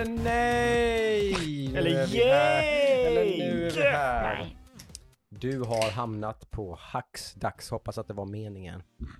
Eller nej! Eller yay! Eller nu är vi här. Nej. Du har hamnat på Hacksdags. Hoppas att det var meningen.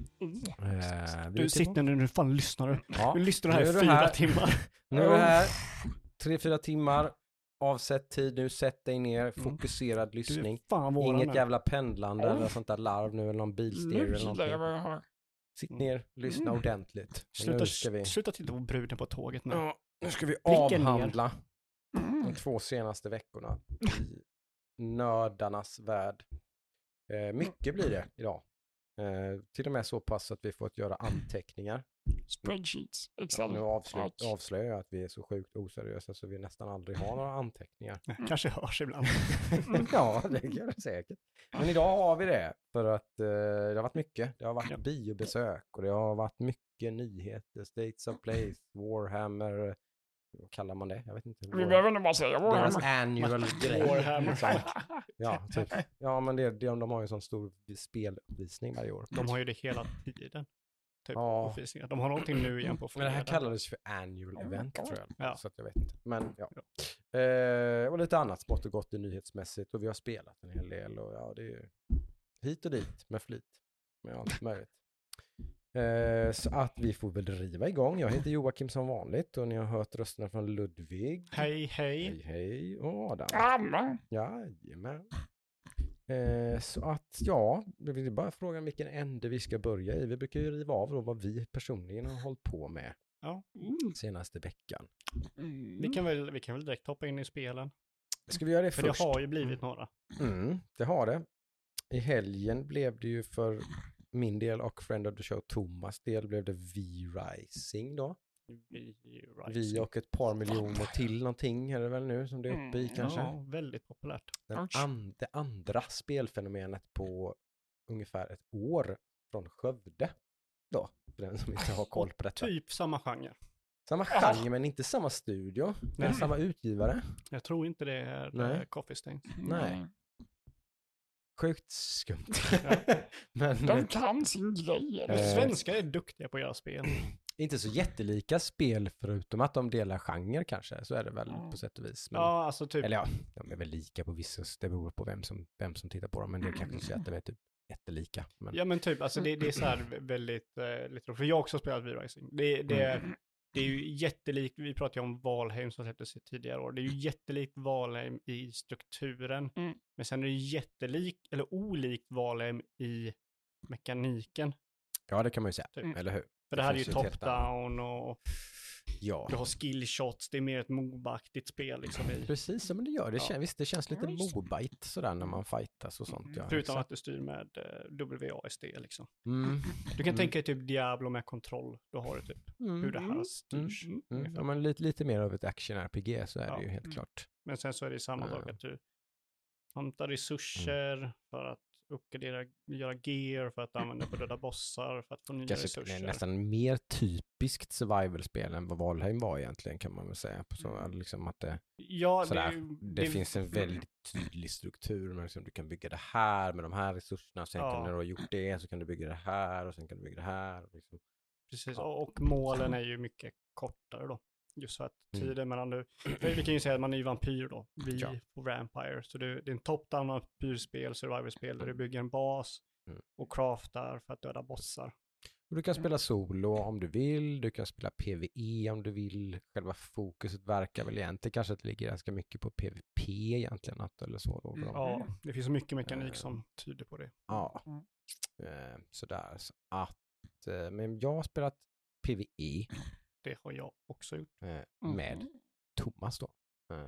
Du sitter nu fan lyssnar du. Ja, Du lyssnar här nu är i du 4 här. timmar. Nu är vi här. 3-4 timmar. Avsätt tid nu. Sätt dig ner. Fokuserad lyssning. Fan våran Inget nu. jävla pendlande eller sånt där larv nu. Eller någon bilstereo Nu eller gillar jag någonting. vad jag har. Sitt ner. Lyssna ordentligt. Nu ska vi... Sluta titta på bruden på tåget nu. Ja, nu ska vi Blicken ner. avhandla de 2 senaste veckorna i nördarnas värld. Mycket blir det idag. Till och med så pass att vi får att göra anteckningar. Spreadsheets. Excel. Nu Tack. avslöjar jag att vi är så sjukt oseriösa så vi nästan aldrig har några anteckningar. Kanske hörs ibland. Ja, det gör det säkert. Men idag har vi det för att det har varit mycket. Det har varit biobesök och det har varit mycket nyheter. States of Place, Warhammer, vad kallar man det? Jag vet inte. Vi behöver nog bara säga Deras Warhammer. annual grej. Warhammer. liksom. Ja, typ. Ja, men de har ju en sån stor speluppvisning varje år. De har ju det hela tiden. Typ Ja. uppvisningar. De har någonting nu igen på Men fredag. det här kallades för annual event tror jag. Ja. Så att jag vet inte. Men ja. Och lite annat smått och gott i nyhetsmässigt. Och vi har spelat en hel del. Och ja, det är ju hit och dit med flit. Med allt möjligt. Så att vi får väl riva igång. Jag heter Joakim som vanligt. Och ni har hört rösterna från Ludvig. Hej. Hej. Och Adam. Amma. Jajamän. Så att ja, det vill bara fråga vilken ände vi ska börja i. Vi brukar ju riva av då vad vi personligen har hållit på med Ja. senaste veckan. Vi kan väl direkt hoppa in i spelen. Ska vi göra det För först? det har ju blivit några. Det har det. I helgen blev det ju för min del och Friend of the Show Thomas del blev det V-Rising då. Vi och ett par miljoner till någonting är det väl nu som det är uppe i kanske. Ja, väldigt populärt. Det andra spelfenomenet på ungefär ett år från Skövde då, för den som inte har koll på detta. Typ samma genre. Samma genre men inte samma studio, men samma utgivare. Jag tror inte det är Nej. Coffee Stain. Nej. Sjukt skumt. Ja. Men De kan sin grej. Svenskar är duktiga på att göra spel. inte så jättelika spel förutom att de delar genre kanske, så är det väl på sätt och vis. Men, Ja, alltså typ. eller ja, de är väl lika på vissa, det beror på vem som tittar på dem, men det kanske inte så att de är typ jättelika. Men... Ja, men typ, alltså det är så här väldigt, lite, för jag har också spelat V-Rising. Det är ju jättelikt, vi pratade ju om Valheim som släpptes tidigare år. Det är ju jättelikt Valheim i strukturen. Men sen är det jättelikt, eller olikt Valheim i mekaniken. Ja, det kan man ju säga, Typ. eller hur? För det här är ju finns ju ett helt top-down och Ja. du har skillshots, det är mer ett MOBA-aktigt spel liksom i. Precis, men det gör det. Ja. Visst, det känns lite mobite sådär när man fightas och sånt. Ja, Förutom så. att du styr med WASD liksom. Mm. Du kan tänka dig typ Diablo med kontroll. Då har du typ hur det här styrs. Ja, men lite mer av ett action-RPG så är det ju helt klart. Men sen så är det samma sak att du hämtar resurser för att uppgradera, göra gear, för att använda på döda bossar, för att få nya Kanske resurser. nästan mer typiskt survival-spel än vad Valheim var egentligen, kan man väl säga. Så, liksom att det, Ja, det finns en väldigt tydlig struktur. Men liksom, du kan bygga det här med de här resurserna, sen kan när du ha gjort det så kan du bygga det här och sen kan du bygga det här. Och liksom. Precis, och målen är ju mycket kortare då. Just för att tiden mellan vi kan ju säga att man är ju vampyr då. Vi får vampire. Så det är en top-down vampyrspel, survival-spel där du bygger en bas och craftar för att döda bossar. Och du kan spela solo om du vill. Du kan spela PvE om du vill. Själva fokuset verkar väl egentligen kanske att det ligger ganska mycket på PvP egentligen. Eller så då, ja, det finns så mycket mekanik som tyder på det. Ja, sådär. Så att, men jag har spelat PvE. Det har jag också gjort. Med Thomas då.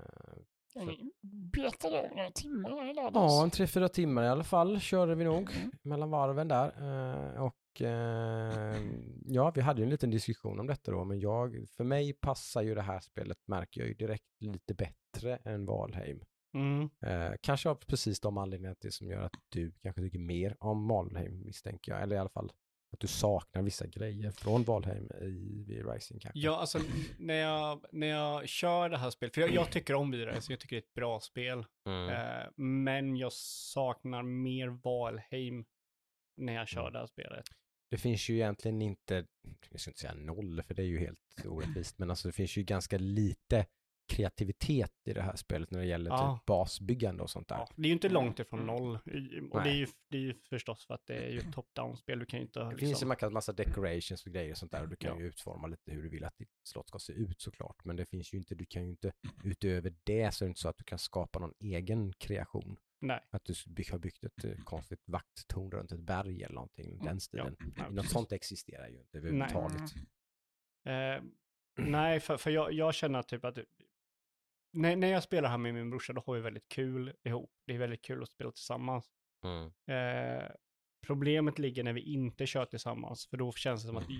Betade över några timmar i lördags. Ja, 3-4 timmar i alla fall körde vi nog mellan varven där. Ja, vi hade ju en liten diskussion om detta då, men för mig passar ju det här spelet, märker jag ju direkt, lite bättre än Valheim. Kanske av precis de anledningarna till som gör att du kanske tycker mer om Valheim, misstänker jag. Eller i alla fall att du saknar vissa grejer från Valheim i V-Rising kanske. Ja, alltså när jag kör det här spelet, för jag tycker om V-Rising, jag tycker det är ett bra spel. Men jag saknar mer Valheim när jag kör det här spelet. Det finns ju egentligen inte, jag ska inte säga noll för det är ju helt orättvist, men alltså det finns ju ganska lite kreativitet i det här spelet när det gäller typ basbyggande och sånt där. Ja, det är ju inte långt ifrån noll. Och det är ju förstås för att det är ju ett top-down-spel. Du kan ju inte... Det finns ju en massa decorations och grejer och sånt där och du kan ju utforma lite hur du vill att ditt slott ska se ut såklart. Men det finns ju inte, du kan ju inte utöver det så är det inte så att du kan skapa någon egen kreation. Nej. Att du har byggt ett konstigt vakttorn runt ett berg eller någonting, den stilen. Något sånt existerar ju inte överhuvudtaget. Nej, för jag känner typ att när jag spelar här med min brorsa då har vi väldigt kul ihop. Det är väldigt kul att spela tillsammans. Problemet ligger när vi inte kör tillsammans. För då känns det som att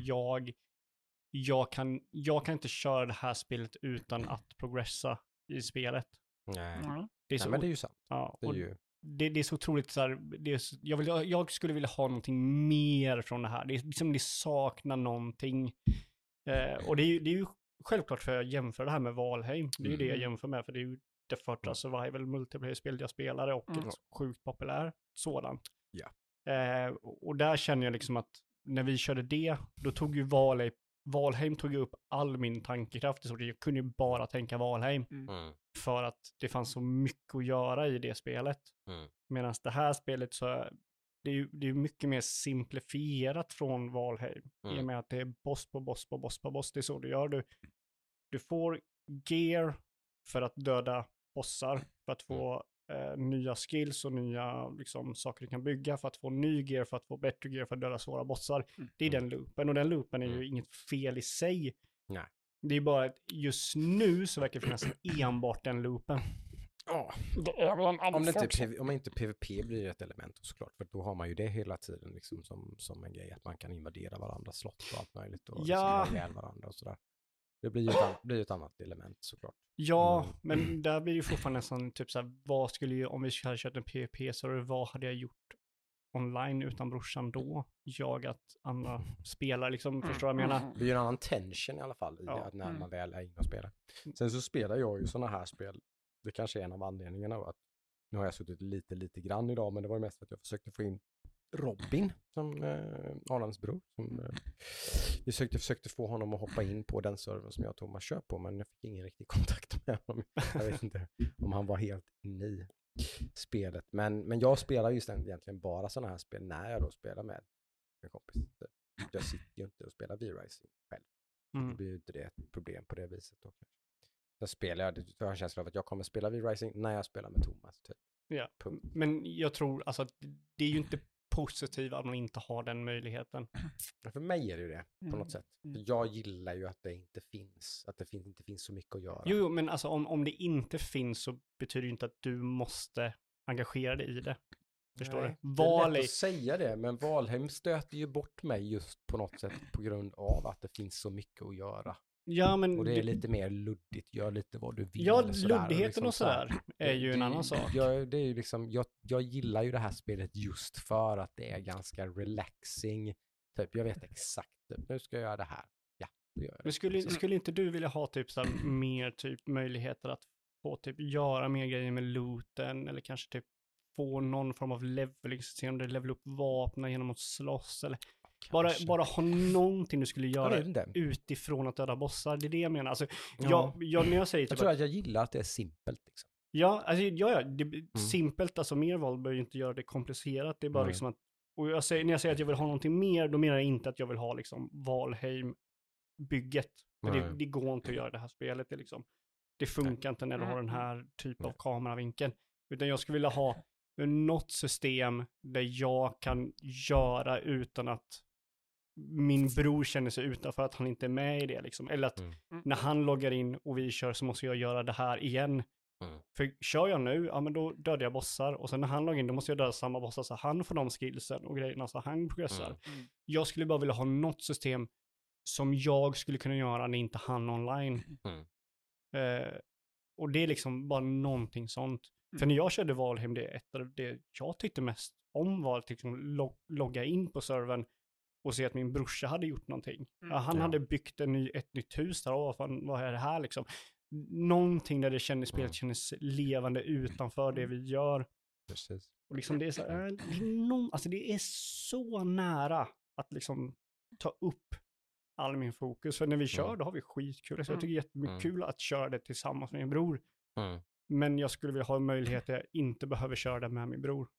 jag kan inte köra det här spelet utan att progressa i spelet. Nej, men det är ju sant. Ja, det är så otroligt så här, jag skulle vilja ha någonting mer från det här. Det är liksom det saknar någonting. Och det är ju självklart för jag jämför det här med Valheim. Det är ju det jag jämför med, för det är ju det första survival multiplayer-spelet jag spelade och ett sjukt populär sådant. Ja. Och där känner jag liksom att när vi körde det, då tog ju Valheim tog upp all min tankekraft. Så jag kunde ju bara tänka Valheim. För att det fanns så mycket att göra i det spelet. Medan det här spelet så det är mycket mer simplifierat från Valheim. I och med att det är boss på boss på boss på boss. Det är så du gör. Du får gear för att döda bossar. För att få nya skills och nya liksom, saker du kan bygga. För att få ny gear, för att få bättre gear för att döda svåra bossar. Det är den loopen. Och den loopen är ju inget fel i sig. Nej. Det är bara att just nu så verkar det finnas enbart den loopen. Ja, om inte PvP blir ett element såklart, för då har man ju det hela tiden liksom som en grej att man kan invadera varandras slott och allt möjligt och liksom ihjäl varandra och sådär. Det blir ju ett annat element såklart. Ja, men där blir det ju fortfarande nästan typ såhär, vad skulle ju, om vi hade kört en PvP så vad hade jag gjort online utan brorsan då? Jagat andra spelare liksom, förstår vad jag menar? Det blir ju en annan tension i alla fall i att när man väl är inne och spelar. Sen så spelar jag ju sådana här spel. Det kanske är en av anledningarna att nu har jag suttit lite grann idag, men det var ju mest för att jag försökte få in Robin som Arlands bror. Vi försökte få honom att hoppa in på den servern som jag och Thomas kör på, men jag fick ingen riktig kontakt med honom. Jag vet inte om han var helt inne i spelet. Men jag spelar ju egentligen bara sådana här spel när jag då spelar med en kompis. Jag sitter ju inte och spelar V-Rising själv. Det blir ju inte det ett problem på det viset då. Jag har en känsla av att jag kommer spela V-Rising när jag spelar med Thomas. Typ. Ja, men jag tror alltså att det är ju inte positivt att man inte har den möjligheten. För mig är det ju det, på något sätt. Jag gillar ju att det inte finns, inte finns så mycket att göra. Jo, men alltså om det inte finns så betyder det inte att du måste engagera dig i det. Förstår du? Det är lätt att säga det, men Valheim stöter ju bort mig just på något sätt på grund av att det finns så mycket att göra. Ja, men och det är lite mer luddigt, gör lite vad du vill. Ja, luddigheten och sådär är ju en annan sak. Det är ju liksom, jag gillar ju det här spelet just för att det är ganska relaxing. Typ, jag vet exakt, typ, nu ska jag göra det här. Ja, det gör jag. Men skulle inte du vilja ha typ så här, mer typ möjligheter att få typ göra mer grejer med looten, eller kanske typ få någon form av leveling-system där du levelar upp vapnen genom att slåss, eller bara ha någonting du skulle göra utifrån att döda bossar. Det är det jag menar. Alltså, när jag säger typ jag tror att jag gillar att det är simpelt liksom. Ja, alltså, simpelt, alltså mer val bör ju inte göra det komplicerat. Det är bara liksom att, och när jag säger att jag vill ha någonting mer, då menar jag inte att jag vill ha liksom Valheim-bygget. För det går inte att göra det här spelet. Det funkar inte när du har den här typen av kameravinkeln. Utan jag skulle vilja ha något system där jag kan göra utan att min bror känner sig utanför, att han inte är med i det liksom. Eller att när han loggar in och vi kör så måste jag göra det här igen. För kör jag nu, ja men då dödar jag bossar. Och sen när han loggar in, då måste jag döda samma bossar så han får de skillsen och grejerna så han progressar. Jag skulle bara vilja ha något system som jag skulle kunna göra när inte han online. Och det är liksom bara någonting sånt. För när jag körde Valheim, det är ett av det jag tyckte mest om var att liksom logga in på servern och se att min brorsa hade gjort någonting. Han hade byggt ett nytt hus där. Vad är det här liksom? Någonting där spelet kändes levande utanför det vi gör. Precis. Och liksom det är så alltså det är så nära att liksom ta upp all min fokus. För när vi kör, då har vi skitkul. Så jag tycker det är jättemycket kul att köra det tillsammans med min bror. Men jag skulle vilja ha en möjlighet att jag inte behöver köra det med min bror.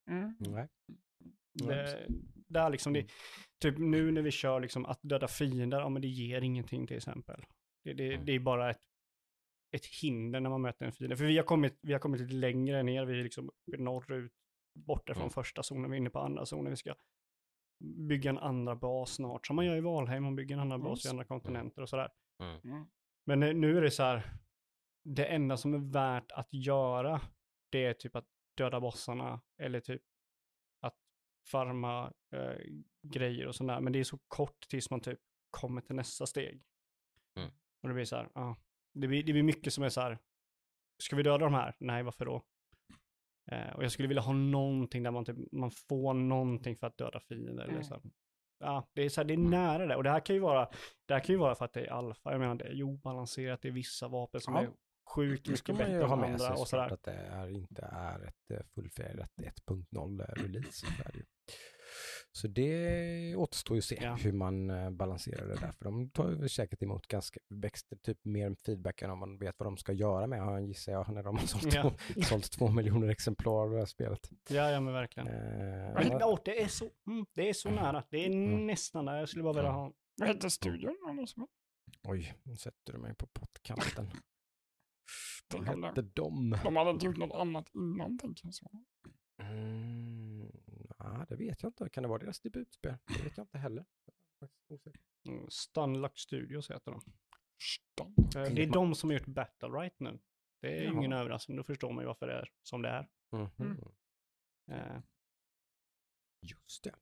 Det är liksom det, typ nu när vi kör liksom att döda fiender, ja men det ger ingenting till exempel. Det är bara ett hinder när man möter en fiende. För vi har kommit lite längre ner, vi är liksom norrut, borta från första zonen, vi är inne på andra zonen, vi ska bygga en andra bas snart, som man gör i Valheim, man bygger en annan bas i andra kontinenter och sådär. Men nu är det så här, det enda som är värt att göra, det är typ att döda bossarna, eller typ att farma grejer och sådär, men det är så kort tills man typ kommer till nästa steg. Och det blir så här, det blir mycket som är så här, ska vi döda de här? Nej, varför då? Och jag skulle vilja ha någonting där man får någonting för att döda fiender. Eller så här. Ja, det är så här, det är nära det. Och det här kan ju vara för att det är alfa. Jag menar, det är obalanserat, det är vissa vapen som är sjukt mycket bättre än andra. Och sådär. Att det inte är ett fullfjädrat 1.0-release. Så det återstår ju att se hur man balanserar det där. För de tar ju säkert emot ganska typ mer feedback än om man vet vad de ska göra med. Har gissar jag när de har sålt 2 miljoner exemplar av det här spelet. Ja men verkligen. Det är så nära. Det är nästan där. Jag skulle bara vilja ha. Vad heter studion? Oj, nu sätter du mig på pottkanten. Vad hette de? De hade inte gjort något annat innan, tänker jag så. Det vet jag inte. Kan det vara deras debutspel? Det vet jag inte heller. Stunlock Studios heter de. Det är de som har gjort Battle Right nu. Det är ju ingen överraskning. Då förstår man ju varför det är som det är. Just det.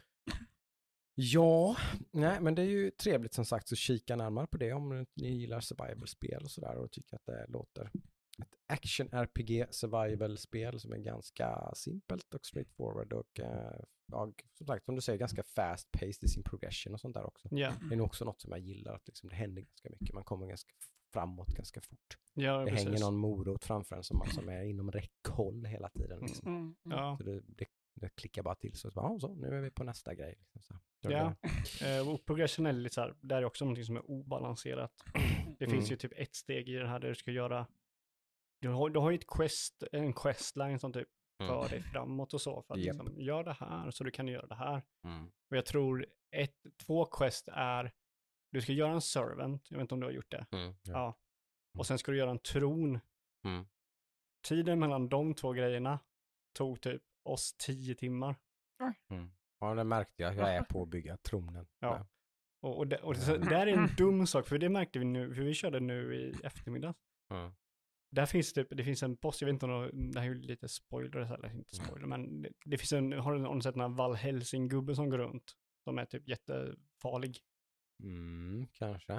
Ja, nej, men det är ju trevligt som sagt, så kika närmare på det om ni gillar survival-spel och sådär och tycker att det låter ett action-RPG survival-spel som är ganska simpelt och straightforward och som sagt, som du säger, ganska fast-paced i sin progression och sånt där också. Det är nog också något som jag gillar, att liksom, det händer ganska mycket, man kommer ganska framåt ganska fort. Det hänger någon morot framför en som är inom räckhåll hela tiden. Liksom. Så det klickar bara till så nu är vi på nästa grej. Liksom, så. Och progression är lite så här, där är också någonting som är obalanserat. Det finns ju typ ett steg i det här där du ska göra, du har ju en questline som typ för dig framåt och så, för att liksom, gör det här så du kan göra det här. Och jag tror 2 quest är, du ska göra en servant, jag vet inte om du har gjort det. Och sen ska du göra en tron. Tiden mellan de 2 grejerna tog typ oss 10 timmar. Ja, det märkte jag. Jag är på att bygga tronen. Och det är en dum sak, för det märkte vi nu, för vi körde nu i eftermiddag. Där finns det finns en boss, jag vet inte om det här är lite spoiler eller inte spoiler, men det finns har du sett den här Valhelsing-gubben som går runt, som är typ jättefarlig. Kanske.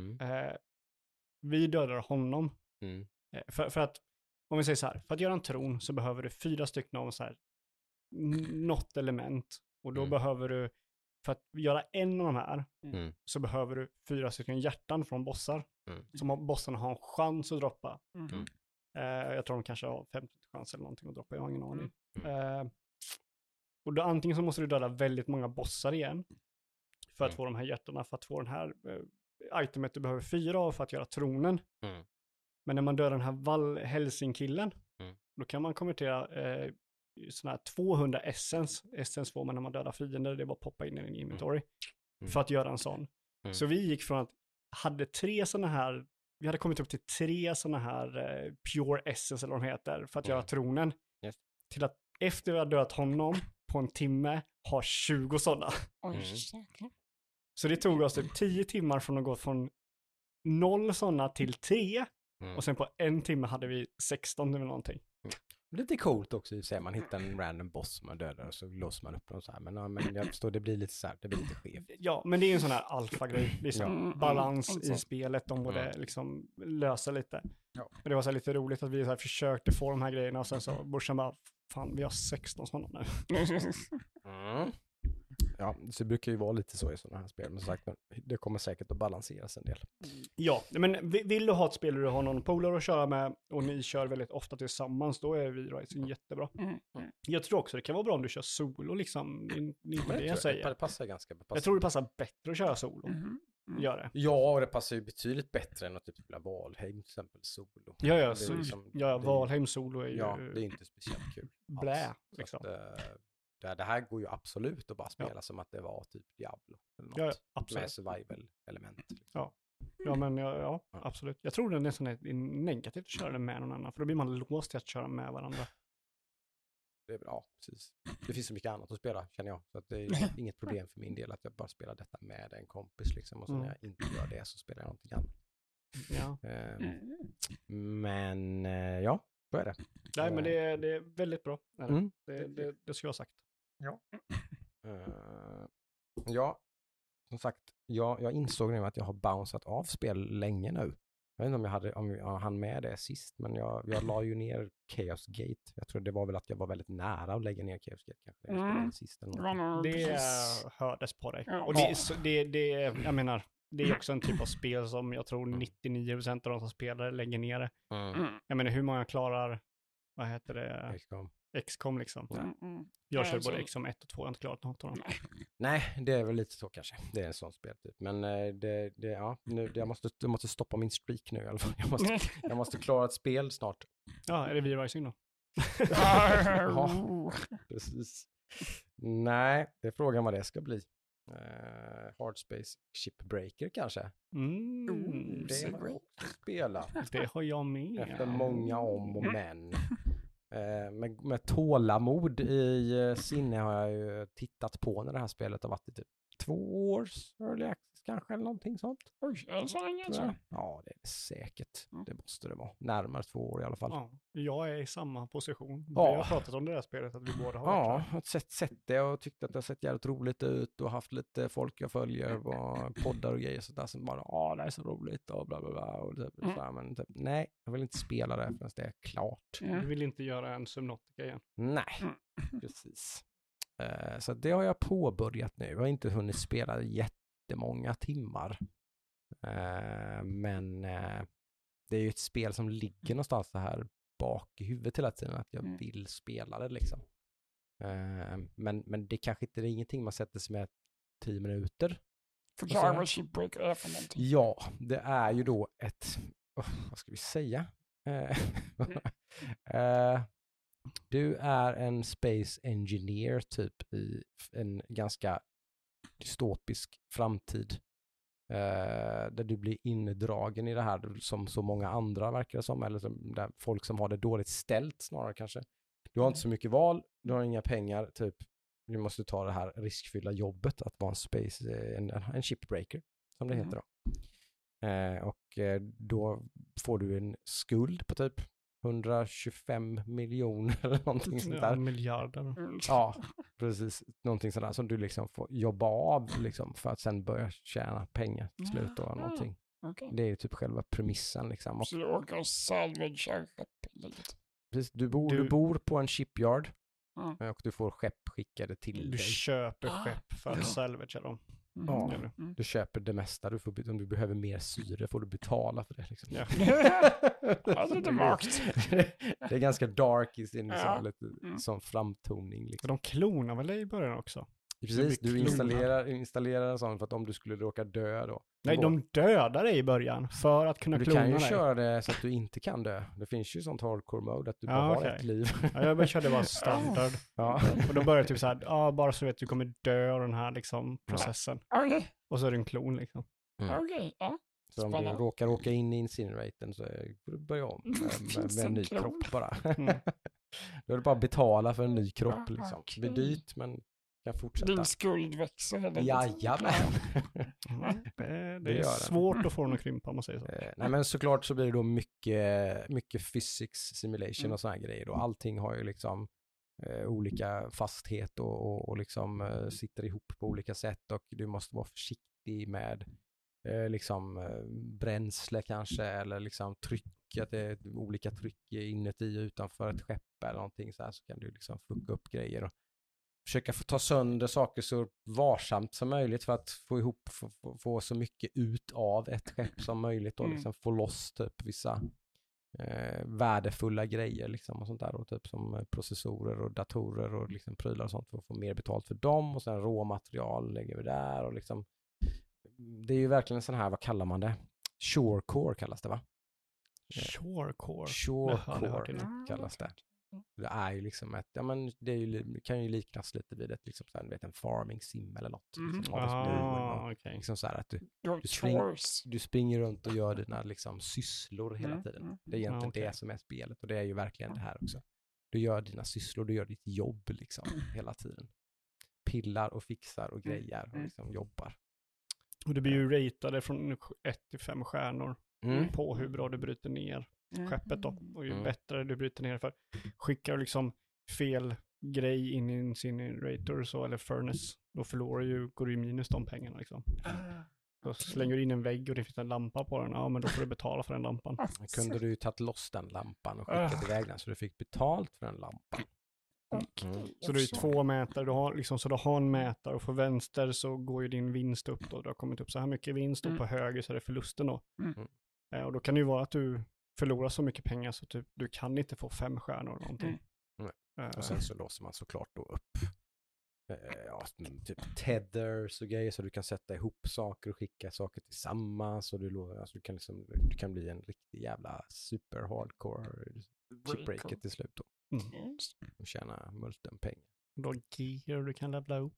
Vi dödar honom. För att, om vi säger så här, för att göra en tron så behöver du 4 stycken av så här något element, och då behöver du, för att göra en av de här så behöver du 4 stycken hjärtan från bossar som bossarna har en chans att droppa. Jag tror de kanske har 50 chans eller någonting att droppa, jag har ingen aning. Och då antingen så måste du döda väldigt många bossar igen för att få de här hjärtarna, för att få den här itemet du behöver 4 av för att göra tronen. Men när man dödar den här Valhelsing-killen, då kan man konvertera sådana här 200 essence får man när man dödar fiender, det är bara att poppa in i en inventory för att göra en sån. Så vi gick från att vi hade kommit upp till 3 sådana här pure essence eller vad de heter för att göra tronen, till att efter vi hade dödat honom på en timme ha 20 sådana. Så det tog oss 10 timmar från att gå från 0 sådana till 3 och sen på en timme hade vi 16 eller någonting. Lite coolt också i sig, man hittar en random boss som man dödar och så låser man upp dem så här. Men jag förstår, det blir lite så här, det blir lite skevt. Ja, men det är en sån här alfa-grej. Det är så balans i spelet, de borde liksom lösa lite. Och det var så här lite roligt att vi så här försökte få de här grejerna och sen så borsan bara, fan vi har 16 sådana nu. Ja, så det brukar ju vara lite så i sådana här spel, men som sagt, det kommer säkert att balanseras en del. Ja, men vill du ha ett spel där du har någon polare att köra med och ni kör väldigt ofta tillsammans, då är V-Rising jättebra. Jag tror också det kan vara bra om du kör solo liksom. Det är inte det jag säger. Det passar ganska bra. Jag tror det passar bättre att köra solo. gör det. Ja, och det passar ju betydligt bättre än att typ spela Valheim, till exempel solo. Ja, Valheim solo är ju... Ja, det är inte speciellt kul. Blä, liksom. Det här går ju absolut att bara spela som att det var typ Diablo. Eller något, ja, absolut. med survival-element. Liksom. Ja, men absolut. Jag tror det nästan är negativt att köra det med någon annan, för då blir man låst till att köra med varandra. Det är bra, precis. Det finns så mycket annat att spela, känner jag. Så att det är inget problem för min del att jag bara spelar detta med en kompis. Liksom, och så när jag inte gör det så spelar jag någonting annat. Ja. Men ja, så är det. Nej, men det är väldigt bra. Det ska jag ha sagt. Ja. Ja, som sagt, jag insåg nu att jag har bounceat av spel länge nu. Jag vet inte om jag hann med det sist, men jag la ju ner Chaos Gate. Jag tror det var väl att jag var väldigt nära att lägga ner Chaos Gate kanske. Sist eller det hördes på dig. Ja. Och jag menar, det är också en typ av spel som jag tror 99% av de som spelar lägger ner det. Jag menar, hur många klarar, vad heter det? XCOM liksom. Jag kör både XCOM 1 och 2, jag har inte klarat något av dem. Nej, det är väl lite så kanske. Det är en sån speltyp. Men jag måste stoppa min streak nu i alla fall. Jag måste klara ett spel snart. Ja, är det V-Rising då? Ja, precis. Nej, det är frågan vad det ska bli. Hardspace Shipbreaker kanske. Det har jag också spelat. Det har jag med. Efter många om och men. Med tålamod i sinne har jag ju tittat på när det här spelet har varit i typ 2 års early access kanske eller någonting sånt. Oj, är det så länge alltså? Ja, det är säkert. Det måste det vara. Närmare 2 år i alla fall. Ja, jag är i samma position. Ja. Vi har pratat om det här spelet att vi båda har varit. Ja, jag har sett det och tyckt att det har sett jävligt roligt ut och haft lite folk jag följer och poddar och grejer sådär som bara, det är så roligt och bla bla bla och typ, så men typ, nej, jag vill inte spela det förrän det är klart. Du vill inte göra en Subnautica igen? Nej, precis. Så det har jag påbörjat nu. Jag har inte hunnit spela jättemånga timmar. Men det är ju ett spel som ligger någonstans så här bak i huvudet hela tiden att jag vill spela det liksom. Men det kanske inte är ingenting man sätter sig med 10 minuter. Förklara vad Shipbreaker är för någonting. Ja, det är ju då vad ska vi säga? Du är en space engineer typ i en ganska dystopisk framtid. Där du blir indragen i det här som så många andra verkar det som, eller som där folk som har det dåligt ställt snarare kanske. Du har inte så mycket val, du har inga pengar, typ du måste ta det här riskfyllda jobbet att vara en shipbreaker som det heter då. Och då får du en skuld på typ 125 miljoner eller någonting sånt där. Miljarder. Ja, precis. Någonting sådär som du liksom får jobba av liksom för att sen börja tjäna pengar till slut och någonting. Okay. Det är ju typ själva premissen liksom. Och så du åker och salvage precis, du bor på en shipyard och du får skepp skickade till dig. Du köper skepp för att salvagea dem. Ja, du köper det mesta. Om du behöver mer syre får du betala för det. Liksom. Ja. Lite mörkt. Det är ganska dark i sin lite sån framtoning. Liksom. De klonar väl i början också? Precis, du installerar en sån för att om du skulle råka dö då. Nej, de dödar dig i början för att kunna klona dig. Du kan ju köra det så att du inte kan dö. Det finns ju sånt hardcore mode att du bara har ett liv. Ja, jag körde bara standard. Och då börjar typ så här, bara så vet du kommer dö av den här liksom processen. Okay. Och så är det en klon liksom. Okej, ja. Så om du råkar åka in i incineraten så får du börja om med en ny kropp bara. Då är det bara att betala för en ny kropp liksom. Okay. Det blir dyrt men kan fortsätta. Din skuld växer hela tiden. Jajamän. Det är svårt att få den att krympa om man säger så. Nej men såklart så blir det då mycket physics simulation och såna här grejer. Och allting har ju liksom olika fasthet och liksom sitter ihop på olika sätt. Och du måste vara försiktig med liksom bränsle kanske eller liksom tryck, att det är olika tryck inuti och utanför ett skepp eller någonting så här, så kan du liksom fucka upp grejer och försöka få ta sönder saker så varsamt som möjligt för att få så mycket ut av ett skepp som möjligt och liksom få loss typ vissa värdefulla grejer liksom och sånt där och typ som processorer och datorer och liksom prylar och sånt för att få mer betalt för dem och sen råmaterial lägger vi där och liksom det är ju verkligen en sån här, vad kallar man det? Shorecore kallas det, va? Shorecore. Shorecore kallas det. Det är ju liksom ett, ja men det är ju, kan ju liknas lite vid ett liksom så här, vet, en farming sim eller något. Liksom, Okay. liksom så här att du springer runt och gör dina liksom sysslor hela tiden. Det är egentligen det som är spelet, och det är ju verkligen det här också. Du gör dina sysslor, du gör ditt jobb liksom hela tiden. Pillar och fixar och grejer och liksom jobbar. Och det blir ju ratade från 1 till 5 stjärnor på hur bra du bryter ner skeppet då. Och ju bättre du bryter ner, för skickar du liksom fel grej in i en incinerator så, eller furnace, då går du minus de pengarna liksom. Då slänger du in en vägg och det finns en lampa på den, ja men då får du betala för den lampan. Kunde du ju tagit loss den lampan och skickat iväg den så du fick betalt för den lampan. Så du är 2 mätare, du har liksom, så du har en mätare, och på vänster så går ju din vinst upp då. Du har kommit upp så här mycket vinst, och på höger så är det förlusten då. Och då kan det ju vara att du förlorar så mycket pengar så typ, du kan inte få 5 stjärnor eller någonting. Och sen så låser man såklart då upp typ tethers och grejer, så du kan sätta ihop saker och skicka saker tillsammans, och du kan liksom, du kan bli en riktig jävla super hardcore chipbreaker till slut då. Och tjäna multen pengar. Du har gear du kan levla upp.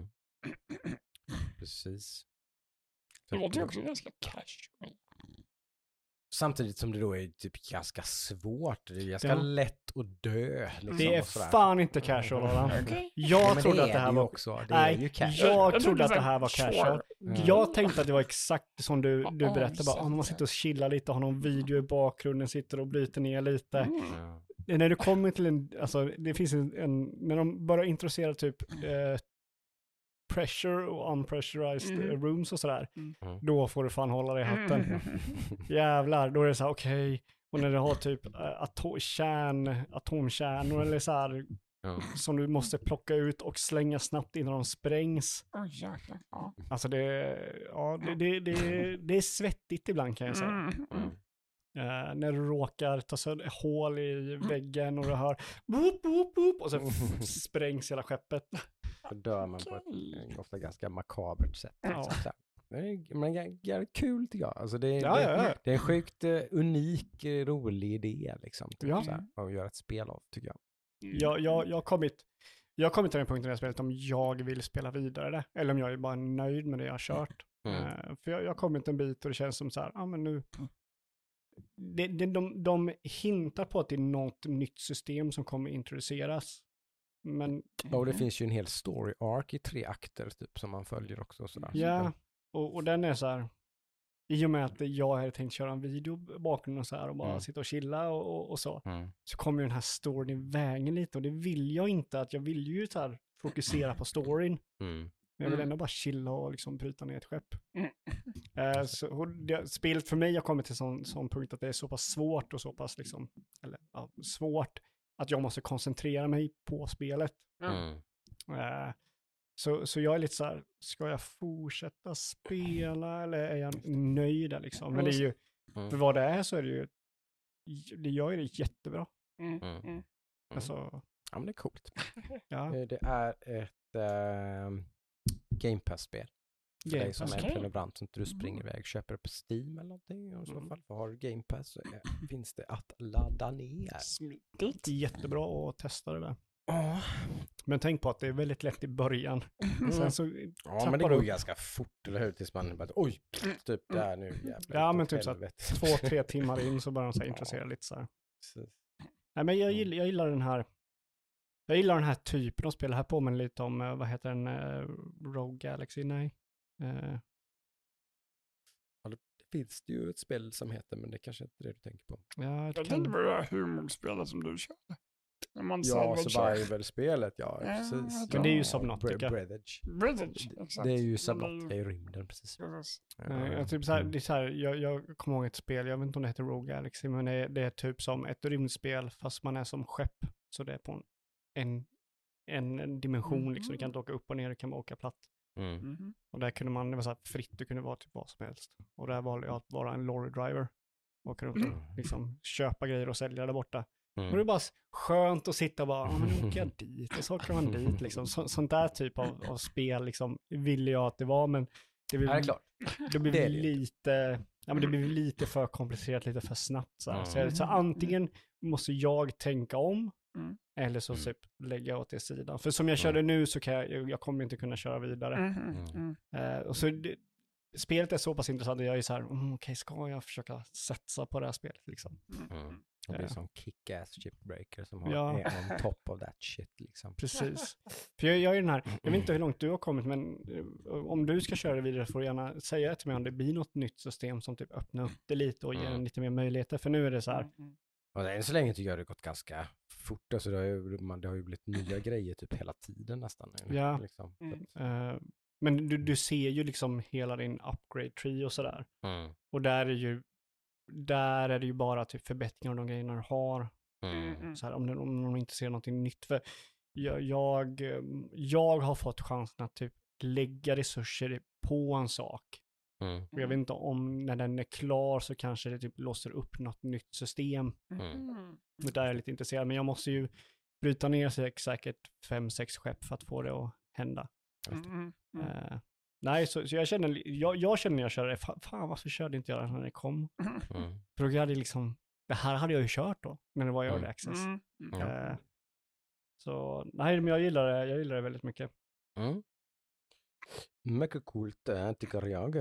Precis. Det låter också ganska casual. Samtidigt som det då är typ ganska svårt. Det är ganska lätt att dö. Liksom, det är fan inte casual, Adam. Jag trodde att det här var också. Jag trodde att det här var casual. Jag tänkte att det var exakt som du berättade. Bara, man sitter och chillar lite, har någon video i bakgrunden, sitter och bryter ner lite. När du kommer till alltså det finns när de börjar introducera typ pressure och unpressurized rooms och sådär, då får du fan hålla dig i hatten. Jävlar, då är det så här, okej. Och när du har typ atomkärnor eller så här, som du måste plocka ut och slänga snabbt innan de sprängs. Alltså det är svettigt ibland, kan jag säga. När du råkar ta sönder hål i väggen och du hör boop, boop, boop, och så sprängs hela skeppet. Då dör man på ett ofta ganska makabert sätt. Men det är kul tycker jag. Alltså det är en sjukt unik, rolig idé liksom. Typ, så här, att göra ett spel av, tycker jag. Jag har kommit till den punkten i spelet om jag vill spela vidare, eller om jag är bara nöjd med det jag har kört. För jag har kommit en bit och det känns som så här, men nu de hintar på att det är något nytt system som kommer introduceras. Men och det finns ju en hel story arc i 3 akter typ som man följer också och sådär. Ja, och den är så här, i och med att jag hade tänkt köra en video bakgrund och så här och bara sitta och chilla och så. Så kommer ju den här storyn i vägen lite, och det vill jag inte, att jag vill ju så här fokusera på storyn. Men jag vill ändå bara chilla och liksom bryta ner ett skepp. Spelet för mig har kommit till sån punkt att det är så pass svårt och så pass liksom, svårt att jag måste koncentrera mig på spelet. Så jag är lite så här, ska jag fortsätta spela eller är jag nöjd där liksom? Men det är ju, för vad det är så är det ju, det gör det jättebra. Alltså, ja, men det är coolt. Det är ett Game Pass-spel. För dig som är prenumerant så inte du springer iväg, köper på Steam eller någonting. Och så fall, för har du Game Pass så finns det att ladda ner. Det är jättebra att testa det där. Men tänk på att det är väldigt lätt i början. Sen så men det går ju ganska fort, eller hur? Tills man bara, oj, typ där nu. Ja, men typ så 2-3 timmar in så börjar de sig intressera lite så här. Nej, men jag gillar den här. Jag gillar den här typen av spel. Här påminner lite om, vad heter den? Rogue Galaxy? Nej. Ja, det finns det ju ett spel som heter, men det kanske inte är det du tänker på. Ja, det kan vara det här humorspelet som du körde. Survival-spelet, precis. Men det är ju Subnautica. Breathedge. Exakt. Det är ju Subnautica i rymden, precis. Typ så här, det är så här, jag kommer ihåg ett spel, jag vet inte om det heter Rogue Galaxy, men det är typ som ett rymdspel fast man är som skepp. Så det är på en dimension, liksom. Du kan inte åka upp och ner, du kan bara åka platt. Och där kunde man, det var så här fritt, det kunde vara typ vad som helst. Och där valde jag att vara en lorry driver. Åka runt och liksom köpa grejer och sälja där borta. Och det är bara skönt att sitta och bara, nu åker jag dit och så åker man dit liksom. Sånt där typ av spel liksom ville jag att det var, men Det blir, Ja, det är klart. Det blir Det är det lite, ja men det blir lite för komplicerat, lite för snabbt så här. Så antingen måste jag tänka om, eller så typ lägga åt det sidan. För som jag körde nu så kan jag kommer inte kunna köra vidare. Och så spelet är så pass intressant att jag är så här, okej, ska jag försöka satsa på det här spelet liksom? Det blir som kick-ass chipbreaker som är on top of that shit liksom. Precis. För jag är den här, jag vet inte hur långt du har kommit, men om du ska köra vidare får du gärna säga till mig om det blir något nytt system som typ öppnar upp det lite och ger en lite mer möjligheter. För nu är det så här. Och än så länge tycker jag det har gått ganska fort. Alltså det har ju blivit nya grejer typ hela tiden nästan. Ja. Liksom. Men du ser ju liksom hela din upgrade tree och sådär. Och där är det ju bara typ förbättringar av de grejerna du har. Så här, om de inte ser någonting nytt. För jag har fått chansen att typ lägga resurser på en sak. Och jag vet inte om när den är klar så kanske det typ låser upp något nytt system. Och där är jag lite intresserad. Men jag måste ju bryta ner säkert 5-6 skepp för att få det att hända. Nej, så jag känner när jag körde det, fan varför körde inte jag det när det kom? För då hade liksom, det här hade jag ju kört då, när det var Early Access. Så nej, men jag gillar det väldigt mycket. Mycket coolt, tycker jag.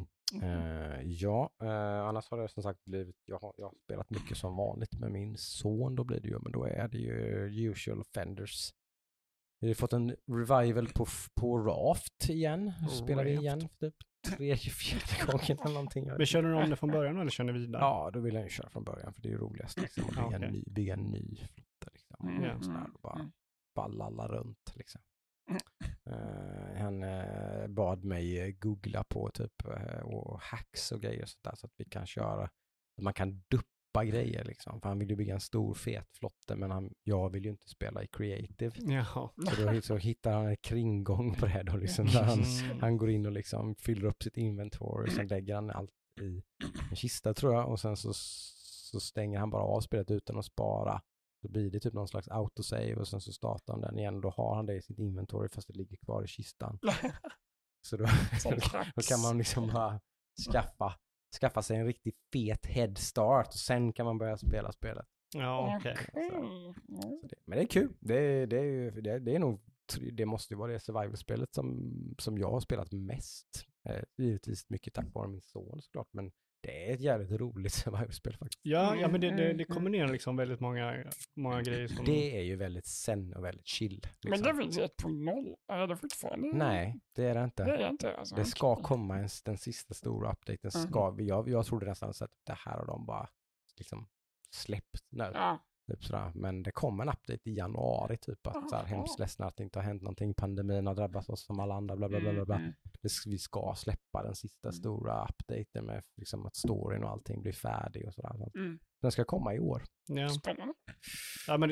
Annars har det som sagt blivit, jag har spelat mycket som vanligt med min son, då blir det ju, men då är det ju Usual Offenders. Vi har fått en revival på Raft igen. Spelar vi igen för typ 3-4 gången eller någonting. Men kör du om det från början eller kör ni vidare? Ja, då vill jag ju köra från början för det är roligast liksom. Bygga en ny flotta liksom. Sådär, och bara balla alla runt liksom. Han bad mig googla på typ och hacks och grejer och sånt där, så att vi kan köra, man kan duppa grejer liksom, för han vill ju bygga en stor fet flotte, men jag vill ju inte spela i creative. Så hittar han en kringgång på det här då liksom, där han går in och liksom fyller upp sitt inventory och sen lägger han allt i en kista tror jag, och sen så stänger han bara av spelet utan att spara. Då blir det typ någon slags autosave och sen så startar han den igen och då har han det i sitt inventory fast det ligger kvar i kistan. Så då kan man liksom bara skaffa sig en riktigt fet head start och sen kan man börja spela spelet. Ja, okej. Men det är kul. Det är nog, det måste ju vara det survival-spelet som jag har spelat mest. Givetvis mycket tack vare min son såklart, men det är ett jävligt roligt survival-spel faktiskt. Ja, men det kombinerar liksom väldigt många grejer. Som... Det är ju väldigt zen och väldigt chill. Liksom. Men det finns 1.0. Är det fortfarande? Nej, det är det inte. Det är inte alltså. Det ska komma den sista stora updaten. Jag trodde nästan så att det här har de bara liksom släppt nu. Typ sådär. Men det kommer en update i januari typ att så här, hemskt ledsen att det inte har hänt någonting. Pandemin har drabbat oss som alla andra. Bla bla bla bla. Vi ska släppa den sista stora updaten med liksom att storyn och allting blir färdig och sådär. Den ska komma i år. Ja. Spännande. Ja, men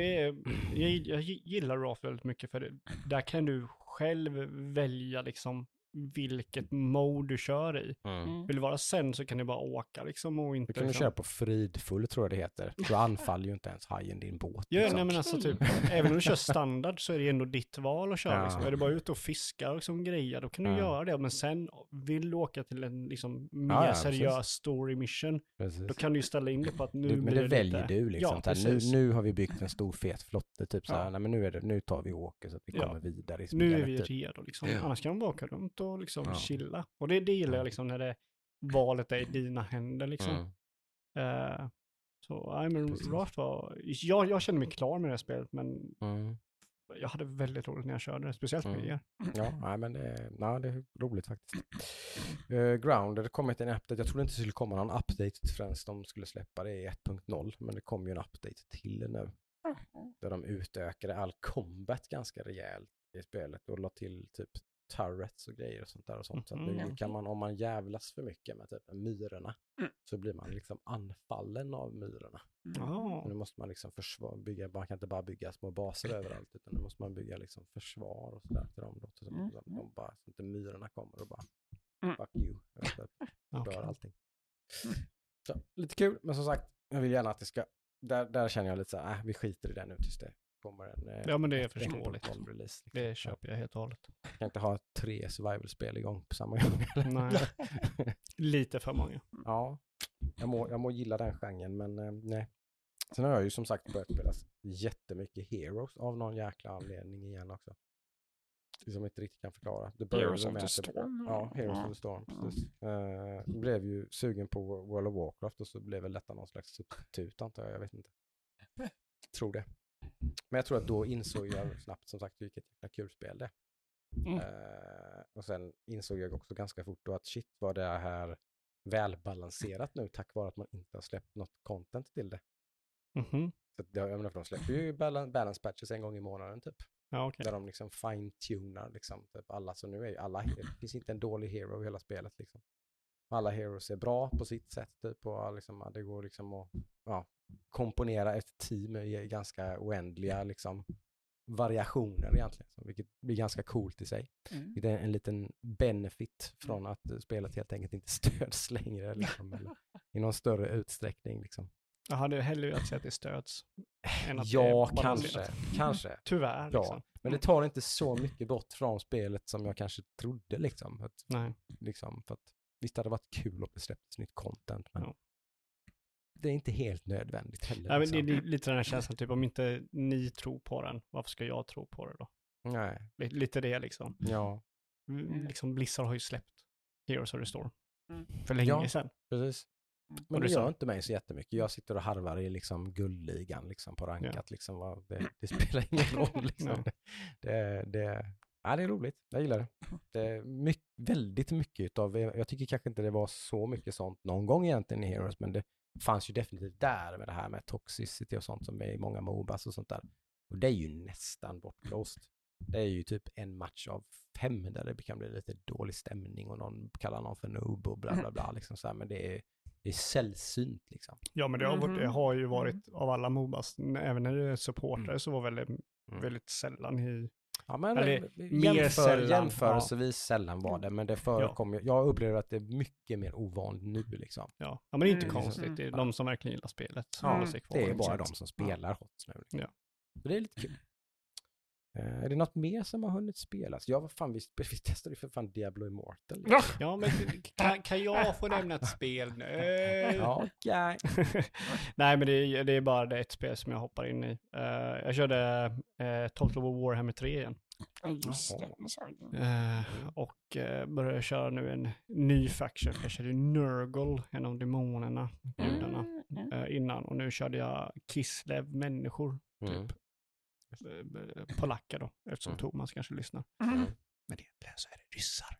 jag gillar Raft väldigt mycket för där kan du själv välja liksom vilket mode du kör i. Vill du vara sen så kan du bara åka liksom och inte... Du kan liksom... köra på fridfull tror jag det heter. Du anfaller ju inte ens hajen din båt. Ja, liksom. nej, men alltså typ, även om du kör standard så är det ändå ditt val att köra. Liksom. Är du bara ute och fiskar och liksom grejer, då kan du göra det. Men sen vill du åka till en liksom mer seriös story mission, då kan du ju ställa in det på att nu men det väljer du liksom. Ja, nu har vi byggt en stor fet flotte typ så här, nej, men nu tar vi och åker så att vi kommer vidare i spelet. Nu är vi redo liksom. Annars kan man bara åka runt och liksom chilla. Och det gillar jag liksom när valet är i dina händer liksom. Så men Raft var... Jag kände mig klar med det här spelet, men jag hade väldigt roligt när jag körde det, speciellt med er. Ja, men det är roligt faktiskt. Grounded kommit en update. Jag trodde inte det skulle komma någon update förrän de skulle släppa det i 1.0, men det kom ju en update till nu. Där de utökade all combat ganska rejält i spelet och la till typ turrets och grejer och sånt där och sånt. Så att nu kan man, om man jävlas för mycket med typ myrorna, så blir man liksom anfallen av myrorna. Nu måste man liksom bygga, man kan inte bara bygga små baser överallt, utan nu måste man bygga liksom försvar och sådär till dem då, så de bara, så inte myrorna kommer och bara fuck you, dör allting. Så, lite kul, men som sagt, jag vill gärna att det ska, där känner jag lite så här, vi skiter i det nu tills det kommer en... Ja, men det är förståeligt. Release, liksom. Det köper jag helt och hållet. Jag kan inte ha 3 survival-spel igång på samma gång. Nej, lite för många. Ja, jag må gilla den genren, men nej. Sen har jag ju som sagt börjat spela jättemycket Heroes av någon jäkla anledning igen också. Som jag inte riktigt kan förklara. Det Heroes of the Storm. Ja, Heroes of the Storm. Precis. Blev ju sugen på World of Warcraft och så blev väl detta någon slags substitut antar jag vet inte. Tror det. Men jag tror att då insåg jag snabbt som sagt vilket jäkla kul spel det. Och sen insåg jag också ganska fort då att shit var det här välbalanserat nu tack vare att man inte har släppt något content till det. Så jag menar för de släpper ju balance patches en gång i månaden typ. Ja, okay. Där de liksom fine-tunar liksom typ alla, så nu är ju alla, det finns inte en dålig hero i hela spelet liksom. Alla heroes är bra på sitt sätt typ och liksom, det går liksom att komponera ett team i ganska oändliga liksom variationer egentligen, vilket blir ganska coolt i sig. Det är en liten benefit från att spelet helt enkelt inte stöds längre liksom, eller i någon större utsträckning liksom. Jag hade hellre velat säga att det stöds än att kanske. Tyvärr. Ja, liksom. men det tar inte så mycket bort från spelet som jag kanske trodde liksom. Nej. Liksom för att visst hade det varit kul att släppa nytt content, men det är inte helt nödvändigt heller. Nej, men det är lite den här känslan, typ om inte ni tror på den, varför ska jag tro på det då? Nej. Lite det liksom. Ja. Liksom Blizzard har ju släppt Heroes of the Storm för länge sedan. Precis. Men det gör inte mig så jättemycket. Jag sitter och harvar i liksom guldligan liksom på rankat. Liksom, det spelar ingen roll. Liksom. Det är roligt. Jag gillar det. Det är väldigt mycket utav, jag tycker kanske inte det var så mycket sånt någon gång egentligen i Heroes, men det fanns ju definitivt där med det här med toxicity och sånt som är i många MOBAs och sånt där. Och det är ju nästan bortblåst. Det är ju typ en match av 5 där det kan bli lite dålig stämning och någon kallar någon för noob och bla bla bla liksom så här, men det är sällsynt liksom. Ja, men det har ju varit av alla MOBAs, även när det är supportare så var väldigt sällan i... Ja, men jämförelsevis sällan var det, men det förekommer. Jag upplever att det är mycket mer ovanligt nu liksom. Ja, men det är inte konstigt. Det är de som verkligen gillar spelet. Det är bara de som spelar HOTS nu. Liksom. Ja. Så det är lite kul. Är det något mer som har hunnit spelas? Ja, vad fan, vi testade ju för fan Diablo Immortal. Ja, men kan jag få nämna ett spel nu? Ja, okej. Nej, men det är bara ett spel som jag hoppar in i. Jag körde Total Warhammer 3 igen. Och började köra nu en ny faction. Jag körde Nurgle, en av demonerna, gudarna, innan. Och nu körde jag Kislev, människor, typ. Polacker då, eftersom Thomas kanske lyssnar. Men egentligen så är det ryssar.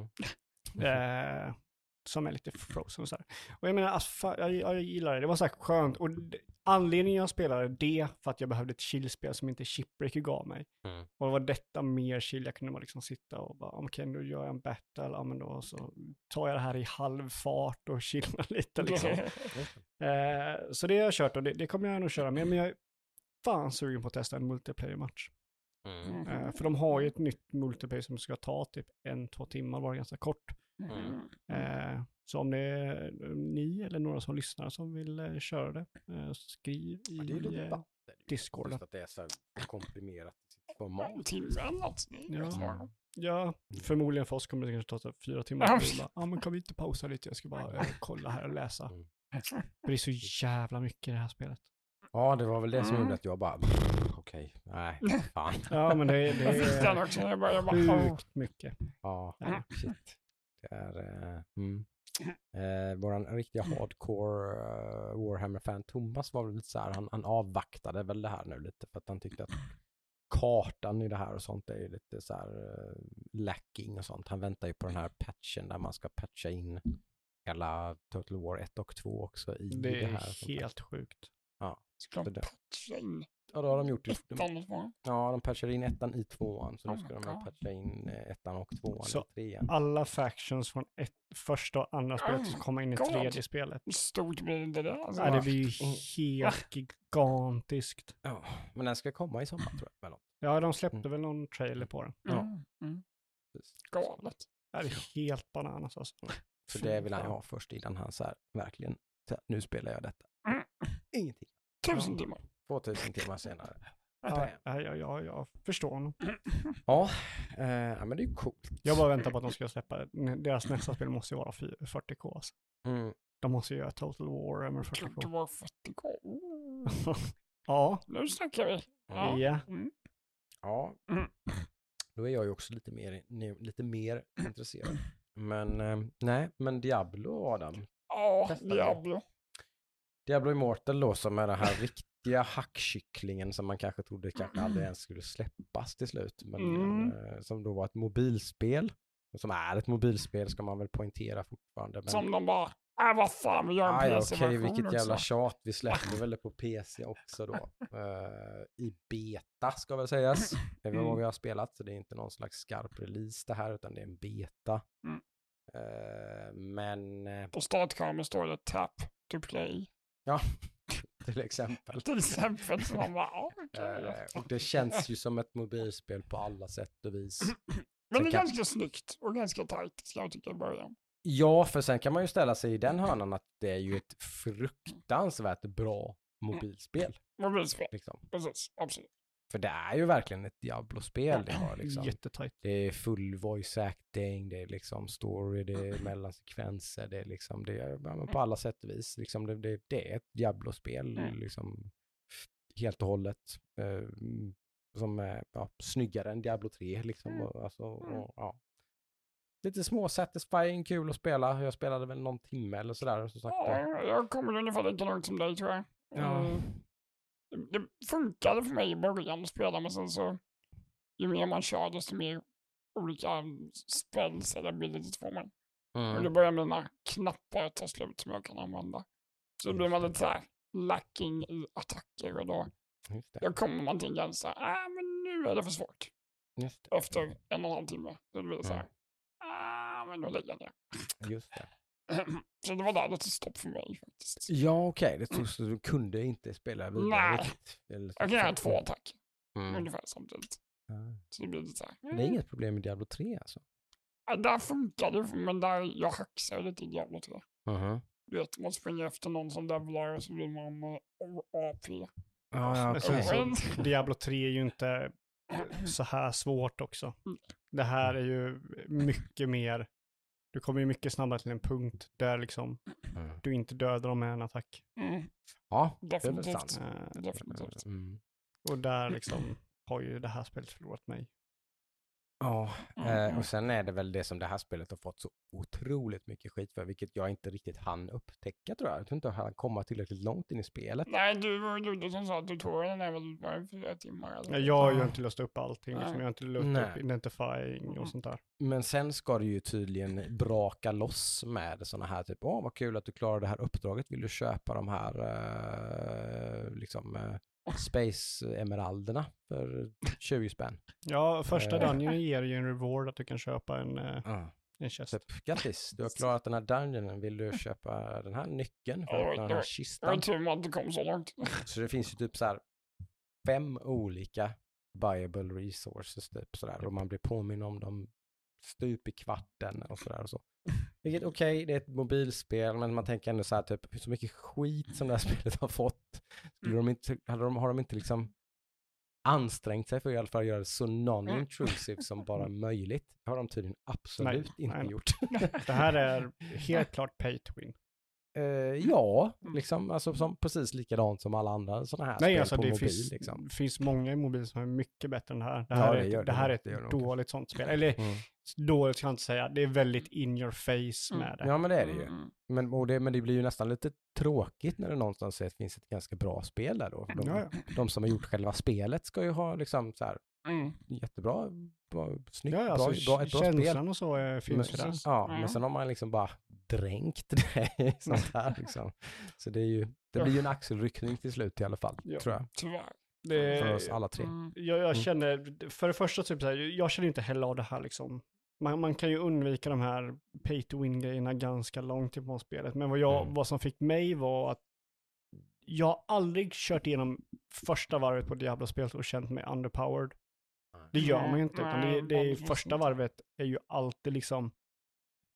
Som är lite frozen och så här. Och jag menar, jag gillar det. Det var så här skönt. Och anledningen jag spelade det för att jag behövde ett chillspel som inte Shipbreaker gav mig. Och det var detta mer chill. Jag kunde bara liksom sitta och bara, okej, nu gör jag en battle. Ja, men då så tar jag det här i halvfart och chillar lite liksom. Så det har jag kört och det kommer jag nog köra med. Men jag är fan sugen på att testa en multiplayer-match. För de har ju ett nytt multiplayer som ska ta typ 1-2 timmar, var ganska kort. Så om det är ni eller några som lyssnar som vill köra det, skriv i Discord. Just att det är så komprimerat format. Ja, förmodligen för oss kommer det kanske ta 4 timmar. Men kan vi inte pausa lite? Jag ska bara kolla här och läsa. För det är så jävla mycket i det här spelet. Ja, det var väl det som gjorde att jag bara okej, nej, fan. Ja, men det är sjukt mycket. Ja, shit. Det är våran riktiga hardcore Warhammer-fan Thomas var väl lite så här, han avvaktade väl det här nu lite för att han tyckte att kartan i det här och sånt är lite så här lacking och sånt. Han väntar ju på den här patchen där man ska patcha in hela Total War 1 och 2 också i det här. Det är helt sjukt. Ja. Ska de patcha in? Ja, då har de gjort det. De patchar in 1:an i 2:an. Så nu ska de patcha in 1:an och 2:an så i 3:an. Alla factions från första och andra spelet ska komma in i tredje spelet. Stort blir det där. Alltså. Ja, det blir ju helt gigantiskt. Ja, men den ska komma i sommar tror jag. Ja, de släppte väl någon trailer på den. Galet. Det är helt bananas alltså. Så det vill han ha först innan han så här, verkligen, nu spelar jag detta. Ingenting. 1000 timmar. 2000 timmar senare. Jag förstår honom. Ja, men det är ju coolt. Jag bara väntar på att de ska släppa det. Deras nästa spel måste ju vara 40K alltså. De måste ju göra Total War med 40K. Total War 40K. Ja. Nu snackar vi. Ja. Ja. Då är jag ju också lite mer intresserad. Men nej, men Diablo, Adam. Ja, Diablo Immortal då, som är den här riktiga hackkycklingen som man kanske trodde kanske aldrig ens skulle släppas till slut. Men som då var ett mobilspel. Som är ett mobilspel ska man väl poängtera fortfarande. Men... Som de bara, vad fan, vi gör en PC-version okej, vilket jävla också. tjat. Vi släppte väl det på PC också då. I beta ska väl sägas. Det är vad vi har spelat, så det är inte någon slags skarp release det här, utan det är en beta. Men... På startkameran står det tap to play. Ja, till exempel. Så man bara, och det känns ju som ett mobilspel på alla sätt och vis. Men det är ganska snyggt och ganska tajt, ska jag tycka i början. Ja, för sen kan man ju ställa sig i den hörnan att det är ju ett fruktansvärt bra mobilspel. Liksom. Precis, absolut. För det är ju verkligen ett Diablo-spel. Det har liksom, jättetajt. Det är full voice acting, det är liksom story, det är mellansekvenser, det är liksom, det är på alla sätt och vis. Liksom det är ett Diablo-spel, liksom helt och hållet. Som är snyggare än Diablo 3 liksom. Och lite små satisfying, kul att spela. Jag spelade väl någon timme eller sådär. Så sagt, jag kommer ungefär lika långt som dig, tror jag. Det funkade för mig i början att spela, men sen så ju mer man kör, desto mer olika spells eller abilities får man. Och det börjar med den här knappar ta slut som jag kan använda. Så då blir man lite så här lacking i attacker, och då kommer man till en gräns där, men nu är det för svårt. Efter 1,5 timme. Så det blir så här, men nu lägger jag ner. Just det. Så det var där det tog stopp för mig faktiskt. Ja, okej. Det tog så du kunde inte spela vidare. Nej. Jag kan göra 2 attacker. Ungefär samtidigt. Så det blir lite så här. Det är inget problem med Diablo 3 alltså? Ja, där funkar det, men där jag hacksar lite i Diablo 3. Du vet, man springer efter någon som devlar och så blir man AP. Så Diablo 3 är ju inte så här svårt också. Det här är ju mycket mer. Du kommer ju mycket snabbare till en punkt där liksom du inte dödar dem med en attack. Ja, definitivt. Definitivt. Och där liksom har ju det här spelet förlorat mig. Ja, och sen är det väl det som det här spelet har fått så otroligt mycket skit för, vilket jag inte riktigt hann upptäcka, tror jag. Jag tror inte han komma tillräckligt långt in i spelet. Nej, du som sa att tutorialen är väl bara 4 timmar. Eller? Jag har ju inte löst upp allting. Liksom. Jag har inte löst upp identifying och sånt där. Men sen ska du ju tydligen braka loss med såna här typ, vad kul att du klarar det här uppdraget. Vill du köpa de här Space-emeralderna för 20 spänn? Ja, första dungeon ger ju en reward att du kan köpa en chest. Typ, grattis, du har klarat den här dungeonen. Vill du köpa den här nyckeln för att öppna den här kistan? Jag tror man inte kom så långt. Så det finns ju typ så här 5 olika buyable resources typ sådär. Och man blir påminn om dem stup i kvarten och sådär och så. Vilket okej, det är ett mobilspel, men man tänker ändå så här typ, hur så mycket skit som det här spelet har fått. Har de inte liksom ansträngt sig för i alla fall göra det så non-intrusive som bara möjligt? Det har de tydligen absolut inte gjort. Det här är helt klart pay to win. Liksom, alltså som precis likadant som alla andra sådana här spel på mobil. Det finns många i mobil som är mycket bättre än det här. Det här är ett dåligt sånt spel. Eller dåligt ska jag inte säga. Det är väldigt in your face med det. Ja, men det är det ju. Men det blir ju nästan lite tråkigt när det någonstans säger att det finns ett ganska bra spel där då. De som har gjort själva spelet ska ju ha liksom så här jättebra, snyggt, ett bra känslan spel. Och så finns det där. Ja, men sen har man liksom bara dränkt det i sånt här liksom. Så det blir ju en axelryckning till slut i alla fall, tror jag. Tyvärr. För oss alla 3. Jag känner, för det första typ så här, jag känner inte heller av det här liksom. Man kan ju undvika de här pay to win grejerna ganska långt in på spelet. Men vad som fick mig var att jag har aldrig kört igenom första varvet på Diablo-spelet och känt mig underpowered. Det gör man ju inte. Utan det första varvet är ju alltid liksom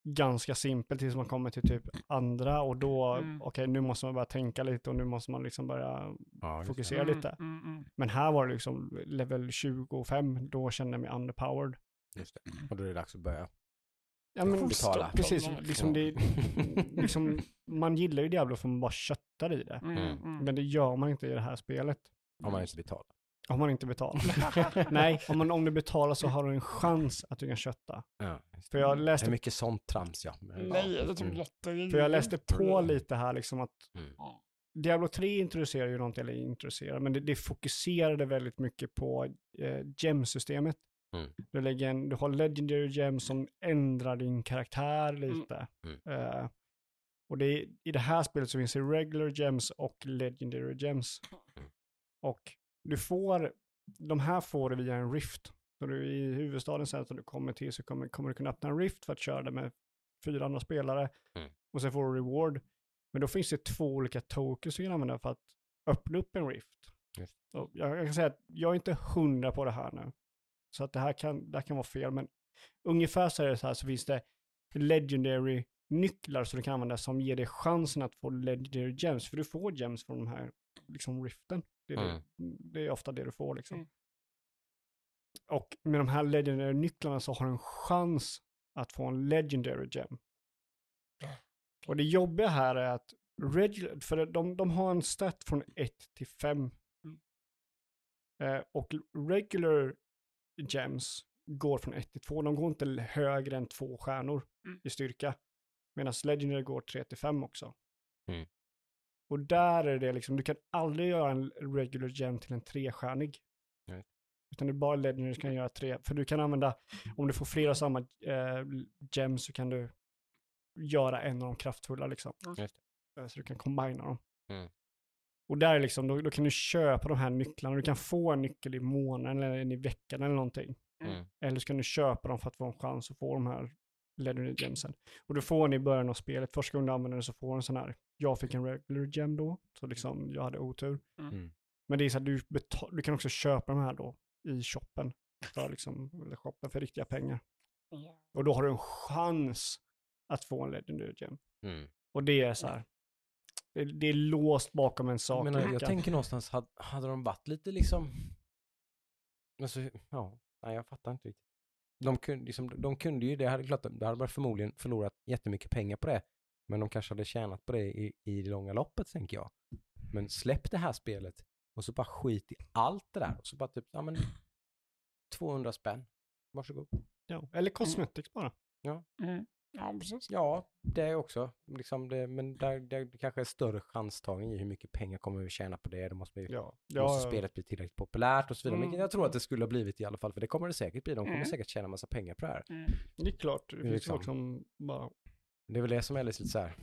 ganska simpelt tills man kommer till typ andra och då, okej, nu måste man börja tänka lite och nu måste man liksom börja fokusera lite. Men här var det liksom level 25, då kände jag mig underpowered. Just det, och då är det dags att börja. Ja, men betala. Precis, liksom det, liksom, man gillar ju Diablo för man bara köttar i det. Men det gör man inte i det här spelet. Om man inte betalar. Om man inte betalar. Nej, om du betalar så har du en chans att du kan kötta. Ja, för jag läste... Det är mycket sånt trams, ja. Nej, det typ lotteri. För jag läste på lite här liksom att Diablo 3 introducerar ju någonting, eller introducerar, men det fokuserade väldigt mycket på gem-systemet. Du har legendary gems som ändrar din karaktär lite. Och i det här spelet så finns det regular gems och legendary gems. Och de här får du via en rift. Så du i huvudstaden sen så du kommer till så kommer du kunna öppna en rift för att köra det med 4 andra spelare. Och sen får du reward. Men då finns det 2 olika tokens du kan använda för att öppna upp en rift. Så jag kan säga att jag är inte 100 på det här nu. Så att det här kan vara fel. Men ungefär så är det så här, så finns det legendary nycklar som du kan använda som ger dig chansen att få legendary gems. För du får gems från de här liksom riften. Det är ofta det du får liksom. Och med de här legendary nycklarna så har du en chans att få en legendary gem. Och det jobbiga här är att för de har en stat från 1 till 5. Och regular gems går från 1 till 2. De går inte högre än 2 stjärnor i styrka. Medan legendary går 3 till 5 också. Och där är det liksom, du kan aldrig göra en regular gem till en 3-stjärnig. Utan det är bara legendary som kan göra 3. För du kan använda, om du får flera samma gems så kan du göra en av de kraftfulla liksom. Så du kan combina dem. Och där är liksom, då kan du köpa de här nycklarna. Du kan få en nyckel i månaden eller i veckan eller någonting. Eller så kan du köpa dem för att få en chans att få de här legendary gemsen. Och du får den i början av spelet. Första gången du använder den så får du en sån här. Jag fick en regular gem då. Så liksom jag hade otur. Men det är så att du kan också köpa de här då i shoppen. Eller shoppen för riktiga pengar. Och då har du en chans att få en legendary gem. Och det är så här. Det är låst bakom en sak. Jag tänker någonstans, hade de varit lite liksom... Alltså, nej, jag fattar inte riktigt. De kunde ju, det hade bara förmodligen förlorat jättemycket pengar på det. Men de kanske hade tjänat på det i det långa loppet, tänker jag. Men släpp det här spelet och så bara skit i allt det där. Och så bara typ, 200 spänn. Varsågod. Ja, eller cosmetics bara. Ja. Ja, precis. Ja, det är också. Liksom men det kanske är större chanstagning i hur mycket pengar kommer vi tjäna på det. Det måste spelet bli tillräckligt populärt och så vidare. Men jag tror att det skulle ha blivit i alla fall. För det kommer det säkert bli. De kommer säkert tjäna massa pengar på det här. Det är klart. Det finns folk som bara... Det är väl det som är lite så här...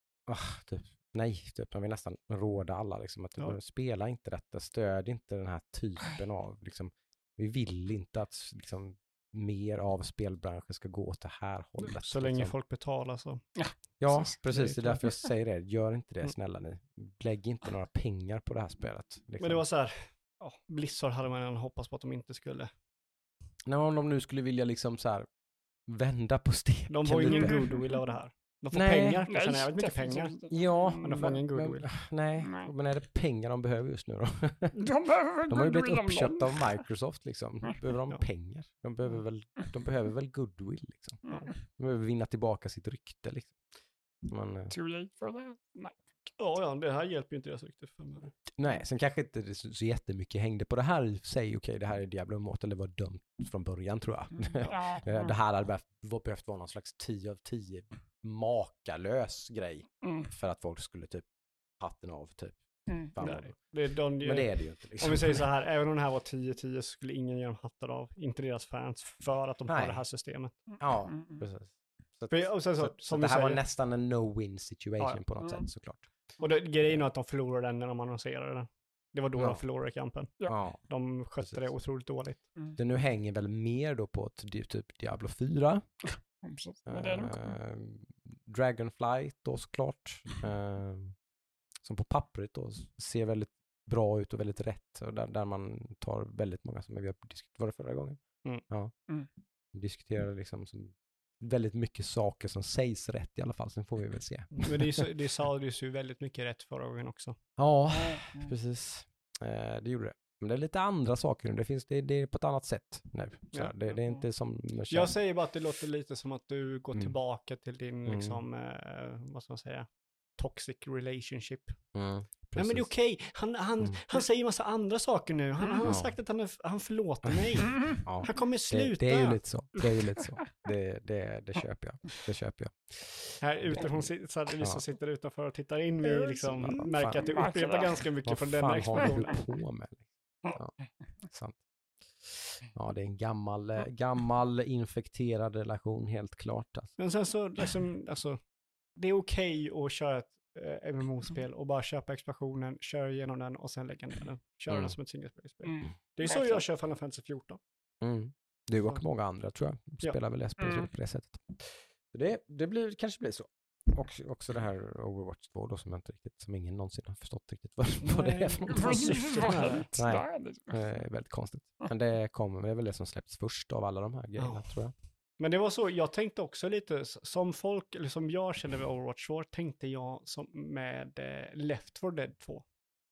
man vill nästan råda alla liksom, att spela inte detta. Stöd inte den här typen av... Liksom, vi vill inte att... Liksom, mer av spelbranschen ska gå åt det här hållet. Så länge folk betalar så. Ja, precis. Det är därför jag säger det. Gör inte det, snälla ni. Lägg inte några pengar på det här spelet. Liksom. Men det var så här, Blizzard hade man hoppats på att de inte skulle. Nej, om de nu skulle vilja liksom så här vända på steken. De får ingen goodwill av det här. De får pengar, jag känner jävligt mycket pengar. Ja, men de får ingen goodwill. Nej, men är det pengar de behöver just nu då? De har ju blivit uppköpta av Microsoft liksom. Behöver de pengar? De behöver väl goodwill liksom. De behöver vinna tillbaka sitt rykte liksom. Too late for that? Nej. Ja, det här hjälper ju inte deras rykte för mig. Nej, sen kanske inte det så jättemycket hängde på det här i sig. Okej, det här är Diablo Immortal, eller var dömt från början tror jag. Det här hade behövt vara någon slags 10 av 10 makalös grej för att folk skulle typ hatten av typ. Men det är det ju inte. Liksom. Om vi säger så här, även om det här var 10-10 så skulle ingen ge dem hattar av, inte deras fans, för att de har det här systemet. Ja, precis. Så det här var nästan en no-win situation på något sätt såklart. Och grejen är att de förlorade den när de annonserade den. Det var då de förlorade kampen. Ja. De skötte det otroligt dåligt. Det nu hänger väl mer då på typ Diablo 4. Dragonflight då såklart. Som på pappret då ser väldigt bra ut och väldigt rätt. Och där man tar väldigt många som vi har diskuterat förra gången. Vi diskuterade liksom som väldigt mycket saker som sägs rätt i alla fall. Sen får vi väl se. Men det sades ju väldigt mycket rätt förra gången också. Ja, precis. Det gjorde det. Men det är lite andra saker nu. Det är på ett annat sätt nu. Så det är inte som... Jag säger bara att det låter lite som att du går tillbaka till din liksom, vad ska man säga, toxic relationship. Nej, men det är okej. Han säger massa andra saker nu. Han har sagt att han förlåter mig. Han kommer sluta. Det är ju lite så. Det köper jag. Det köper jag. Här utifrån vi som sitter utanför och tittar in, vi liksom märker att det upprepar ganska mycket från denna explosionen. Vad fan håller du på med? Ja, sant. Ja, det är en gammal infekterad relation, helt klart. Alltså. Men sen så, liksom, alltså, det är okej att köra ett MMO-spel och bara köpa expansionen, köra igenom den och sen lägga ner den. Köra den som ett singelspel-spel. Det är så jag kör Final Fantasy 14. Du och många andra tror jag spelar väl spel på det sättet. Det kanske blir så. Och också det här Overwatch 2 då, som ingen någonsin har förstått riktigt vad det är för något. Nej, väldigt konstigt. Men det är väl det som släpps först av alla de här grejerna, tror jag. Men det var så, jag tänkte också lite, som folk, eller som jag kände med Overwatch 2, tänkte jag som med Left 4 Dead 2.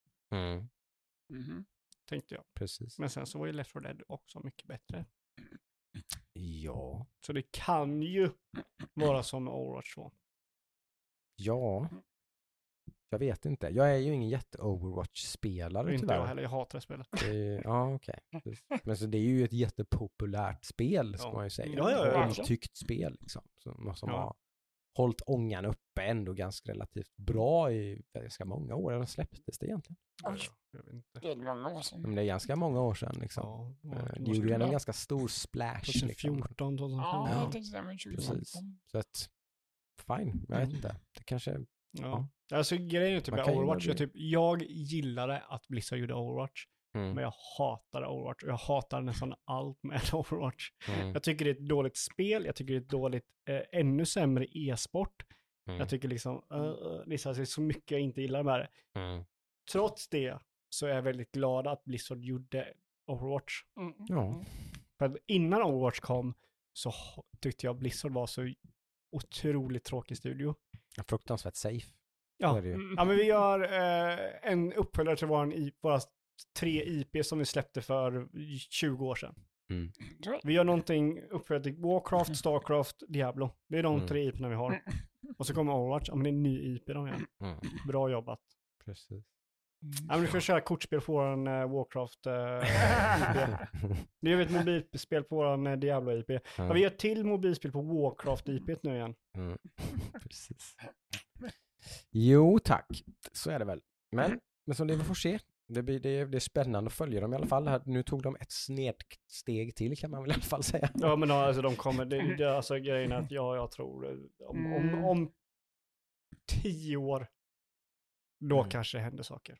Tänkte jag. Precis. Men sen så var ju Left 4 Dead också mycket bättre. Ja. Så det kan ju vara som med Overwatch 2. Ja. Jag vet inte. Jag är ju ingen jätte-Overwatch-spelare. Inte jag heller, jag hatar det spelet. Ja, okej. Men så det är ju ett jättepopulärt spel, ska man ju säga. Omtyckt spel, liksom. Som har hållit ångan uppe ändå ganska relativt bra i ganska många år. Eller släpptes det egentligen? Jag vet inte. Det är många år sedan. Men det är ganska många år sedan, liksom. Det gjorde en ganska stor splash. 2014, 2015. Ja, det stämmer. 2015. Precis. Så att, fine, jag vet inte. Det kanske... Ja. Alltså grejen är typ med Overwatch, jag gillade att Blizzard gjorde Overwatch, men jag hatar Overwatch och jag hatar nästan allt med Overwatch. Jag tycker det är ett dåligt spel, jag tycker det är ett dåligt, ännu sämre e-sport. Jag tycker liksom, det är så mycket jag inte gillar med det. Trots det så är jag väldigt glad att Blizzard gjorde Overwatch. För att innan Overwatch kom så tyckte jag Blizzard var så otroligt tråkig studio. Fruktansvärt safe. Ja, men vi gör en uppföljare till våra 3 IP som vi släppte för 20 år sedan. Vi gör någonting uppföljare till Warcraft, Starcraft, Diablo. Det är de 3 IP:na vi har. Och så kommer Overwatch. Ja, men det är en ny IP de gör. Bra jobbat. Precis. Ja, men vi får köra kortspel på våran Warcraft IP. Vi gör ett mobilspel på våran Diablo IP. Ja, vi gör till mobilspel på Warcraft IP nu igen. Precis. Jo, tack. Så är det väl. Men som det vi får se. Det är spännande att följa dem i alla fall. Nu tog de ett snedsteg till, kan man väl i alla fall säga. Ja, men alltså de kommer... alltså grejen är att jag tror om 10 år då kanske det händer saker.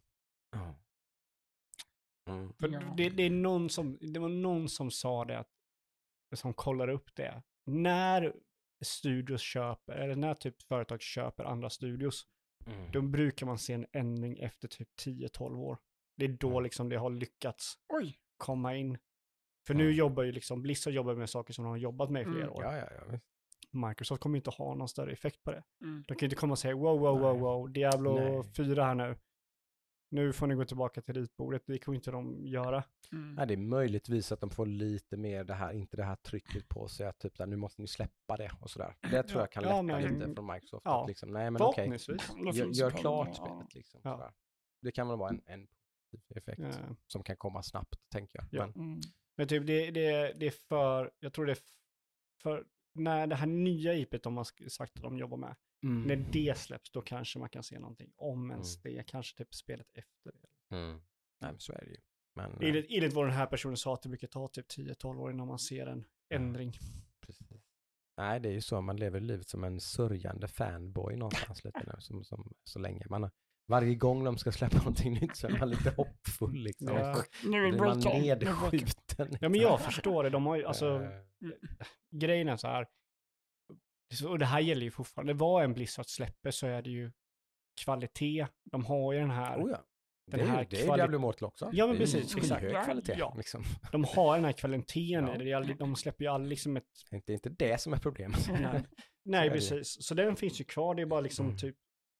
För det var någon som sa det, som kollar upp det. När studios köper, eller när typ företag köper andra studios, då brukar man se en ändring efter typ 10-12 år. Det är då liksom det har lyckats komma in. För nu jobbar ju liksom, Blizzard jobbar med saker som de har jobbat med i flera år. Ja. Microsoft kommer inte ha någon större effekt på det. De kan inte komma och säga wow, Diablo 4 här nu. Nu får ni gå tillbaka till ritbordet. Det kommer inte de göra. Nej, det är möjligtvis att de får lite mer inte det här trycket på sig att typ där, nu måste ni släppa det och sådär. Det tror jag kan lätta lite från Microsoft. Att liksom, nej men okej. Gör klart spelet liksom. Ja. Det kan väl vara en positiv effekt som kan komma snabbt, tänker jag. Ja. Men typ det är för, jag tror det är för, när det här nya IP:t de har sagt att de jobbar med, när det släpps, då kanske man kan se någonting om ens det, kanske typ spelet efter det. Nej, men så är det ju. Men, enligt vad den här personen sa, att det brukar ta typ 10-12 år innan man ser en ändring. Precis. Nej, det är ju så, man lever livet som en sörjande fanboy någonstans lite nu, som så länge. Varje gång de ska släppa någonting nytt så är man lite hoppfull liksom. Ja. Nu är man nedskjuten. Ja, men jag förstår det. De har ju, alltså, grejen är så här, och det här gäller ju fortfarande, vad en Blizzard släpper så är det ju kvalitet. De har ju den här den här det är Diablo Immortal också. Ja, men precis. Exakt. Hög kvalitet. Ja. Liksom. De har den här kvaliteten i det. De släpper ju aldrig liksom ett... Det är inte det som är problemet. Nej, precis. Så den finns ju kvar. Det är bara liksom typ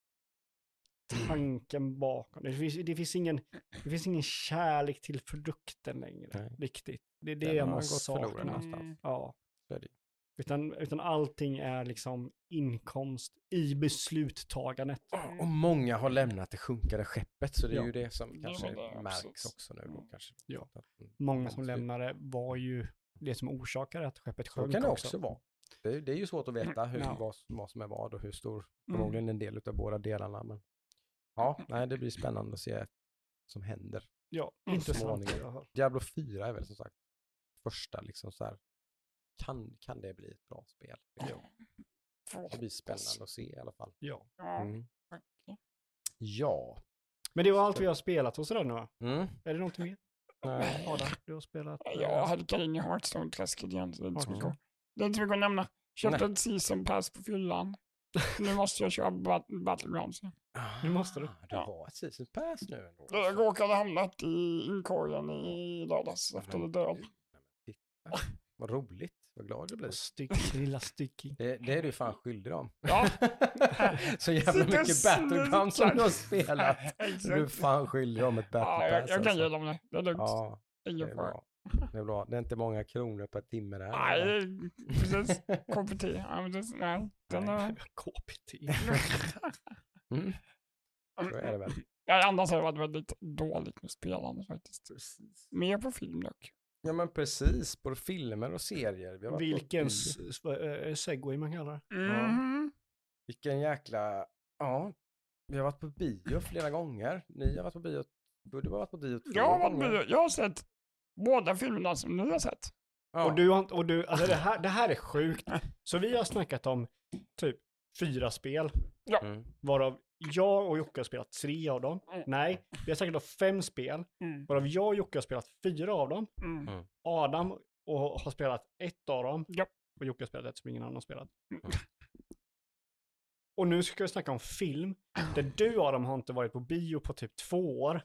tanken bakom. Det finns ingen kärlek till produkten längre. Riktigt. Det är det jag måste sakna. Ja. Utan allting är liksom inkomst i besluttagandet. Och många har lämnat det sjunkande skeppet, så det är ju det som kanske märks också nu då kanske. Ja. Många som lämnade var ju det som orsakade att skeppet sjönk också. Så kan det också vara. Det är ju svårt att veta vad som är vad och hur stor. Förmodligen en del av båda delarna. Men det blir spännande att se vad som händer. Ja, intressant. Diablo 4 är väl som sagt första liksom så här. Kan det bli ett bra spel? Det blir spännande att se i alla fall. Ja. Ja. Men det var allt vi har spelat hos den nu, va? Är det något mer? Adam, du har spelat... Jag hade in i Hearthstone-träsket igen. Det är inte så mycket att nämna. Köpte ett season pass på fyllan. Nu måste jag köra Battlegrounds. Nu måste du. Du har ett season pass nu ändå. Jag råkade hamnat i inkorgen i lördags efter det död. Vad roligt. Vad glad du blir. Lilla stycking. Det är du fan skyldig om. Ja. Så jävla mycket Battlegrounds som du har spelat. Du är fan skyldig om ett Battle Pass. Jag kan ge dem det. Det är lugnt. Ja, det är bra. Det är bra. Det är inte många kronor per timme där. Nej, precis. KPT. Nej, den är... KPT. Så är det väl. Annars har det varit väldigt dåligt med spelande faktiskt. Precis. Mer på film dock. Ja men precis, på filmer och serier. Vilken segway man kallar det. Vilken jäkla... Ja, vi har varit på bio flera gånger. Ni har varit på bio. Du har varit på bio 2 gånger. Jag har sett båda filmerna som ni har sett. Ja. Och du alltså det här är sjukt. Så vi har snackat om typ 4 spel. Ja. Varav jag och Jocke har spelat 3 av dem. Nej, vi har säkert 5 spel. Varav jag och Jocke har spelat 4 av dem. Adam har spelat 1 av dem. Ja. Och Jocke har spelat 1 som ingen annan har spelat. Och nu ska vi snacka om film. Där du, Adam, har inte varit på bio på typ 2 år.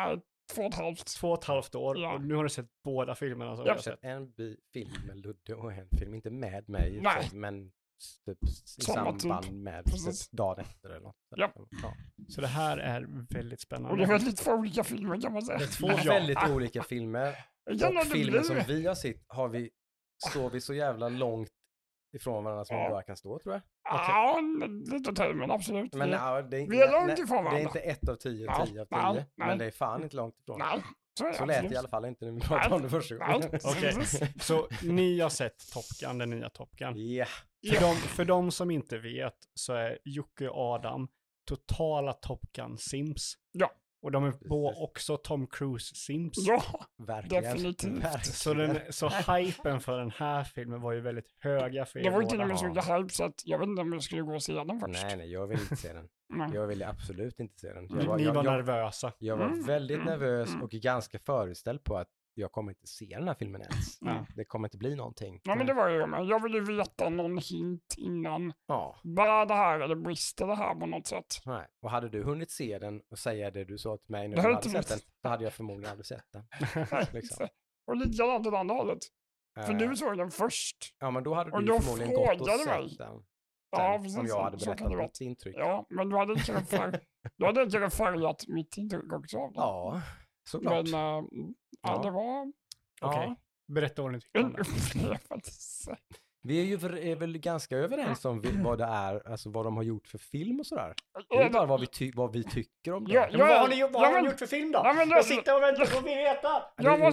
2,5 år. Ja. Och nu har du sett båda filmerna som jag har sett. En film med Ludde och en film, inte med mig. Nej. Men typ i samband med dagen efter eller något. Ja. Så det här är väldigt spännande. Och det är väldigt 2 olika filmer kan man säga. Det är 2 väldigt olika filmer. Och filmen som vi har sett står vi så jävla långt ifrån varandra som man bara kan stå, tror jag. Ja, lite tur, men absolut. Men vi är långt ifrån varandra. Det är inte 1 av 10, 10 av 10. Men det är fan inte långt ifrån. Nej, så lät det i alla fall inte när vi pratade om det första gången. Okej, så ni har sett Top Gun, den nya Top Gun. Ja. För de som inte vet så är Jocke och Adam totala Top Gun Sims. Ja. Och de är också Tom Cruise Sims. Ja, verkligen. Definitivt. Så hypen för den här filmen var ju väldigt höga för er. Det var inte någon så mycket hype så att jag vet inte om jag skulle gå och se den först. Nej, jag vill inte se den. Jag ville absolut inte se den. Ni var nervösa. Jag var väldigt nervös och ganska föreställd på att jag kommer inte se den här filmen ens. Det kommer inte bli någonting. Ja, men det var ju med. Jag ville ju veta någon hint innan. Ja. Bara det här eller brister det här på något sätt. Nej. Och hade du hunnit se den och säga det du sa till mig när du hade sett den, så hade jag förmodligen aldrig sett den. Liksom. Och likadant åt andra hållet. För du såg den först. Ja, men då hade du förmodligen gått och sett den. Ja, precis. Om jag hade berättat mitt intryck. Ja, men du hade inte färgat mitt intryck också av det. Ja, såklart. Men det var... Okej. Berätta vad ni tycker om det. Vi är väl ganska överens om vad det är, alltså vad de har gjort för film och sådär. Det är bara vad vi tycker om det. Vad har ni gjort för film då? Jag sitter och väntar på att veta.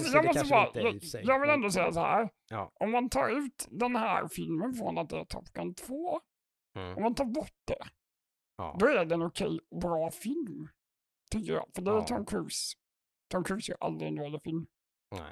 Jag vill ändå säga så här. Ja. Om man tar ut den här filmen från att det är Top Gun 2, om man tar bort det, då är det en okej och bra film. Tycker jag. För det är Tom Cruise. Tom Cruise gör aldrig en dålig film. Nej.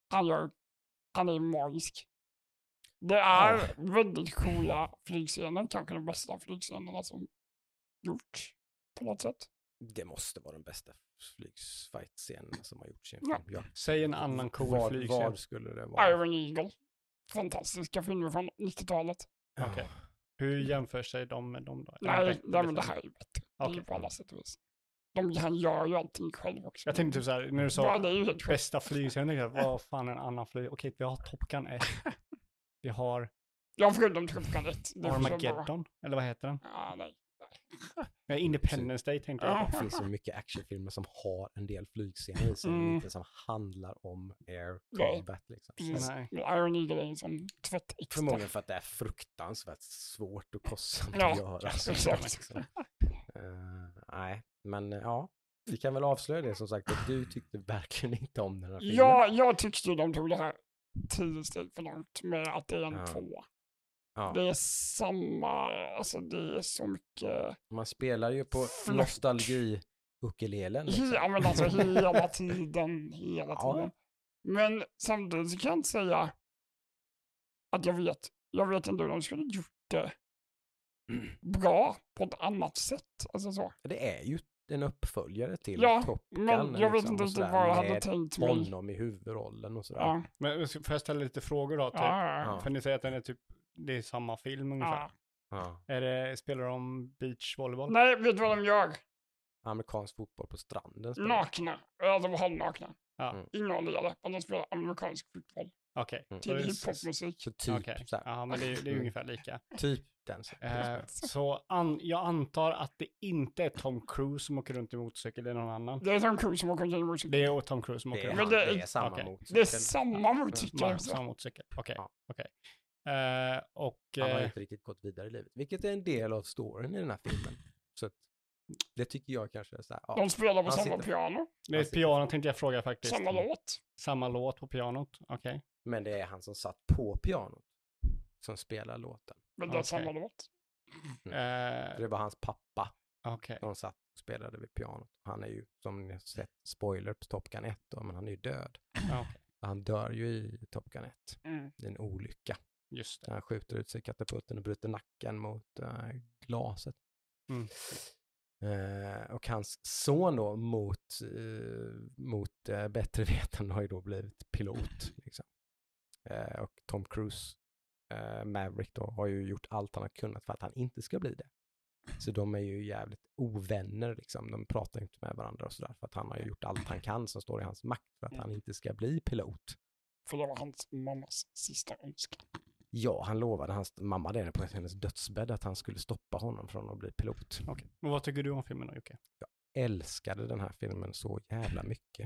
Han är magisk. Det är väldigt coola flygscener. Kanske de bästa flygscenerna som gjorts på något sätt. Det måste vara den bästa flygsfight-scenen som har gjorts i en film. Ja. Säg en annan cool flygscen. Vad skulle det vara? Iron Eagle. Fantastiska filmer från 90-talet. Okej. Hur jämför sig de med dem då? Nej, det här är ju bättre. Det är ju på alla sätt och vis. Han gör ju allting själv också. Jag tänkte typ såhär, när du sa bästa flygscenen, jag tänkte, vad fan en annan flyg? Okej, vi har Top Gun 1. Vi har... Jag förutom Top Gun 1. Armageddon, eller vad heter den? Ja, nej. Independence Day tänkte jag. Det finns så mycket actionfilmer som har en del flygscener i sig, inte som handlar om air combat liksom. Nej. Iron Eagle är som tvättäkta. Förmodligen för att det är fruktansvärt svårt och kostsamt att göra. Liksom. Nej, men ja. Vi kan väl avslöja det som sagt att du tyckte verkligen inte om den här filmen. Ja, jag tyckte ju de tog det här 10 steg för långt med att det är en 2. Ja. Det är samma, alltså det är så mycket... Man spelar ju på nostalgi-ukulelen. Liksom. Ja, men alltså hela tiden. Men samtidigt kan jag inte säga att jag vet inte hur de skulle gjort det bra på ett annat sätt. Alltså så. Det är ju en uppföljare till Top Gun. Men jag vet inte riktigt vad jag hade tänkt mig. Honom i huvudrollen och sådär. Ja. Men får jag ställa lite frågor då? Typ? För ni säger att den är typ, det är samma film ungefär. Spelar de beachvolleyboll? Nej, vet du vad de gör? Amerikansk fotboll på stranden. Nakna. De var halvnakna. Inga ledare. De spelar amerikansk fotboll. Okej. Till hiphopmusik. Så typ så här. Ja, men det är ungefär lika. Typ den. Så jag antar att det inte är Tom Cruise som åker runt i motorcykel, det är någon annan. Det är Tom Cruise som åker runt i motorcykel. Det är Tom Cruise som åker runt. Det är samma motorcykel. Det är samma motorcykel. Samma motorcykel. Okej. Han har inte riktigt gått vidare i livet. Vilket är en del av storyn i den här filmen. Så det tycker jag kanske är så här. De spelar på samma piano. Det är ett piano tänkte jag fråga faktiskt. Samma låt. Samma låt på pianot, okej. Men det är han som satt på pianot som spelar låten. Men det är samma låt. Det var hans pappa som satt och spelade vid pianot. Han är ju, som ni har sett, spoiler på Top Gun 1 då, men han är ju död. Han dör ju i Top Gun 1. Det är en olycka. Just det. Han skjuter ut sig i katapulten och bryter nacken mot glaset. Och hans son då mot bättre vetande har ju då blivit pilot. Liksom. Och Tom Cruise, Maverick då, har ju gjort allt han har kunnat för att han inte ska bli det. Så de är ju jävligt ovänner liksom. De pratar inte med varandra och sådär för att han har ju gjort allt han kan som står i hans makt för att han inte ska bli pilot. För det var hans mammas sista önskan. Ja, han lovade hans mamma det på hennes dödsbädd att han skulle stoppa honom från att bli pilot. Okej. Men vad tycker du om filmen då, Jocke? Jag älskade den här filmen så jävla mycket.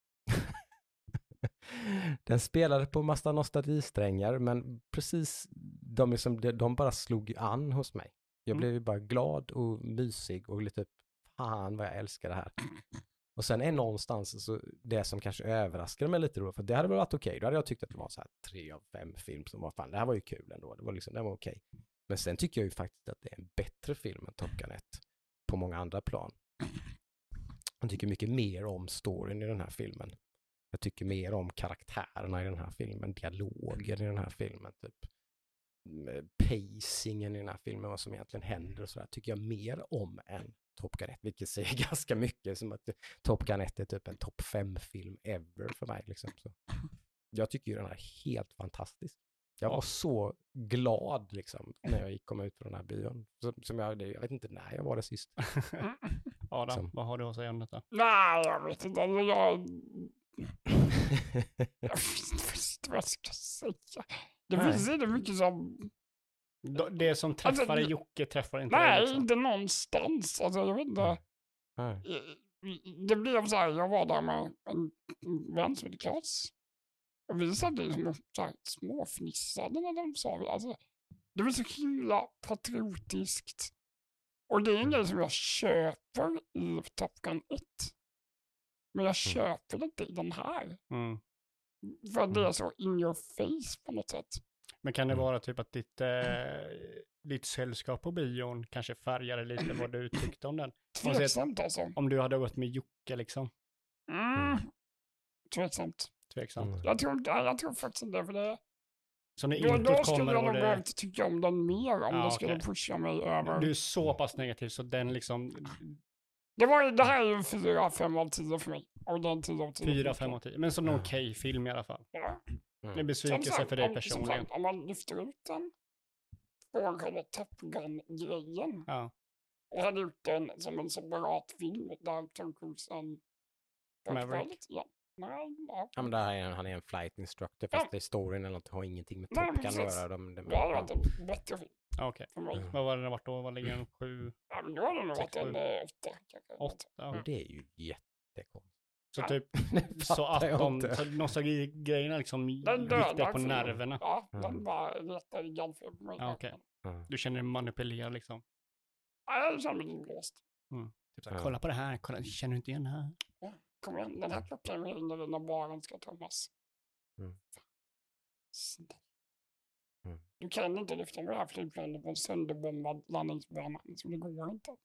Den spelade på massa nostalgisträngar, men precis de bara slog an hos mig. Jag blev bara glad och mysig och lite fan vad jag älskar det här. Och sen är någonstans så det som kanske överraskade mig lite då, för det hade väl varit okej. Då hade jag tyckt att det var så här 3 av 5 film som var fan, det här var ju kul ändå. Det var okej. Men sen tycker jag ju faktiskt att det är en bättre film än Top Gun 1 på många andra plan. Jag tycker mycket mer om storyn i den här filmen. Jag tycker mer om karaktärerna i den här filmen, dialogen i den här filmen, typ pacingen i den här filmen, vad som egentligen händer och sådär, tycker jag mer om än Top Gun 1, vilket säger ganska mycket, som att Top Gun 1 är typ en topp 5-film ever för mig. Liksom. Så jag tycker ju den här är helt fantastisk. Jag var så glad liksom, när jag kom ut från den här bion. Jag vet inte när jag var det sist. Adam, vad har du att säga om detta? Nej, jag vet inte. Jag vet inte vad jag ska säga. Det finns inte mycket som... Det som träffar Jocke träffar inte nej, dig, liksom. inte någonstans. Alltså, jag vet inte. Det blev så här, jag var där med en vän som heter Klas. Och vi satt liksom så här småfnissade när de sa det. Alltså, det var så himla patriotiskt. Och det är en grej som jag köper i Top Gun 1. Men jag köper det inte i den här. För att det är så in your face på något sätt. Men kan det vara typ att ditt sällskap på bion kanske färgade lite vad du tyckte om den? Tveksamt alltså. Om du hade gått med Jocke liksom. Tveksamt. Jag tror faktiskt inte det, för det. Så när då skulle jag nog behövt tycka om den mer om det skulle pusha mig över. Du är så pass negativ så den liksom... Det här är ju 4-5 av 10 för mig. Och den 10 av 10. 4-5 av 10. Men som en okej film i alla fall. Ja. Det är besvikelse för dig personligen. Om man lyfter ut den från själva Top Gun-grejen Jag hade gjort den som en separat film där Tom Cruise Maverick. Ja. Nej, ja. Ja, men han är en flight instructor, fast det är storyn eller något, har ingenting med Nej, Top Gun att precis. göra. Det hade varit en bättre film Okej. för mig. Vad var det varit då? Vad ligger den? 7? Ja, men då hade det nog varit en 8 kanske. 8? Ja. Det är ju jättekonstigt. Så Ja. typ, så fattar att jag de, inte. så nostalgigrejerna liksom gick Den det dödar på filmen. nerverna. Ja, Mm. den bara retade gallfel på mig. Ja, okej. Mm. Du känner dig manipulerad liksom. Ja, jag känner mig inblåst. Typ såhär, Ja. kolla på det här, kolla, känner du inte igen det här? Kom igen, den här klockan ringer när barnen ska tömmas. Mm. Snälla. Mm. Du kan inte lyfta med det här flygplanet på en sönderbombad landningsbana. Så det går inte.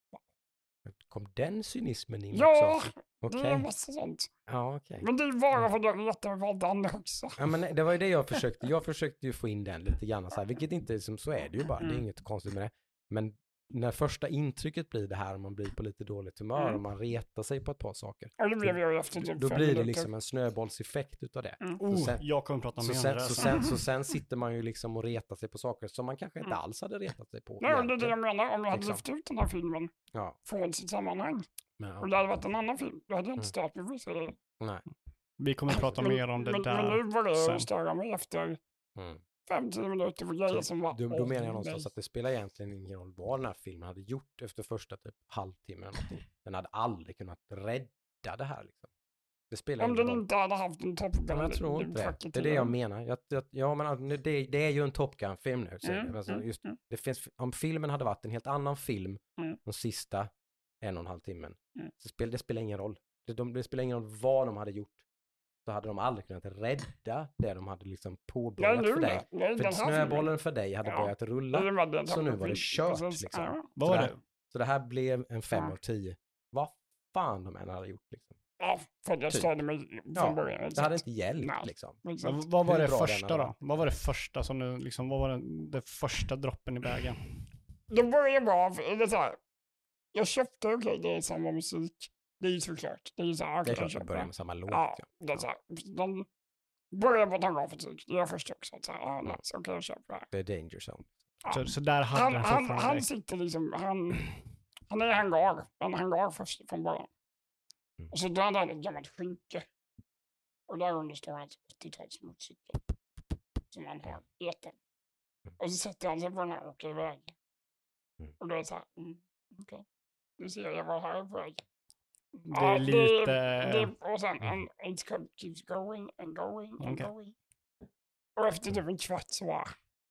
Kom den cynismen in Ja, också? det är Okej. en massa sånt. Ja, okej. Men det är bara för att jag retar mig på allt annat också. Ja, men det var ju det jag försökte. Jag försökte ju få in den lite grann så här, vilket inte är som så är det ju bara. Det är inget konstigt med det. Men när första intrycket blir det här, om man blir på lite dåligt humör och man retar sig på ett par saker. Och det blev jag efter typ Då 5 blir det minuter. liksom en snöbollseffekt utav det. Jag kommer prata mer om det Så sen sitter man ju liksom och retar sig på saker som man kanske inte alls hade retat sig på. Nej, det är det egentligen. jag menar. Om jag hade Liksom. lyft ut den här filmen Ja, från sitt sammanhang. men, Och det hade varit en annan film. Då hade jag inte stört mig för att se det. nej. Vi kommer prata mer om det men där nu börjar sen. jag störa mig efter Mm. 5-10 minuter på grejer som var... Då menar jag nej. någonstans att det spelar egentligen ingen roll vad den här filmen hade gjort efter första typ halvtimmen eller någonting. Den hade aldrig kunnat rädda det här liksom. Det spelar Om ingen den roll. inte hade haft en Top Gun. Men jag tror inte det. Det är det jag menar. Ja, men det är ju en Top Gun-film nu. Så alltså, just, det finns, om filmen hade varit en helt annan film de sista 1,5 timmen, så det spelar ingen roll. Det spelar ingen roll vad de hade gjort. Så hade de aldrig kunnat rädda det de hade liksom påbörjat för dig. För snöbollen för dig hade börjat rulla. Så nu var det kört liksom. Vad var det? Så det här blev en 5 av 10. Vad fan de än hade gjort liksom. Ja, för att jag Typ. störde mig från början. Det hade inte hjälpt Nej. liksom. Vad var Hur det bra den första hade då? varit. Vad var det första som du liksom, vad var det första droppen i vägen? Det börjar bra, eller så här. Jag köpte, okej, det är samma musik. Det är ju såklart. Det är ju så här, Det okej, är klart jag att börja köper. med samma låt. Ja, Ja. det är så här. De börjar på att han gav för typ. Det är jag först också. Så här, nice, okej, jag köper det här. Det är danger zone. Ja. Så där hade den fortfarande Han dig. sitter liksom, han är i en hangar först från början. Och så drar han ett gammalt skynke. Och där under står hans 80-tals motorcykel. Som han har i ettan. Och så sätter han sig på den här och åker iväg. Och då är det så här, okej. Nu ser jag vad här är på väg. Det är lite... Och sen, it keeps going and going and Okej. going. Och efter typ en kvart så bara,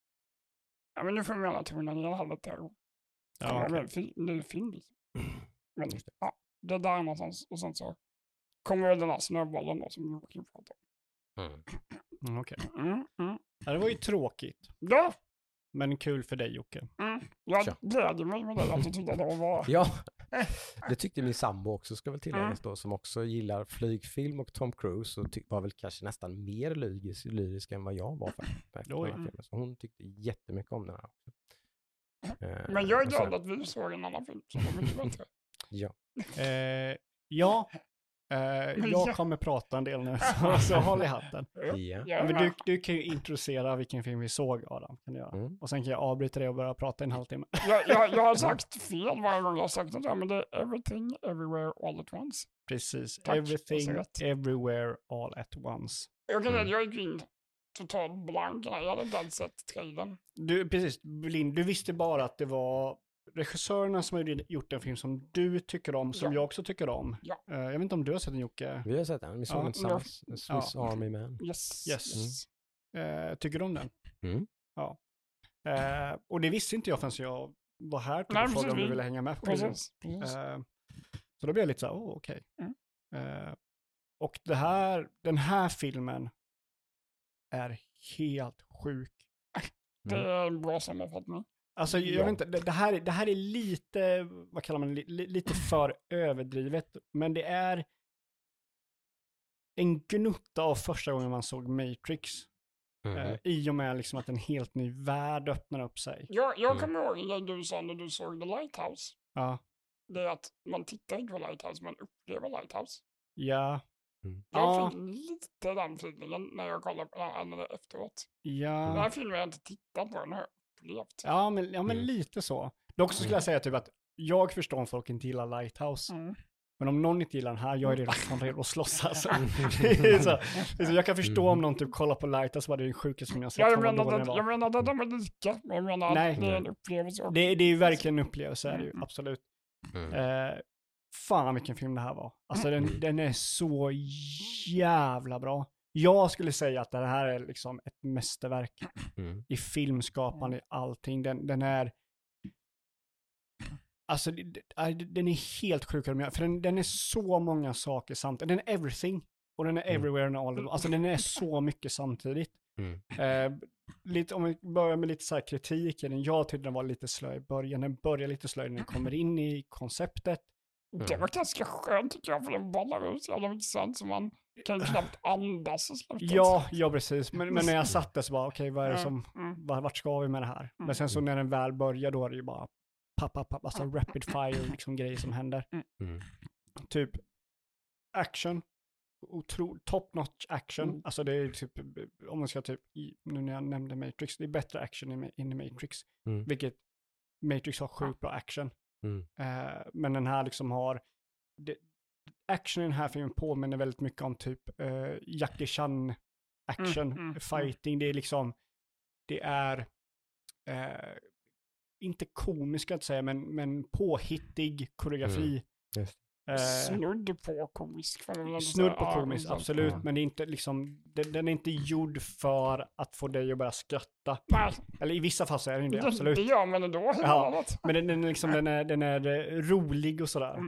ja men nu får vi gärna tona ner helvete här. Ja, okej. Nu film liksom. Men ja, det är där någonstans. Och sen så kommer väl den här snöbollen då som Joakim pratade om. Okej. Ja, det var ju tråkigt. Ja, Men kul för dig, Jocke. jag Tja. glädjer mig med det. Jag tyckte det var... Ja, det tyckte min sambo också, ska väl tilläggas då, som också gillar flygfilm och Tom Cruise och var väl kanske nästan mer lyrisk än vad jag var för den här filmen. Så hon tyckte jättemycket om den här också. Men jag är och så- glad att vi såg en annan film som var mycket bättre. Ja. Jag kommer prata en del nu, så håll i hatten. Ja. Men du kan ju introducera vilken film vi såg, Adam. Kan du göra. Och sen kan jag avbryta det och börja prata en halvtimme. Jag har sagt fel varje gång jag har sagt det, men det är Everything, Everywhere, All at Once. Precis. Tack, Everything, så rätt. everywhere, all at once. Jag kan säga att jag gick in totalt blank. Jag hade inte ens sett trailern. Precis, Blind, du visste bara att det var regissörerna som har gjort en film som du tycker om, som jag också tycker om. Ja. Jag vet inte om du har sett den, Jocke? Vi har sett den, vi såg den tillsammans. Swiss Army Man. Yes. Tycker du om den? Mm. Ja. Och det visste inte jag förrän jag var här typ, Nej, och frågade om precis. du ville hänga med på Precis. så då blev jag lite så här, okej. Och den här filmen är helt sjuk. Det är en bra sammanfattning. Alltså, jag vet inte, det här är lite, vad kallar man det, lite för överdrivet, men det är en gnutta av första gången man såg Matrix. I och med liksom att en helt ny värld öppnar upp sig. Jag kommer ihåg när du sa när du såg The Lighthouse. Ja. Det är att man tittar inte på Lighthouse, man upplever Lighthouse. Ja. Jag fick lite den feelingen när jag kollade på den efteråt. Ja. Den här filmen har jag inte tittat på, den har jag upplevt. Ja, men lite så. Dock så skulle jag säga typ att jag förstår om folk inte gillar Lighthouse. Men om någon inte gillar den här, jag är redan redo att slåss alltså. så jag kan förstå om någon typ kollar på Lighthouse, vad det är den sjukaste som jag sett. Jag menar att de är lika, men jag menar att det är en upplevelse. Det är ju verkligen en upplevelse, är det ju, absolut. Fan vilken film det här var. Alltså den är så jävla bra. Jag skulle säga att det här är liksom ett mästerverk i filmskapande, i allting. Den är... Alltså den är helt sjuk. För den är så många saker samtidigt. Den är everything. Och den är everywhere and all. Alltså den är så mycket samtidigt. Om vi börjar med lite så här kritik. Jag tyckte den var lite slö i början. Den börjar lite slö när den kommer in i konceptet. Det var ganska skönt tycker jag, för den bollar ut så jävla mycket sånt som man kan knappt andas i slutet. Ja, precis. Men när jag satt där så bara, okej, vad är det som, vart ska vi med det här? Men sen så när den väl börjar, då är det ju bara alltså rapid fire liksom grejer som händer. Typ action, top notch action. Alltså det är typ, om man ska typ, nu när jag nämnde Matrix, det är bättre action in i Matrix. Vilket Matrix har sjukt bra action. Men den här liksom har action i den här filmen påminner väldigt mycket om typ Jackie Chan action, fighting. Det är liksom, det är inte komiskt att säga, men påhittig koreografi. Snudd på komisk. Snudd på komisk, absolut. Men det är inte liksom, den är inte gjord för att få dig att börja skratta. Nej. Eller i vissa fall så är den det, absolut. Det gör man ändå. Ja, men den är rolig och sådär.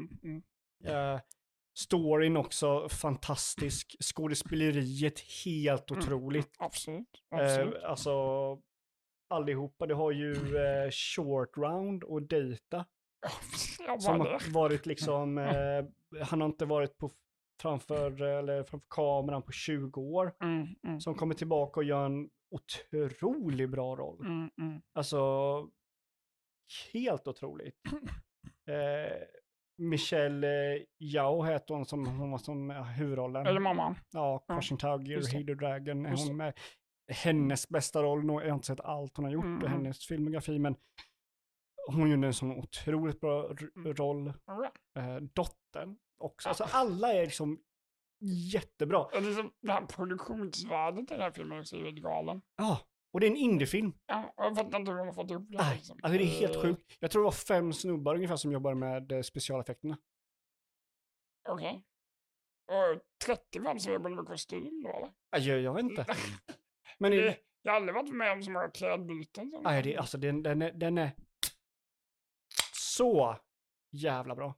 Storyn också fantastisk. Skådespeleriet helt otroligt. Absolut. Alltså allihopa. Det har ju Short Round och Data. Som har varit liksom, han har inte varit framför kameran på 20 år. Som kommer tillbaka och gör en otroligt bra roll. Alltså, helt otroligt. Michelle Yao heter hon var som huvudrollen. Eller mamman. Ja, Crushing Tiger, Hidden Dragon. Är hon med. Hennes bästa roll, jag har inte sett allt hon har gjort, hennes filmografi, men hon gjorde en sån otroligt bra roll. Dottern också. Alltså alla är liksom jättebra. Det här produktionsvärdet i den här filmen också är väldigt galen. Ja, och det är en indiefilm. Ja, jag fattar inte hur de har fått upp det. Liksom. Alltså det är helt sjukt. Jag tror det var 5 snubbar ungefär som jobbar med specialeffekterna. Okej. Och 35 som jobbar med kostym då, eller? Jag vet inte. Men jag har aldrig varit med om så många klädbyten. Nej, alltså den är så jävla bra.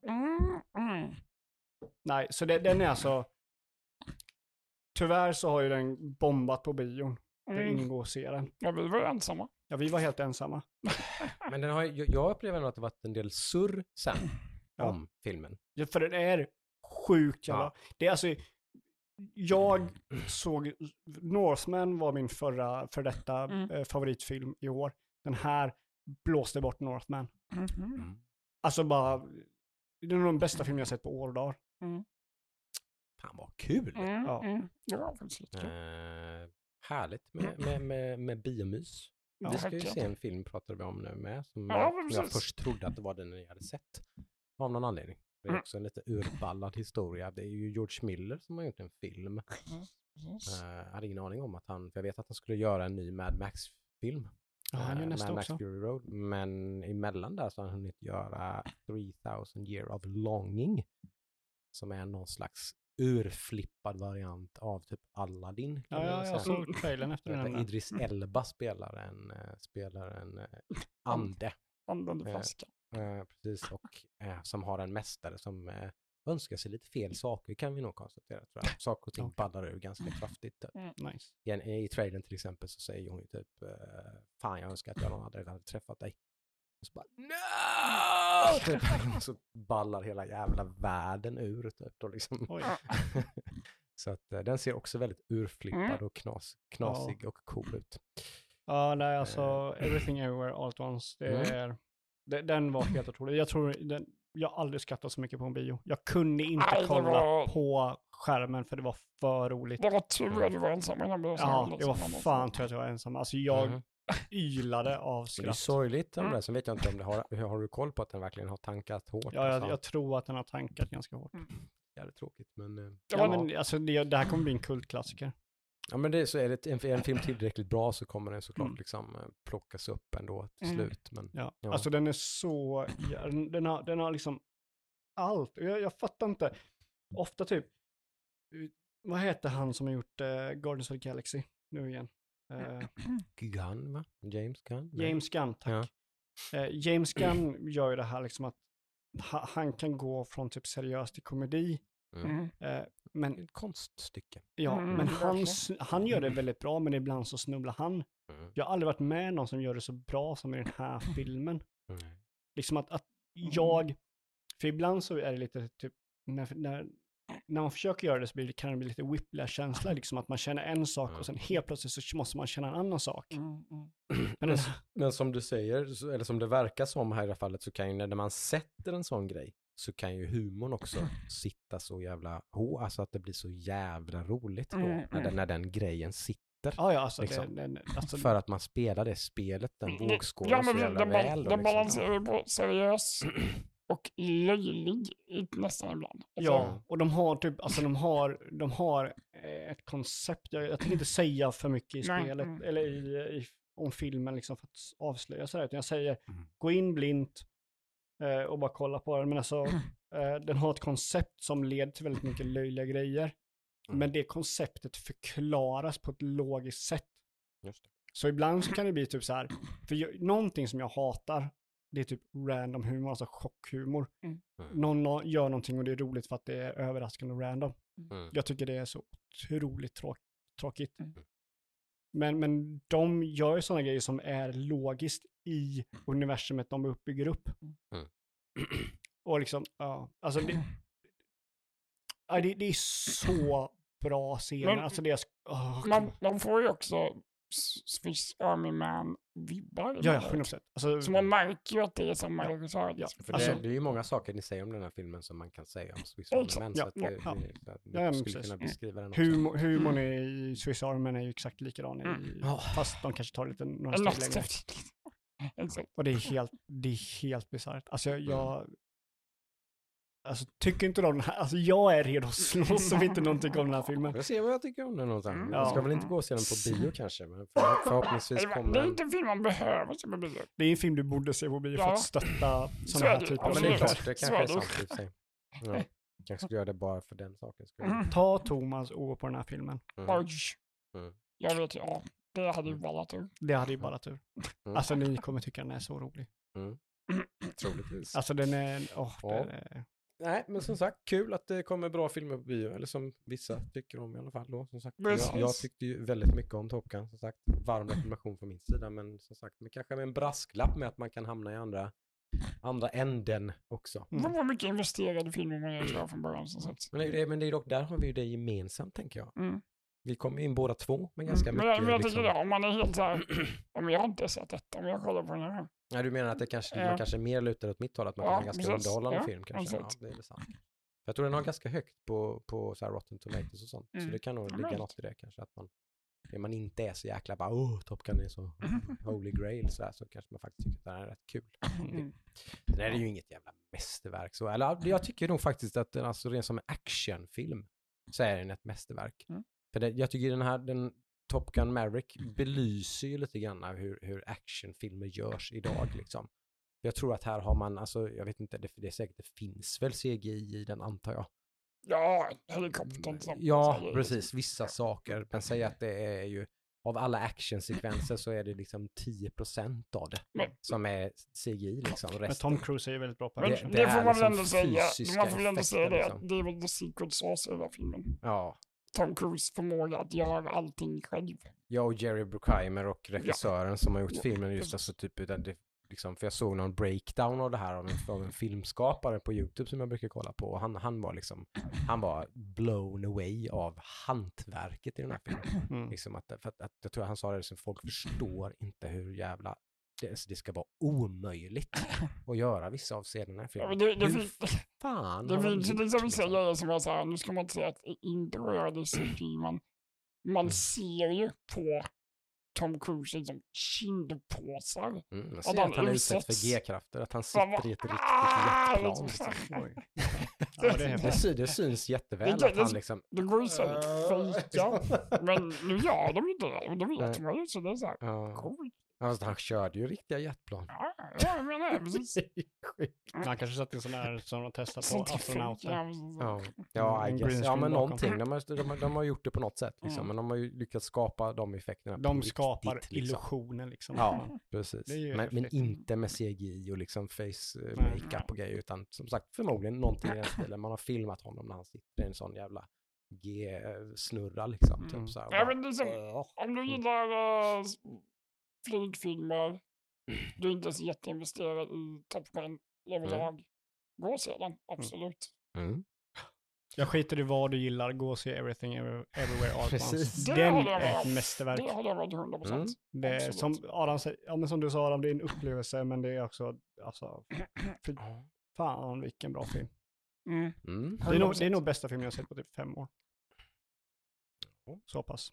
Nej, så den är alltså... Tyvärr så har ju den bombat på bion. Det ingår att se den. Ja, vi var ensamma. Ja, vi var helt ensamma. Men den har, jag upplever nog att det varit en del surr sen om filmen. Ja, för den är sjukt jävla... Ja. Det är alltså... Jag såg... Northman var min för detta favoritfilm i år. Den här blåste bort Northman. Alltså bara... Det är nog den bästa filmen jag sett på år och dagar. Fan vad kul! Ja, härligt med biomys. Ja, vi ska ju se en film, pratade vi om nu med, som jag först trodde att det var den ni hade sett. Av någon anledning. Det är också en lite urballad historia. Det är ju George Miller som har gjort en film. Jag hade ingen aning om att för jag vet att han skulle göra en ny Mad Max-film. Ja, han gör nästa Mad Max också. Fury Road. Men emellan där så har han hunnit göra 3000 Year of Longing. Som är någon slags urflippad variant av typ Aladdin. Ja, jag såg trailern efter den. Idris Elba spelar en ande. Anden i flaskan. Precis, och som har en mästare som önskar sig lite fel saker, kan vi nog konstatera. Tror jag. Saker och ting ballar ur ganska kraftigt. Nice. I trailern till exempel så säger hon ju typ fan, jag önskar att jag aldrig hade träffat dig. Och så bara no! Så ballar hela jävla världen ur typ, och liksom. Så att den ser också väldigt urflippad och knasig och cool ut. Ja, nej, alltså Everything Everywhere All at Once, den var helt otrolig. Jag har aldrig skrattat så mycket på en bio. Jag kunde inte kolla på skärmen för det var för roligt. Det var tur att du var ensam. Ja, det var fan tur att jag var ensam. Alltså ylade av Det är skratt. sorgligt om det. Sen vet jag inte om det har du koll på att den verkligen har tankat hårt? Ja, jag tror att den har tankat ganska hårt. Jävligt tråkigt, men... Men alltså det här kommer bli en kultklassiker. Ja, men så är det en film tillräckligt bra så kommer den såklart liksom plockas upp ändå till slut. Men, ja. Alltså den är så... Den har liksom allt. Jag fattar inte. Ofta typ... Vad heter han som har gjort Guardians of the Galaxy nu igen? Gunn, va? James Gunn? James Gunn, tack. James Gunn gör ju det här liksom att han kan gå från typ seriös till komedi. Men ett konststycke. Ja, men han gör det väldigt bra, men ibland så snubblar han. Jag har aldrig varit med någon som gör det så bra som i den här filmen. Liksom att jag... För ibland så är det lite typ... När man försöker göra det så kan det bli lite whiplash-känsla. Liksom att man känner en sak och sen helt plötsligt så måste man känna en annan sak. Men som du säger, eller som det verkar som här i det här fallet, så kan ju när man sätter en sån grej så kan ju humorn också sitta så jävla alltså att det blir så jävla roligt då, när den grejen sitter. Ja, alltså, liksom. För att man spelar det spelet, den vågskålen ja, så jävla väl. Den balanserar ju på seriös och löjlig nästan ibland. Alltså, ja, och de har typ, alltså de har ett koncept. Jag tänker inte säga för mycket i spelet eller om filmen liksom för att avslöja sådär, utan jag säger gå in blint och bara kolla på den. Men alltså den har ett koncept som leder till väldigt mycket löjliga grejer. Men det konceptet förklaras på ett logiskt sätt. Just det. Så ibland så kan det bli typ så här, för någonting som jag hatar, det är typ random humor, alltså chockhumor. Någon gör någonting och det är roligt för att det är överraskande och random. Jag tycker det är så otroligt tråkigt. Men de gör ju sådana grejer som är logiskt i universumet de bygger upp. Och liksom, ja, alltså det är så bra scener. Men, alltså det är, man får ju också Swiss Army Man-vibbar. Ja, 100%. Alltså, så man märker ju att det är samma regissör. Ja, för alltså, det är ju många saker ni säger om den här filmen som man kan säga om Swiss Army Man. Så att det skulle kunna beskriva den också. Humorn i Swiss Army Man är ju exakt likadan. Fast de kanske tar lite några steg längre. Och det är helt bisarrt. Alltså jag alltså, tycker inte de här, alltså jag är redo att slåss om inte någon tycker om den här filmen. Jag ser vad jag tycker om den någonstans. Jag ska väl inte gå och se den på bio kanske, men förhoppningsvis kommer det är inte en film man behöver se på bio. Det är en film du borde se på bio för att stötta sådana här typer av filmer. Men det är klart, det kanske är sant i sig. Ja, kanske ska göra det bara för den saken. Ta Thomas ord på den här filmen. Jag vet, det hade ju bara tur. Det hade ju bara tur. Alltså ni kommer tycka den är så rolig. Troligtvis. Alltså den är... Nej, men som sagt, kul att det kommer bra filmer på bio, eller som vissa tycker om i alla fall då, som sagt. Jag tyckte ju väldigt mycket om Top Gun, som sagt. Varm rekommendation från min sida, men som sagt, men kanske med en brasklapp med att man kan hamna i andra änden också. Det var mycket investerade filmer man gör från början, som sagt. Men det är dock, där har vi ju det gemensamt, tänker jag. Vi kommer in båda två med ganska mycket. Men jag tycker det, om man är helt så här, om jag inte sett detta, om jag kollar på den här. Nej, du menar att man kanske mer lutar åt mitt håll, att man kan ha en ganska underhållande film kanske. Ja, det är väl sant. Jag tror den har ganska högt på så här Rotten Tomatoes och sånt. Så det kan nog ligga något i det kanske, att man inte är så jäkla bara, Top Gun är så holy grail så kanske man faktiskt tycker att det är rätt kul. Den är ju inget jävla mästerverk. Så, eller jag tycker nog faktiskt att den, alltså rent som en actionfilm, så är den ett mästerverk. För jag tycker den Top Gun Maverick belyser ju lite grann hur actionfilmer görs idag liksom. Jag tror att här har man, alltså jag vet inte, det är säkert, det finns väl CGI i den, antar jag. Ja, helikoptern. Ja, precis, vissa saker. Men säg att det är ju, av alla actionsekvenser så är det liksom 10% av det som är CGI liksom. Men Tom Cruise är ju väldigt bra på action. Det får man väl ändå säga. Man får väl ändå säga det. Liksom. Det är väl the secret sauce i den här filmen. Ja. Tom Cruise förmåga att göra allting själv. Ja, och Jerry Bruckheimer och regissören som har gjort filmen just alltså typ det, liksom, för jag såg någon breakdown av det här av en filmskapare på YouTube som jag brukar kolla på, och han var blown away av hantverket i den här filmen. Liksom för att jag tror han sa det som folk förstår inte hur jävla det ska vara omöjligt att göra vissa av scenerna i filmen. Ja, det finns ju liksom vissa grejer som jag säger, nu ska man inte säga att inte röra det så man ser ju på Tom Cruise liksom kindpåsar. Man ser att han är utsatt för G-krafter, att han sitter i ett riktigt jetplan. Det syns jätteväl att han liksom... Det går ju säkert fejka, men nu gör de inte det, och det vet man ju, så det är så här coolt. Alltså, han körde ju riktiga jetplan. Ja, jag menar precis. Han kanske satt i sån här som de testar på astronauter. Ja, men någonting. De har gjort det på något sätt. Liksom. Men de har ju lyckats skapa de effekterna. De skapar illusioner. Liksom. Ja, precis. Men inte med CGI och liksom face makeup och grejer. Utan som sagt, förmodligen någonting i den stilen. Man har filmat honom när han sitter i en sån jävla G-snurra. Liksom, typ, så här. Ja, men liksom, om du gillar... flygfilmer, du är inte så jätteinvesterad i Top Gun överlag. Gå och se den, absolut. Jag skiter i vad du gillar, gå och se Everything Everywhere All at Once. Den är ett mästerverk. Det håller jag med 100%. Det är, som Adam säger, men som du sa Adam, det är en upplevelse, men det är också, alltså, fan vilken bra film. Det är nog bästa filmen jag har sett på typ 5 år. Så pass.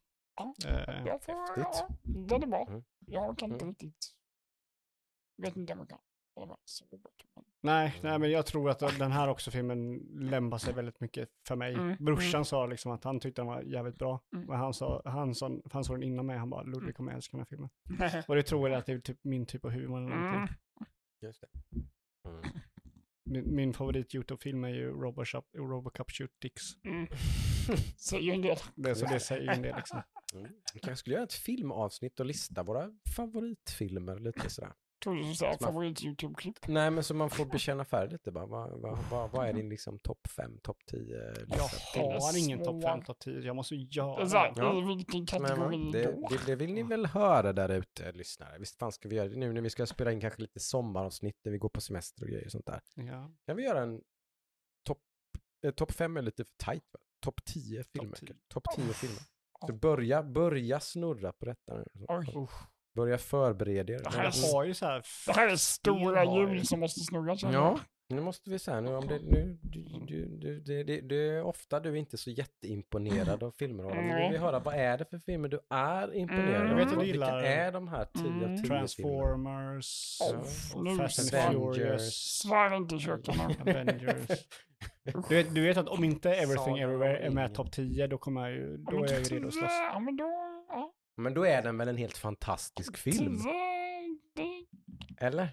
Den är bra. Jag kan inte riktigt... Vet inte om jag kan. Nej, men jag tror att den här också filmen lämpar sig väldigt mycket för mig. Brorsan sa liksom att han tyckte den var jävligt bra. Men han såg den innan mig, han bara, Ludvig kommer älska den här filmen. Och det tror jag att det är typ min typ av humor eller någonting. Just det. Min favorit YouTube-film är ju Robocop Shoot Dicks. Säger ju en del. Det säger ju en del liksom. Vi kanske skulle göra ett filmavsnitt och lista våra favoritfilmer lite sådär. Tror du så favorit-YouTube-klipp? Nej, men så man får bekänna färg lite bara. Vad är din liksom topp 5, topp 10? Jag har ingen topp 5, topp 10. Jag måste göra det. Vilken kategori det vill ni väl höra där ute, lyssnare. Visst fan ska vi göra det nu när vi ska spela in kanske lite sommaravsnitt där vi går på semester och grejer och sånt där. Ja. Kan vi göra en topp 5 är lite för tajt, va? Topp 10 filmer. Topp 10 filmer. Så börja snurra på detta nu. Börja förbereda er. Det här är stora hjul som måste snurras. Ja, nu måste vi säga nu om det är ofta du är inte så jätteimponerad av filmer. Men vi vill höra, vad är det för filmer du är imponerad av? Jag vet att du gillar. Vilka är de här 10 Transformers, Fast and Furious. Svär inte i köken. Avengers. Du vet att om inte Everything Everywhere är med topp 10, då är jag ju redo att slåss. Men då är den väl en helt fantastisk film? Eller?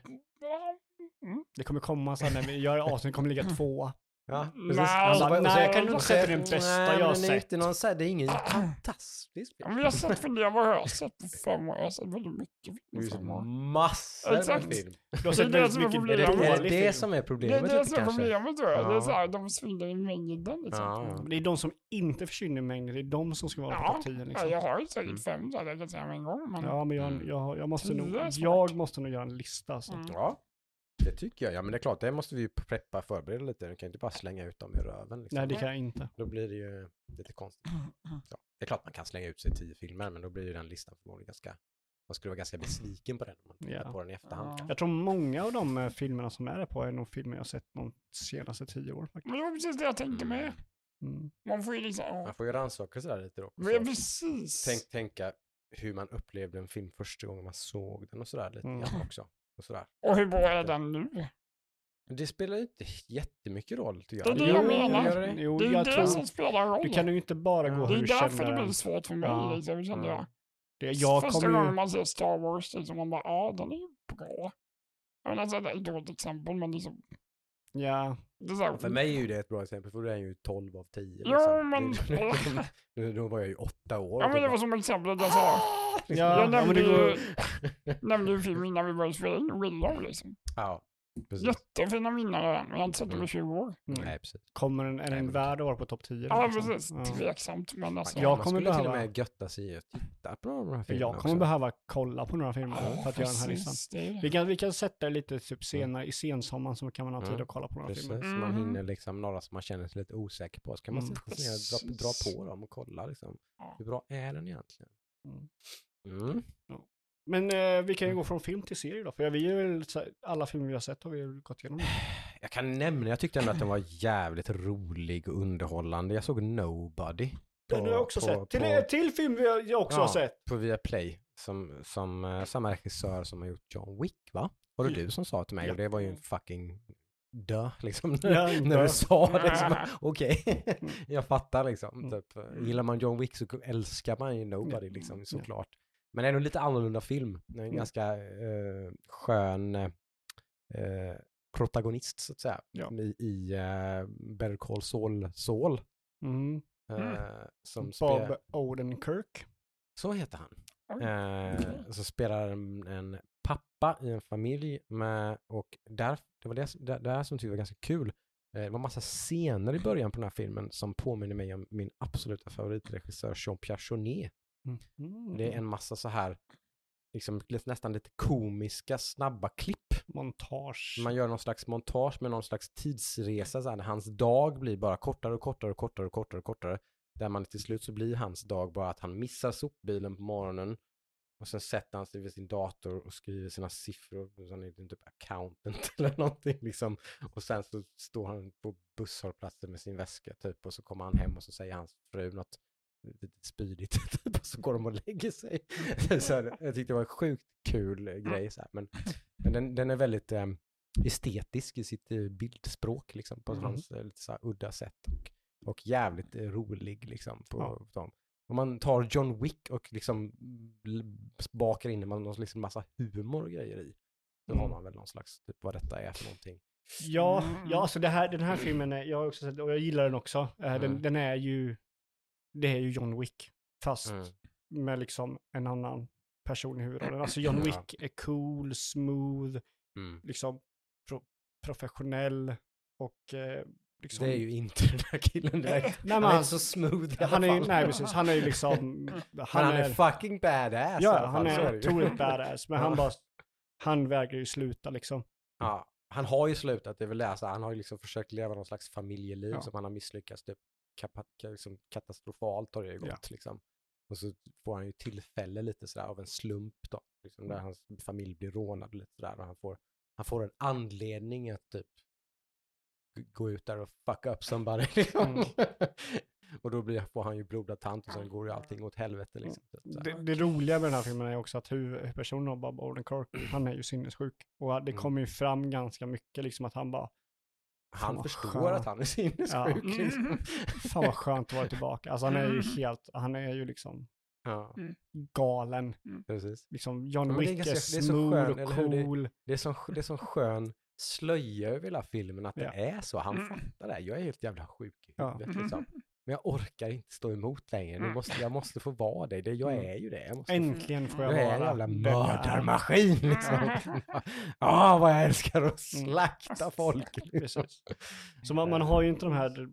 Det kommer komma så när vi gör avsnitt, kommer ligga 2. Ja, nej, jag kan inte sätta den bästa jag har sett. Det är ingen fantastisk film. Men jag har sett för det, vad har jag sett på 5 år? Jag har sett väldigt mycket film. Massor med film. Du har sett väldigt mycket film. Det är det som är problemet. Det är det som är problemet, tror jag. Det är så här, de försvinner i mängden. Liksom. Det är de som inte försvinner i mängden, det är de som ska vara på topp 10. Liksom. Jag har ju säkert 5 så jag kan säga en gång. Men... Ja, men jag måste nog göra en lista. Alltså. Ja. Det tycker jag. Ja, men det är klart, det måste vi ju förbereda lite. Du kan inte bara slänga ut dem i röven. Liksom. Nej, det kan jag inte. Då blir det ju lite konstigt. Ja, det är klart man kan slänga ut sig 10 filmer, men då blir ju den listan förmodligen man skulle vara ganska besviken på den om man tittar på den i efterhand. Jag tror många av de filmerna som är på är nog filmer jag har sett de senaste 10 år faktiskt. Men det var precis det jag tänkte med. Man får ju liksom... Man får ju rannsaka sådär lite då. Men precis. Tänka hur man upplevde en film första gången man såg den och sådär lite grann också. Och hur bra är den nu? Det spelar inte jättemycket roll. Det är det jag menar. Jo, det är det som spelar roll. Du kan ju inte bara gå hur du känner. Det är därför det blir svårt för mig. Liksom, känner jag. Första gången man ser Star Wars, liksom, man bara, den är ju bra. Jag menar, det är ett dåligt exempel, men liksom... Ja. För mig är ju det ett bra exempel, för det är ju 12 av 10. Liksom. Jo, men... Då var jag ju 8 år. Ja, men det var som exempel jag sa. Jag nämnde ju film innan vi började spela in Willow, liksom. Ja, precis. Jättefina vinnare, men jag har inte sett dem i 20 år. Nej, precis. Är den värd att vara på topp 10? Ja, precis. Tveksamt, men alltså... Jag kommer behöva... till och med götta sig och titta på några filmer. Jag kommer behöva kolla på några filmer för att göra den här listan. Vi kan sätta lite typ senare i sensommaren, så kan man ha tid att kolla på några filmer. Så man hinner liksom några som man känner sig lite osäker på. Så kan man sätta sig ner och dra på dem och kolla liksom. Hur bra är den egentligen? Men vi kan ju gå från film till serie då. För vi är väl, alla filmer vi har sett har vi gått igenom. Jag kan nämna, jag tyckte ändå att den var jävligt rolig och underhållande. Jag såg Nobody. Den har jag också sett. Till film jag också har sett. På Viaplay. som samma regissör som har gjort John Wick, va? Var det du som sa till mig? Och det var ju en fucking liksom, när du sa det. Okej, jag fattar liksom. Typ, gillar man John Wick så älskar man ju Nobody liksom, såklart. Men det är nog lite annorlunda film. En ganska skön protagonist, så att säga. I Better Call Saul. Som Bob Odenkirk. Så heter han. Så spelar en pappa i en familj med, och det var det som tyckte var ganska kul. Det var massa scener i början på den här filmen som påminner mig om min absoluta favoritregissör Jean-Pierre Jeunet. Det är en massa så här liksom nästan lite komiska, snabba klipp. Montage. Man gör någon slags montage med någon slags tidsresa. Så här, hans dag blir bara kortare och kortare. Där man till slut så blir hans dag bara att han missar sopbilen på morgonen. Och sen sätter han sig vid sin dator och skriver sina siffror. Och han är typ accountant eller någonting liksom. Och sen så står han på busshållplatsen med sin väska typ. Och så kommer han hem och så säger hans fru något lite spydigt typ. Och så går de och lägger sig. Så jag tyckte det var en sjukt kul grej så här. Men den är väldigt estetisk i sitt bildspråk liksom. På hans lite så här udda sätt. Och jävligt rolig liksom på dem. Om man tar John Wick och liksom bakar in någon liksom massa humor och grejer i, då har man väl någon slags typ vad detta är för någonting. Ja, alltså den här filmen jag har också sett, och jag gillar den också. Den är ju, det är ju John Wick fast med liksom en annan person i huvudrollen. Alltså John Wick är cool, smooth, liksom professionell och liksom, det är ju inte den här killen direkt. Nej, han är så smooth i alla fall. Nej, precis. Han är ju liksom... Han är fucking badass. Ja, han är otroligt badass. Men han vägrar ju sluta liksom. Ja, han har ju slutat. Det är väl det. Alltså, han har ju liksom försökt leva någon slags familjeliv som han har misslyckats typ liksom katastrofalt har det ju gått liksom. Och så får han ju tillfälle lite sådär av en slump då. Liksom, där hans familj blir rånad lite sådär. Och han får en anledning att typ gå ut där och fuck up somebody liksom. Och då får han ju blodad tant och sen går ju allting åt helvete liksom. Det roliga med den här filmen är också att huvudpersonen av Bob Odenkirk, han är ju sinnessjuk. Och det kommer ju fram ganska mycket liksom att han bara... Han förstår att han är sinnessjuk liksom. Fan vad skönt att vara tillbaka. Alltså han är ju liksom galen. Precis. Liksom John Wick är smooth och cool. Det är så skön slöja över hela filmen att det är så. Han fattar det. Jag är helt jävla sjuk i huvudet liksom. Men jag orkar inte stå emot längre. Jag måste få vara det. Jag är ju det. Äntligen får jag vara en jävla mördarmaskin liksom. Vad jag älskar att slakta folk. Liksom. Så man har ju inte de här...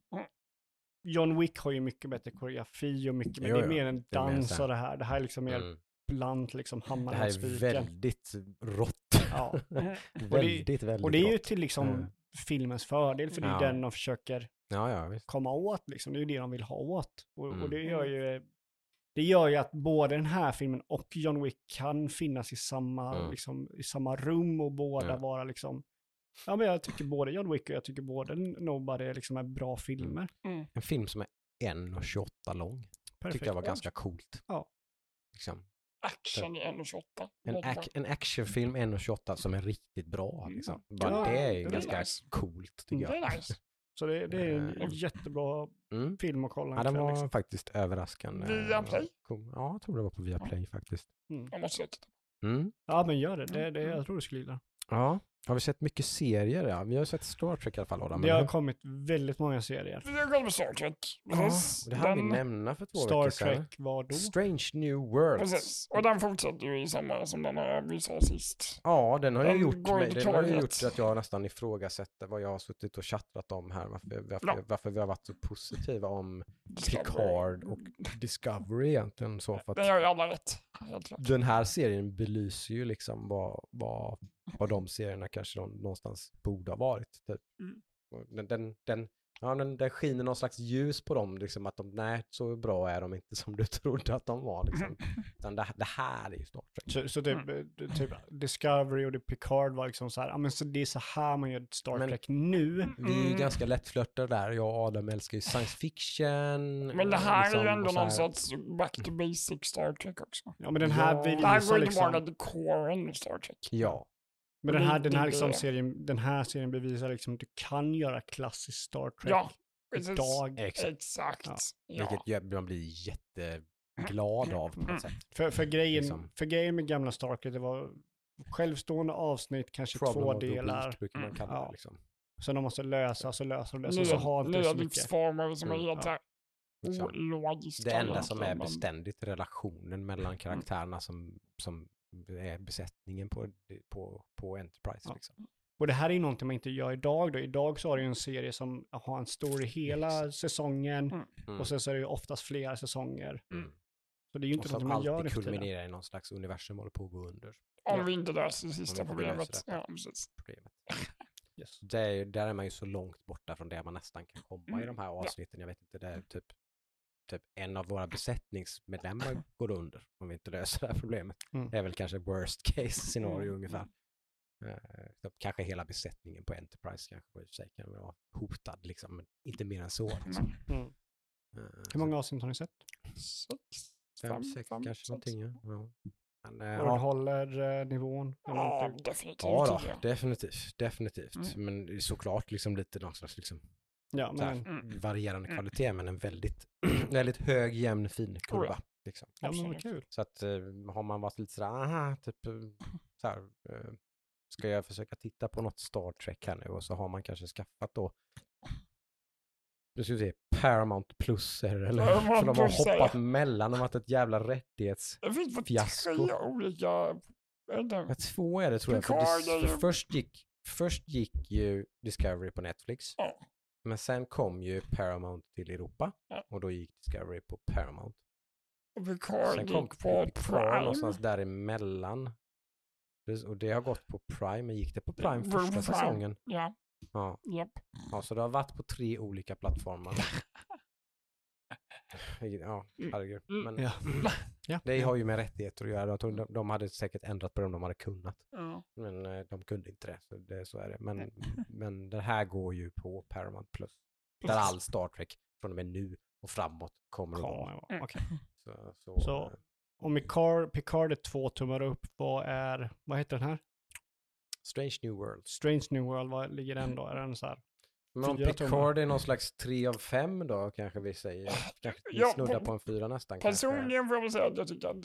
John Wick har ju mycket bättre koreografi och mycket, men det är mer en dans och det här. Det här är liksom mer bland liksom hammaren och spiken. Det här är väldigt rått. Ja. väldigt och det är ju till liksom filmens fördel, för det är den de försöker komma åt liksom. Det är ju det de vill ha åt. Och det gör ju att både den här filmen och John Wick kan finnas i samma rum och båda vara liksom... Ja, men jag tycker både John Wick och jag tycker både Nobody liksom är bra filmer. En film som är 1:28 lång. Perfekt. Tyckte jag var ganska coolt. Ja. Liksom. Action i 1:28. En actionfilm 1:28 som är riktigt bra. Liksom. Bara det är ganska coolt tycker jag. Det är nice. Så det är en jättebra film att kolla. Ja, den var faktiskt överraskande. Viaplay? Cool. Ja, jag tror det var på Viaplay faktiskt. Jag måste titta. Ja, men gör det. Jag tror du skulle gilla. Ja. Har vi sett mycket serier? Ja? Vi har sett Star Trek i alla fall. Adam, det har kommit väldigt många serier. Vi har kommit Star Trek. Det här vi nämna för 2 Star veckor sedan. Trek var då? Strange New Worlds. Precis. Och den fortsätter ju i samma som den här vi sa sist. Ja, den har ju gjort att jag nästan ifrågasätter vad jag har suttit och chattrat om här. Varför vi har varit så positiva om Picard och Discovery egentligen. Så för att det gör ju alla rätt. Den här serien belyser ju liksom vad de serierna kanske någonstans borde ha varit. Typ. Ja, men det skiner någon slags ljus på dem, liksom att nej, så bra är de inte som du trodde att de var, liksom. Utan det här är ju Star Trek. Så typ Discovery och Picard var liksom så här, men så det är så här man gör Star Trek nu. Vi är ju ganska lättflörtade där. Jag och Adam älskar ju science fiction. Men det här liksom, är ju ändå någon sorts back to basic Star Trek också. Ja, men den här Det här bevisar går liksom... tillbaka till coren i Star Trek. Ja. Men den här serien bevisar liksom att du kan göra klassisk Star Trek. Ja, idag. Exakt. Ja. Vilket man blir jätteglad av på något sätt. För grejen med gamla Star Trek, det var självstående avsnitt, kanske Problem 2 delar. Brukar man kalla det, liksom. Så de måste lösa, så löser de det. Så har inte nya så mycket. livsformer som är helt ologiska. Det enda som är beständigt är relationen mellan karaktärerna som är besättningen på Enterprise. Liksom. Och det här är ju någonting man inte gör idag. Idag så har du ju en serie som har en story hela säsongen. Och sen så är det ju oftast flera säsonger. Så det är ju inte något man gör efter det. Kulminerar i någon slags universum håller på att gå under. Om vi inte löser det sista problemet. Ja, precis. Yes. Där är man ju så långt borta från det man nästan kan komma i de här avsnitten. Jag vet inte, det är typ en av våra besättningsmedlemmar går under om vi inte löser det här problemet. Det är väl kanske worst case scenario ungefär. Kanske hela besättningen på Enterprise kanske på sig kan vara hotad liksom, men inte mer än så. Liksom. Hur många avsnitt har ni sett? 6 kanske någonting. Ja. Men, och håller nivån? Ja, definitivt. Ja, definitivt. Men såklart liksom lite någon slags liksom, varierande kvalitet, men en väldigt, väldigt hög, jämn, fin kurva. Liksom. Ja, men vad kul. Så att har man varit lite sådär, typ såhär, ska jag försöka titta på något Star Trek här nu, och så har man kanske skaffat då, nu ska vi se, Paramount Pluser, eller för de har hoppat mellan, de har haft ett jävla rättighetsfiasko. Det finns 3 olika... 2 är det, tror jag. Först gick ju Discovery på Netflix. Men sen kom ju Paramount till Europa. Och då gick Discovery på Paramount. Sen kom Prime någonstans däremellan. Och det har gått på Prime. Men gick det på Prime första säsongen? Ja. Ja, så det har varit på 3 olika plattformar. Ja, herregud. Men det har ju med rättigheter att göra. De hade säkert ändrat på det om de hade kunnat. Men de kunde inte det. Så är det. Men det här går ju på Paramount Plus. Där all Star Trek från och med nu och framåt kommer att gå. Okay. Så om Picard är 2 tummar upp, vad heter den här? Strange New World. Strange New World, vad ligger den då? Är den så här? Men om Picard är någon slags 3 av 5 då, kanske vi säger. Kanske snudda på en 4 nästan. Personligen får jag väl säga att jag tycker att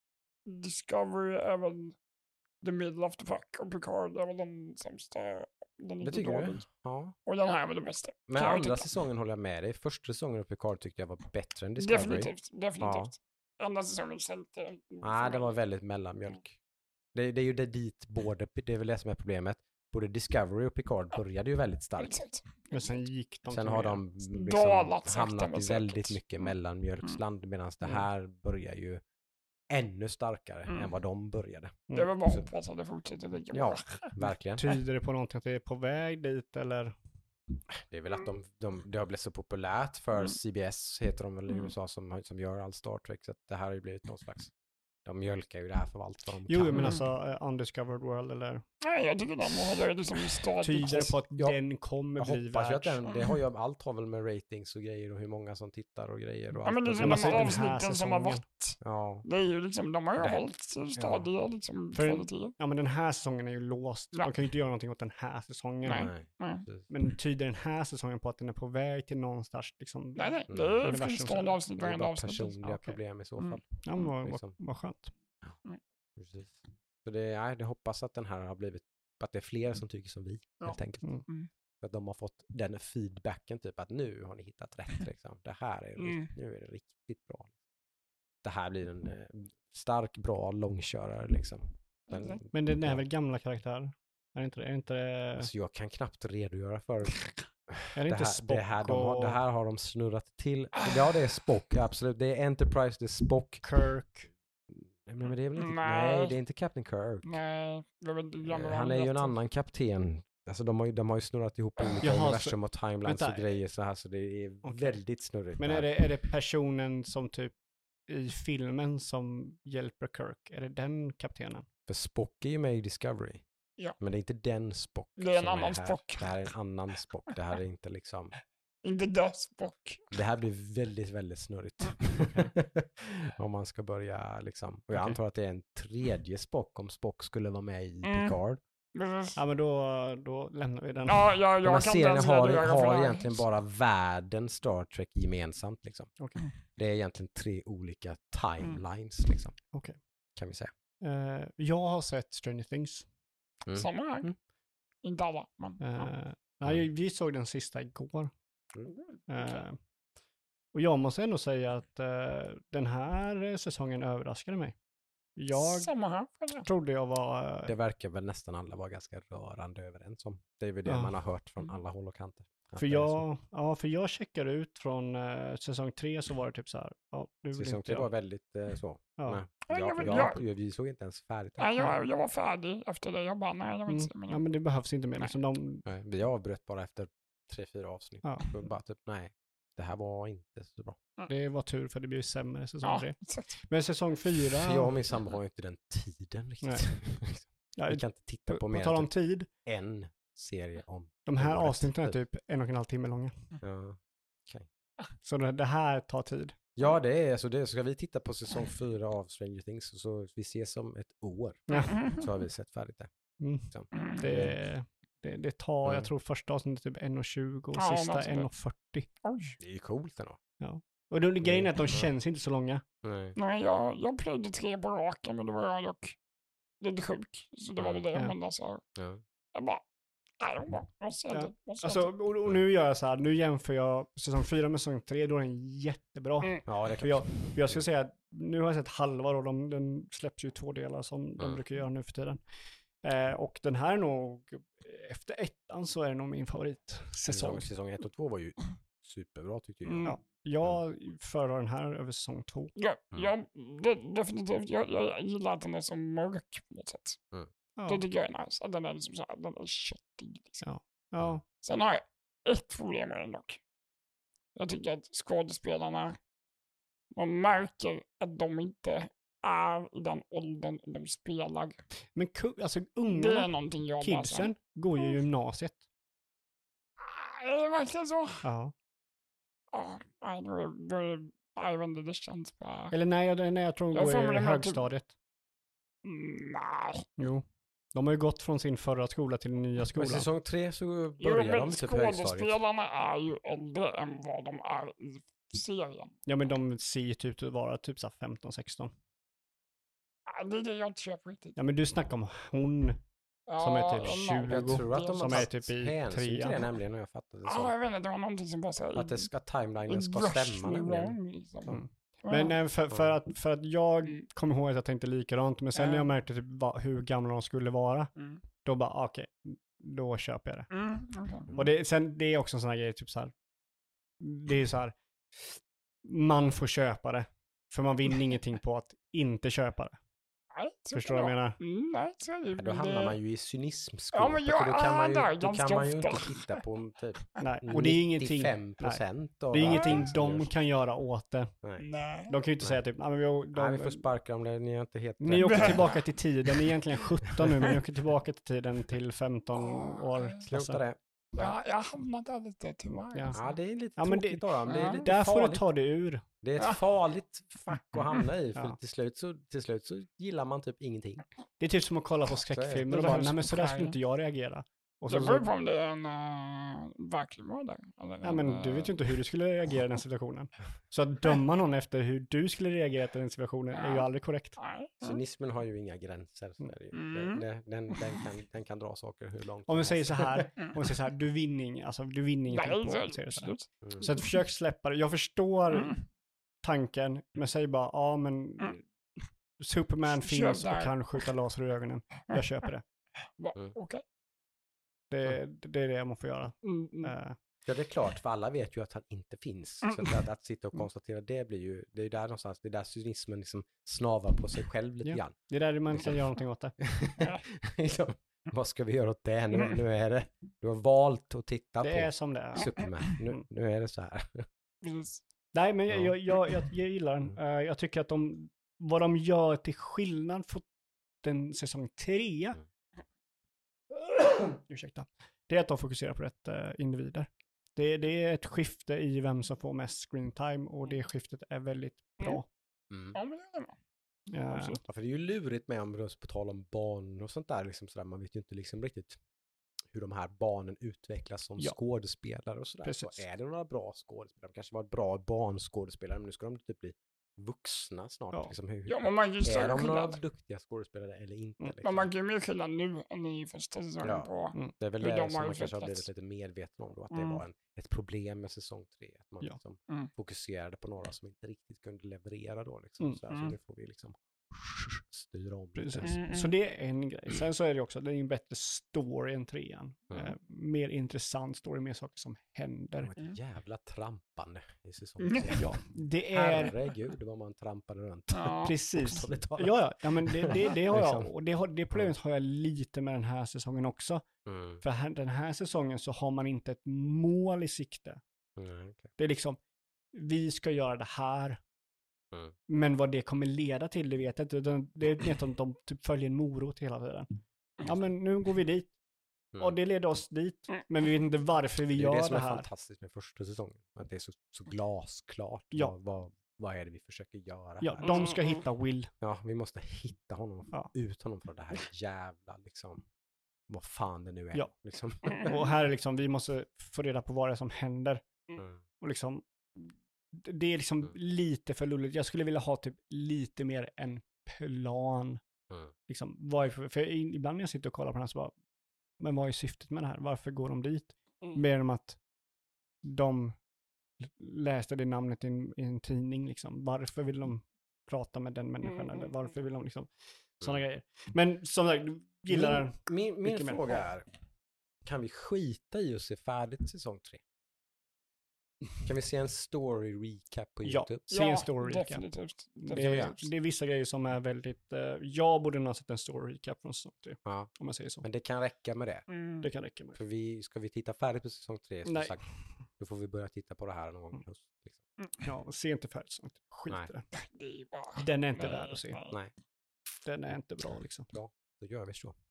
Discovery är väl the middle of the pack, och Picard är väl den sämsta. Det tycker du? Ja. Och den här är väl det bästa. Men andra säsongen håller jag med dig. Första säsongen av Picard tyckte jag var bättre än Discovery. Definitivt. Andra säsongen sänkte. Nej, det var väldigt mellanmjölk. Det är ju dit det är väl det som är problemet. Både Discovery och Picard började ju väldigt starkt. Men sen gick de. Sen har de liksom hamnat i väldigt mycket mellanmjölksland, medan det här börjar ju ännu starkare än vad de började. Det var bara hoppas att det fortsätter lika bra. Ja, verkligen. Tyder det på någonting att det är på väg dit, eller? Det är väl att det har blivit så populärt för CBS, heter de väl i USA, som gör all Star Trek, så att det här har ju blivit någon slags, de mjölkar ju det här för allt vad de kan. Men alltså Undiscovered World, eller? Nej, jag tycker de har liksom stadigt. Tyder på att den kommer bli hoppas ju att det har ju, allt har väl med ratings och grejer och hur många som tittar och grejer och allt. Men det är som de avsnitten som har varit. Ja. Det är ju liksom, de har ju hållit stadiga liksom kvalitet. Ja, men den här säsongen är ju låst. De kan ju inte göra någonting åt den här säsongen. Nej. Men tyder den här säsongen på att den är på väg till någonstans liksom? Nej. Det är fristående avsnitt. Det är bara personliga problem i så fall. Ja, men vad skönt. Precis. Så det hoppas att den här har blivit, att det är fler som tycker som vi, helt enkelt. För att de har fått den feedbacken, typ att nu har ni hittat rätt liksom. Det här är nu är det riktigt bra. Det här blir en stark, bra långkörare liksom. Men den är väl gamla karaktär? Är inte det... Alltså jag kan knappt redogöra för är det inte Spock? Det här har de snurrat till. Ja, det är Spock, absolut. Det är Enterprise, det är Spock. Kirk. Men det är väl inte, nej, det är inte Captain Kirk. Nej, han är ju en annan kapten. Alltså de har ju snurrat ihop olika universum och timelines och grejer så här, så det är väldigt snurrigt. Men är det personen som typ i filmen som hjälper Kirk? Är det den kaptenen? För Spock är ju med i Discovery. Ja. Men det är inte den Spock. Det är en annan Spock. Det här är en annan Spock. Det här är inte liksom... Inte det Spock. Det här blir väldigt, väldigt snurrigt. Om man ska börja liksom... Och jag antar att det är en tredje Spock om Spock skulle vara med i Picard. Ja, men då lämnar vi den. Ja, jag den här kan serien har det. egentligen bara världen Star Trek gemensamt liksom. Okay. Det är egentligen 3 olika timelines liksom. Okay. Kan vi säga. Jag har sett Stranger Things. Samma här. Inte alla, men... Nej, vi såg den sista igår. Och jag måste ändå säga att den här säsongen överraskade mig. Jag trodde jag var... Det verkar väl nästan alla vara ganska rörande överens om. Det är väl det man har hört från alla håll och kanter. För jag checkade ut från säsong 3 så var det typ så här. Säsong 3 var väldigt så. Ja. Vi såg inte ens färdigt. Jag var färdig efter det. Jag bara, nej, jag vill inte se mer. Ja, men det behövs inte mer. Liksom vi avbröt bara efter 3-4 avsnitt. Ja. Bara typ, nej, det här var inte så bra. Det var tur för det blev sämre säsong 3. Men säsong 4... Jag och min sambo har inte den tiden riktigt. Vi kan inte titta på mer än tid. En serie om... De här avsnitten är typ 1,5 timme långa. Ja, okej. Så det här tar tid. Ja, det är så. Så ska vi titta på säsong 4 av Stranger Things så vi ses om ett år. Så har vi sett färdigt det. Det tar, jag tror första avsnittet typ 1,20 och sista 1,40. Det är ju coolt ändå. Ja. Och det grejen är att de känns inte så långa. Nej, jag plöjde 3 på raken, men då var jag dock lite sjuk. Så det var väl det. Men alltså, jag bara, Alltså, och nu gör jag så här, nu jämför jag säsong 4 med säsong 3, då är den jättebra. Ja, det kan jag ska säga att nu har jag sett halva och den släpps ju i 2 delar som de brukar göra nu för tiden. Och den här är nog, efter 1:an så är det nog min favoritsäsong. Säsong 1 och 2 var ju superbra tyckte jag. Ja, jag föredrar den här över säsong 2. Ja, definitivt. Jag gillar att den är så mörk på något sätt. Det tycker jag är nice. Att den är liksom så här, den är köttig. Liksom. Ja. Sen har jag ett problem med den dock. Jag tycker att skådespelarna, man märker att de inte är i den åldern de spelar. Men alltså det är någonting jag kidsen går ju i gymnasiet. Är det verkligen så? Ja. Jag vet inte, det känns bara... Eller nej, jag tror de går i högstadiet. Nej. Jo. De har ju gått från sin förra skola till den nya skolan. Men säsong 3 så börjar de typ högstadiet. Skådespelarna är ju äldre än vad de är i serien. Ja, men de ser ju typ ut att vara typ så 15-16. Det är det jag inte köper riktigt. Ja, men du snackar om hon som är typ 20. Jag tror att de som är typ i 3. Det nämligen, och jag fattade det så. Ja, jag vet inte, det var någonting som bara säger... Att det ska, timelinen ska stämma nämligen. Liksom. Men för att jag kommer ihåg att jag tänkte likadant, men sen när jag märkte typ hur gamla de skulle vara, då bara okej, då köper jag det. Och det är också en sån här grej, typ så här, det är så här, man får köpa det, för man vinner ingenting på att inte köpa det. Nej, förstår du vad jag menar? Nej, så är det. Då hamnar man ju i cynismskåpet. Ja, men då kan man ju inte titta på typ och det är ingenting, 95% av det är ingenting de kan göra åt det. Nej. De kan ju inte säga typ, vi får sparka dem, ni är inte helt ni åker tillbaka till tiden, ni är egentligen 17 nu, men ni åker tillbaka till tiden till 15 år. Sluta det. Ja, jag hamnar där lite tyvärr. Ja, det är lite tråkigt då. Det är lite där får farligt. du ta det ur. Det är ett farligt fack att hamna i, för till slut så gillar man typ ingenting. Det är typ som att kolla på skräckfilmer och bara, nej men så där skulle inte jag reagera. Och det beror på om det är en verklig mördare. Ja, men du vet ju inte hur du skulle reagera i den situationen. Så att döma någon efter hur du skulle reagera i den situationen är ju aldrig korrekt. Cynismen har ju inga gränser. Så den kan dra saker hur långt. Om vi säger så här, du vinner ingenting på det. Så att försök släppa det. Jag förstår tanken, men säg bara, men Superman finns och kan skjuta laser i ögonen. Jag köper det. Okej. Det är det jag måste göra. Ja, det är klart, för alla vet ju att han inte finns. Så att sitta och konstatera det blir ju, det är där någonstans, det är där cynismen liksom snavar på sig själv lite grann. Det är där man kan göra någonting åt det. vad ska vi göra åt det? Nu är det, du har valt att titta det på är som det är. Superman. Nu är det så här. Nej, men jag gillar den. Jag tycker att vad de gör till skillnad från den säsong 3, ursäkta, det är att de fokuserar på rätt individer. Det är ett skifte i vem som får mest screen time, och det skiftet är väldigt bra. Ja, men det är bra. Ja, för det är ju lurigt med om på tal om barn och sånt där, liksom sådär. Man vet ju inte liksom riktigt hur de här barnen utvecklas som skådespelare och sådär. Precis. Så är det några bra skådespelare? De kanske var ett bra barnskådespelare, men nu ska de typ bli vuxna snart. Ja. Liksom, Men man kan ju är de några duktiga skådespelare eller inte? Liksom? Men man kan ju mer skillnad nu än i första säsongen på det är väl hur det de som har man kanske har utvecklats. blivit lite medveten om då, att det var ett problem med säsong 3, att man liksom fokuserade på några som inte riktigt kunde leverera då liksom. Så nu får vi liksom styra om. Så det är en grej. Sen så är det också, det är en bättre story än 3:an. Mer intressant story, mer saker som händer. Ett jävla trampande i säsong 3. Ja, det är... Herregud, vad man trampade runt. Ja, precis. Ja, men det har jag. Och det problemet har jag lite med den här säsongen också. För den här säsongen så har man inte ett mål i sikte. Det är liksom, vi ska göra det här. Men vad det kommer leda till, det vet jag inte. Det är mer att de typ följer en morot hela tiden. Ja, men nu går vi dit. Och det leder oss dit. Men vi vet inte varför vi gör det här. Det är det som är fantastiskt med första säsongen. Att det är så glasklart. Vad är det vi försöker göra? Ja, här? de ska hitta Will. Ja, vi måste hitta honom. Ut honom från det här jävla liksom. Vad fan det nu är. Ja. Liksom. Och här är liksom, vi måste få reda på vad det är som händer. Och liksom, det är liksom lite för lulligt. Jag skulle vilja ha typ lite mer en plan. Liksom, för ibland när jag sitter och kollar på den här så bara, men vad är syftet med det här? Varför går de dit? Mer än att de läste det namnet i en tidning liksom. Varför vill de prata med den människan? Eller varför vill de liksom, sådana grejer. Men som sagt, gillar min fråga är, kan vi skita i att se färdigt säsong 3? Kan vi se en story recap på YouTube? Se en story recap. Definitivt. Det är vissa grejer som är väldigt... jag borde nog ha sett en story recap från säsong 3. Ja. Om man säger så. Men det kan räcka med det. Det kan räcka med det. För ska vi titta färdigt på säsong 3, så sagt, då får vi börja titta på det här någon gång. Liksom. Ja, se inte färdigt säsong 3. Skit i det. Bara... Den är inte värd att se. Nej. Den är inte bra liksom. Bra, då gör vi så.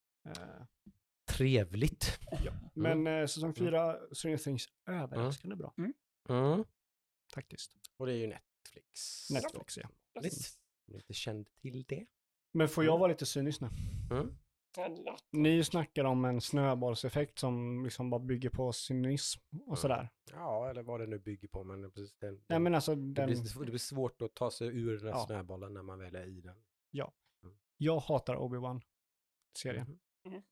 Trevligt. Ja. Men säsong 4, Stranger Things, överraskande bra. Faktiskt. Och det är ju Netflix. Netflix, ja. Jag inte kände till det. Men får jag vara lite cynisk nu? Ni snackar om en snöbollseffekt som liksom bara bygger på cynism och sådär. Ja, eller vad det nu bygger på. Men precis men alltså det blir svårt att ta sig ur den här snöbollen när man väl är i den. Ja. Jag hatar Obi-Wan-serien.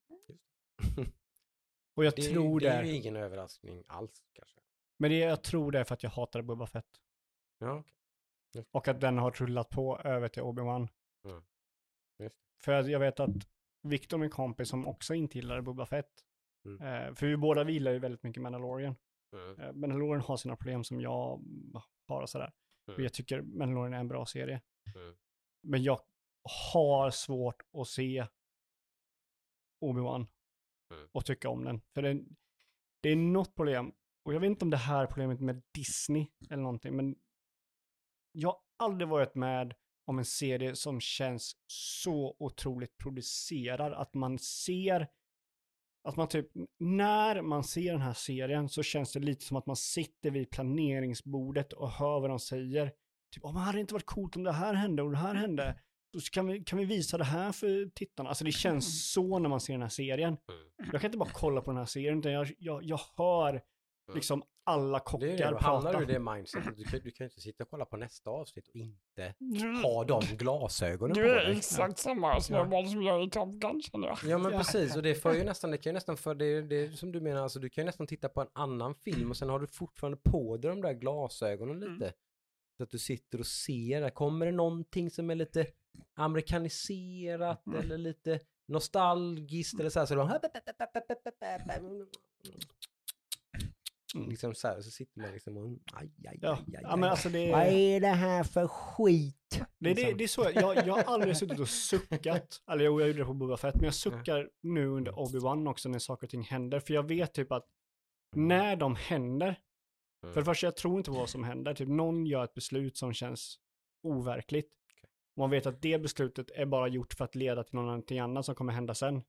Och jag tror det är ju ingen överraskning alls kanske. Men jag tror det är för att jag hatar Boba Fett. Ja, okay. Och att den har rullat på över till Obi-Wan. För jag vet att Victor, min kompis, som också inte gillar Boba Fett. För vi båda vilar ju väldigt mycket Mandalorian. Mandalorian har sina problem som jag har och sådär. Och jag tycker Mandalorian är en bra serie. Men jag har svårt att se Obi-Wan och tycka om den. För det är något problem. Och jag vet inte om det här är problemet med Disney eller någonting. Men jag har aldrig varit med om en serie som känns så otroligt producerad. Att man ser, att man typ, när man ser den här serien så känns det lite som att man sitter vid planeringsbordet och hör vad de säger. Typ, men hade det inte varit coolt om det här hände och det här hände? Då kan vi visa det här för tittarna. Alltså det känns så när man ser den här serien. Jag kan inte bara kolla på den här serien, utan jag hör liksom alla kockar prata. Hamnar du i det mindsetet? Du kan ju inte sitta och kolla på nästa avsnitt och inte ha de glasögonen på dig. Du är exakt samma snöboll som jag i Top Gun, känner jag. Ja, men precis. Och det kan ju nästan för det som du menar, alltså du kan ju nästan titta på en annan film och sen har du fortfarande på dig de där glasögonen lite. Så att du sitter och ser, kommer det någonting som är lite amerikaniserat eller lite nostalgiskt eller så här, så liksom så här, så sitter man liksom och men alltså det vad är det här för skit? Det är så, jag har aldrig suttit och suckat, eller jag gjorde det på Boba Fett, men jag suckar nu under Obi-Wan också när saker och ting händer, för jag vet typ att när de händer, för det första jag tror inte på vad som händer, typ någon gör ett beslut som känns overkligt. Man vet att det beslutet är bara gjort för att leda till någonting annat som kommer hända sen.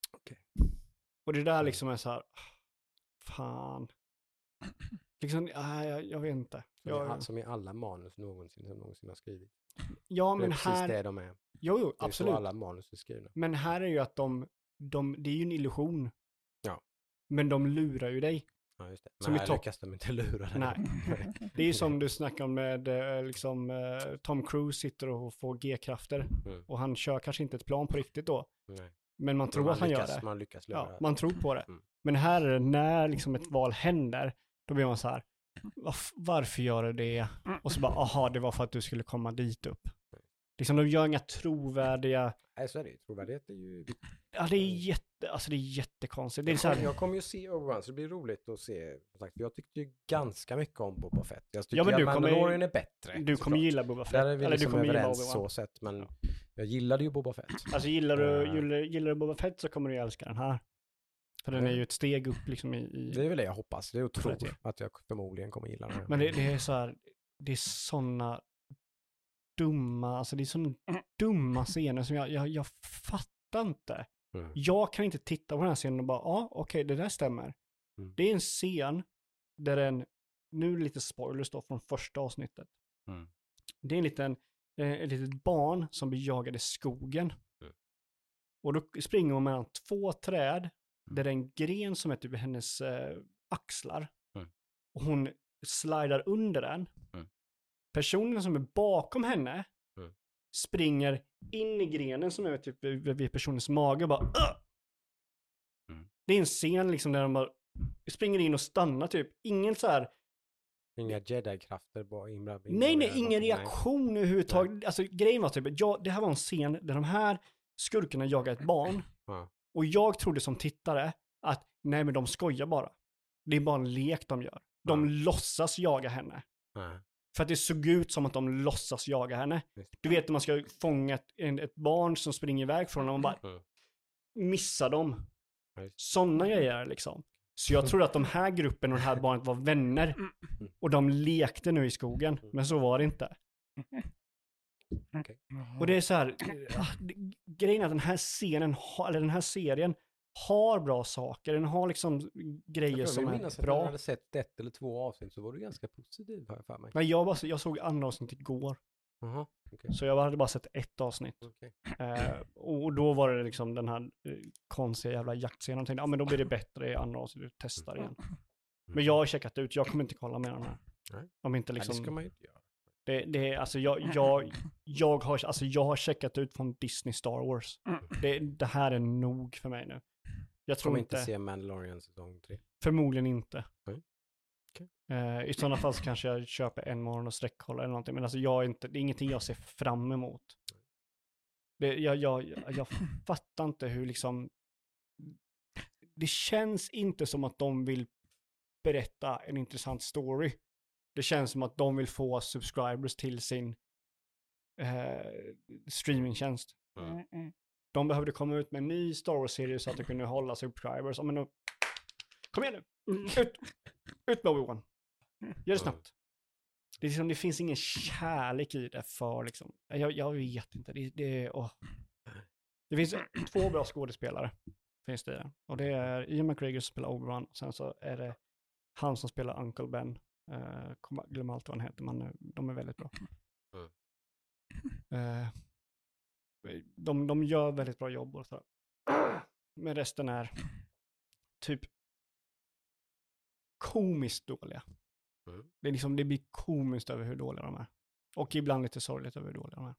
Och det där liksom är så här, fan. Liksom, jag vet inte. Som i alla manus någonsin har skrivit. Ja, men det är här... precis det de är. Jo, det är absolut. så alla manus är skrivna. Men här är ju att det är ju en illusion. Ja. Men de lurar ju dig. Ja, just det. Som men här lyckas de inte lura dig. Nej. Det är ju som du snackar om med Tom Cruise sitter och får G-krafter. Och han kör kanske inte ett plan på riktigt då. Nej. Men man tror att han gör det. Man lyckas lura. Ja, man tror på det. Men här är det, när liksom ett val händer, då blir man så här, varför gör du det? Och så bara, aha, det var för att du skulle komma dit upp. Liksom, de gör inga trovärdiga... Nej, så är det ju. Trovärdighet är ju... Ja, det är jättekonstigt. Det är så här... Jag kommer ju se Obi-Wan, så det blir roligt att se. Jag tyckte ju ganska mycket om Boba Fett. Jag tycker men att Mandalorian är bättre. Du kommer gilla Boba Fett. Där är vi eller liksom du kommer överens gilla så sett, men jag gillade ju Boba Fett. Alltså gillar du Boba Fett så kommer du älska den här. För den är ju ett steg upp liksom i... Det är väl det jag hoppas. Det är att tro att jag förmodligen kommer gilla den här. Men det är så här, det är såna dumma, alltså det är såna dumma scener som jag fattar inte. Jag kan inte titta på den här scenen och bara, okej, det där stämmer. Det är en scen där nu är det lite spoilers då från första avsnittet. Det är ett litet barn som blir jagad i skogen. Och då springer hon mellan två träd där det är en gren som är typ hennes axlar. Och hon slidar under den. Personen som är bakom henne springer in i grenen som är typ vid personens mage och bara Det är en scen liksom där de bara springer in och stannar typ. Ingen så här... Inga Jedi-krafter bara Nej, ingen reaktion överhuvudtaget. Nej. Alltså grejen var typ, det här var en scen där de här skurkarna jagar ett barn. Och jag trodde som tittare att nej, men de skojar bara. Det är bara en lek de gör. De låtsas jaga henne. För att det såg ut som att de låtsas jaga henne. Du vet när man ska fånga ett barn som springer iväg från dem och bara missa dem. Sådana grejer liksom. Så jag trodde att de här gruppen och det här barnet var vänner. Och de lekte nu i skogen. Men så var det inte. Och det är så här, grejen är att den här scenen, eller den här serien har bra saker. Den har liksom grejer som är bra. Att jag hade sett 1 eller 2 avsnitt så var du ganska positiv här för mig. Men jag såg andra avsnitt igår. Så jag hade bara sett 1 avsnitt. Och då var det liksom den här konstiga jävla jaktscenen. Jag tänkte, men då blir det bättre i andra avsnitt. Du testar igen. Men jag har checkat ut. Jag kommer inte kolla mer än den här. Om inte liksom... Det ska man ju inte göra. Det är, alltså jag har checkat ut från Disney Star Wars. Det här är nog för mig nu. Jag tror inte se Mandalorian säsong 3. Förmodligen inte. I sådana fall så kanske jag köper en morgon och sträckkollar eller någonting. Men alltså det är ingenting jag ser fram emot. Jag fattar inte hur liksom... Det känns inte som att de vill berätta en intressant story. Det känns som att de vill få subscribers till sin streamingtjänst. De behövde komma ut med en ny Star Wars-serie så att de kunde hålla subscribers. Men då, kom igen nu! Ut med Obi-Wan! Gör det snabbt. Det är liksom, det finns ingen kärlek i det för liksom... Jag vet inte. Det finns 2 bra skådespelare. Finns det där. Och det är Ian McGregor som spelar Obi-Wan. Sen så är det han som spelar Uncle Ben. Glöm allt vad han heter, men de är väldigt bra. De gör väldigt bra jobb och så. Men resten är typ komiskt dåliga. Det är liksom, det blir komiskt över hur dåliga de är. Och ibland lite sorgligt över hur dåliga de är.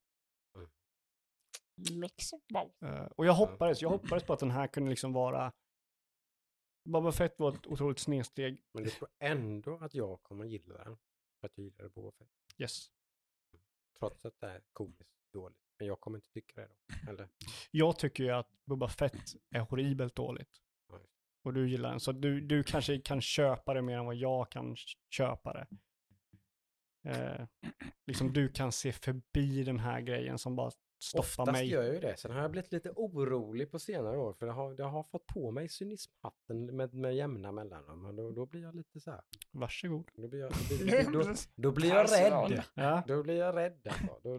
Och jag hoppades på att den här kunde liksom vara... Boba Fett var ett otroligt snedsteg. Men du tror ändå att jag kommer gilla den. För att jag gillar Boba Fett. Yes. Trots att det är komiskt dåligt. Men jag kommer inte tycka det då. Eller? Jag tycker ju att Boba Fett är horribelt dåligt. Och du gillar den. Så du kanske kan köpa det mer än vad jag kan köpa det. Liksom du kan se förbi den här grejen som bara stoppar mig. Oftast gör jag ju det. Sen har jag blivit lite orolig på senare år. För jag har fått på mig cynismhatten med jämna mellanrum. Och då blir jag lite så här. Varsågod. Då blir jag rädd. Ja. Då blir jag rädd. Alltså.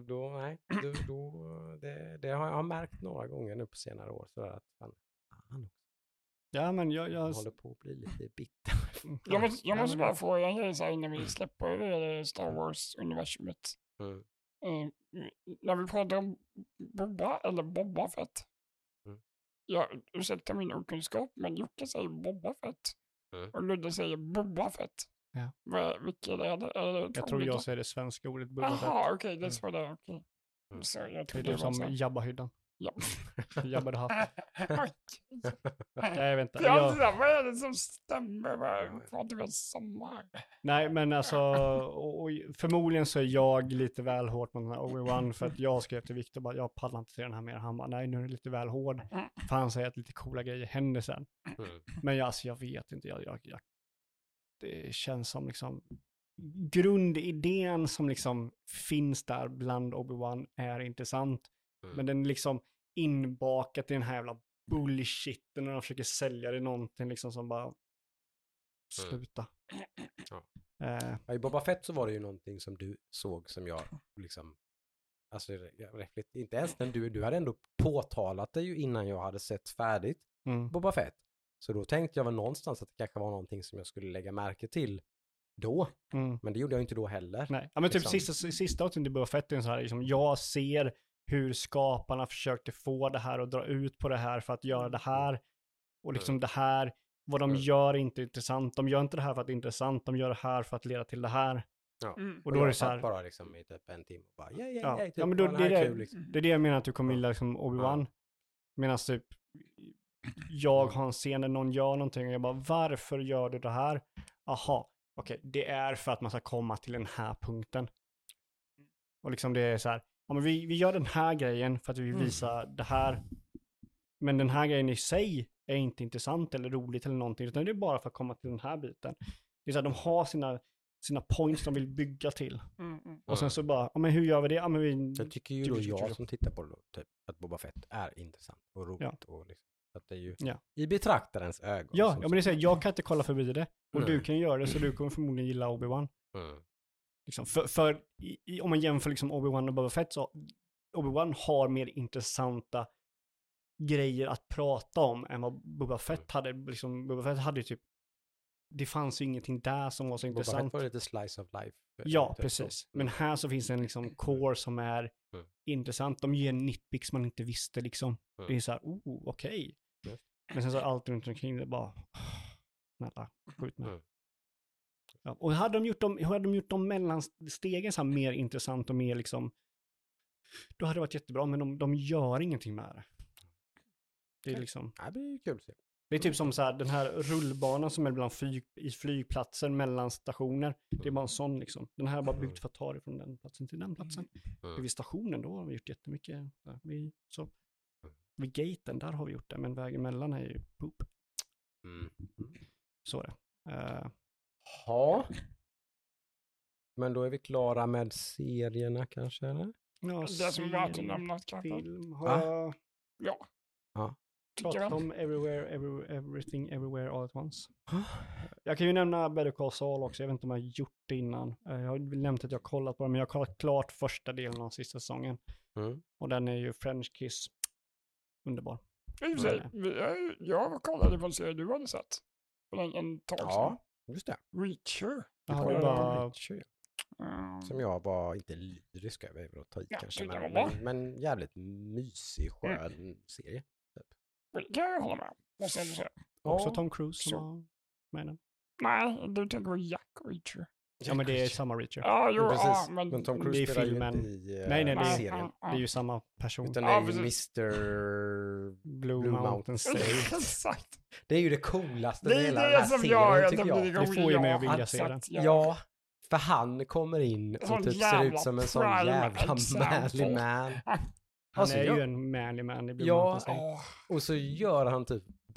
Det har jag märkt några gånger nu på senare år. Så att ja, men jag håller på att bli lite bitter. Jag måste bara få en grej så här innan vi släpper det Star Wars-universumet. När vi pratar om Boba Fett. Ursäkta min okunskap, men Jocke säger Boba Fett. Och Ludde säger Boba Fett. Ja. Vilket är det? Jag tror jag säger det svenska ordet Boba Fett. Jaha, okej, det är så det är. Okay. Så jag tror det är som Jabba-hyddan. Ja. Jabba the Hutt. Jag vet inte. Vad är det som stämmer? Vad är samma? Nej, men alltså och förmodligen så är jag lite väl hårt mot den här Obi-Wan för att jag skrev till Victor bara, jag pallar inte se den här mer. Han bara, nej nu är det lite väl hård. För han säger att lite coola grejer händer sen. Men jag vet inte. Det känns som liksom grundidén som liksom finns där bland Obi-Wan är intressant. Men den är liksom inbakat i den här jävla bullshitten när de försöker sälja det någonting liksom som bara sluta. I Boba Fett så var det ju någonting som du såg som jag liksom alltså inte ens när du hade ändå påtalat det ju innan jag hade sett färdigt Boba Fett. Så då tänkte jag väl någonstans att det kanske var någonting som jag skulle lägga märke till då. Men det gjorde jag inte då heller. Nej, ja, men typ sista avsnittet i Boba Fett är en så här liksom, jag ser hur skaparna försökte få det här och dra ut på det här för att göra det här. Och liksom det här, vad de gör är inte intressant. De gör inte det här för att det är intressant. De gör det här för att leda till det här. Ja. Och då är det så här. Bara liksom i typ en timme och bara, typ, ja, men då, det är det jag menar att du kommer gilla liksom Obi-Wan. Medan typ jag har en scen där någon gör någonting och jag bara, varför gör du det här? Aha, okej, det är för att man ska komma till den här punkten. Och liksom det är så här, ja, men vi gör den här grejen för att vi vill visa det här. Men den här grejen i sig är inte intressant eller roligt eller någonting, utan det är bara för att komma till den här biten. Det är så här, de har sina points de vill bygga till. Och sen så bara, ja, men hur gör vi det? Ja, men jag tycker ju då jag som tittar på det då, typ, att Boba Fett är intressant och roligt och liksom. Att det är ju i betraktarens ögon. Ja, men det är så här, jag kan inte kolla förbi det. Och du kan göra det, så du kommer förmodligen gilla Obi-Wan. Liksom, för om man jämför liksom Obi-Wan och Boba Fett, så Obi-Wan har mer intressanta grejer att prata om än vad Boba Fett hade. Liksom, Boba Fett hade ju typ, det fanns ju ingenting där som var så intressant. Boba Fett var lite slice of life. Ja, precis. Men här så finns det en liksom core som är intressant. De ger nitpicks man inte visste liksom. Det är så här, okej. Men sen så allt runt omkring det bara, snälla, skjut mig. Ja, och hade de gjort de mellanstegen så här mer intressant och mer liksom, då hade det varit jättebra, men de gör ingenting med det. Det är liksom, det blir kul att se. Det är typ som så här, den här rullbanan som är bland flygplatser mellan stationer. Det är bara en sån liksom. Den här är bara byggd för att ta det från den platsen till den platsen. Vid stationen då har vi gjort jättemycket. Vid gaten, där har vi gjort det. Men vägen mellan är ju poop. Så är det. Ja. Men då är vi klara med serierna kanske, eller? Ja, det som var att nämna kanske. Film har jag... Ja. Pratat om Everything Everywhere All at Once. Jag kan ju nämna Better Call Saul också. Jag vet inte om jag har gjort det innan. Jag har nämnt att jag har kollat på det, men jag har kollat klart första delen av sista säsongen. Och den är ju French Kiss. Underbar. Jag kollade på en serie du hade sett. För en tag sedan. Ja, just det. Reacher. Reacher. Som jag var inte lyrisk över att ta i kanske. Men jävligt mysig, skön serie. Det kan jag hålla med. Också Tom Cruise som var med den. Nej, du tänker på Jack Reacher. Ja, men det är samma Reacher. Ja, precis. Men Tom Cruise spelar ju inte i serien. Det är ju samma person. Utan det är ju Mr. Blue Mountain State. Exakt. Det är ju det coolaste med hela den här serien, tycker jag. Det får ju mig att vilja se den. Ja, för han kommer in och typ ser ut som en sån jävla manly man. Han är ju en manly man i Blue Mountain State. Och så gör han typ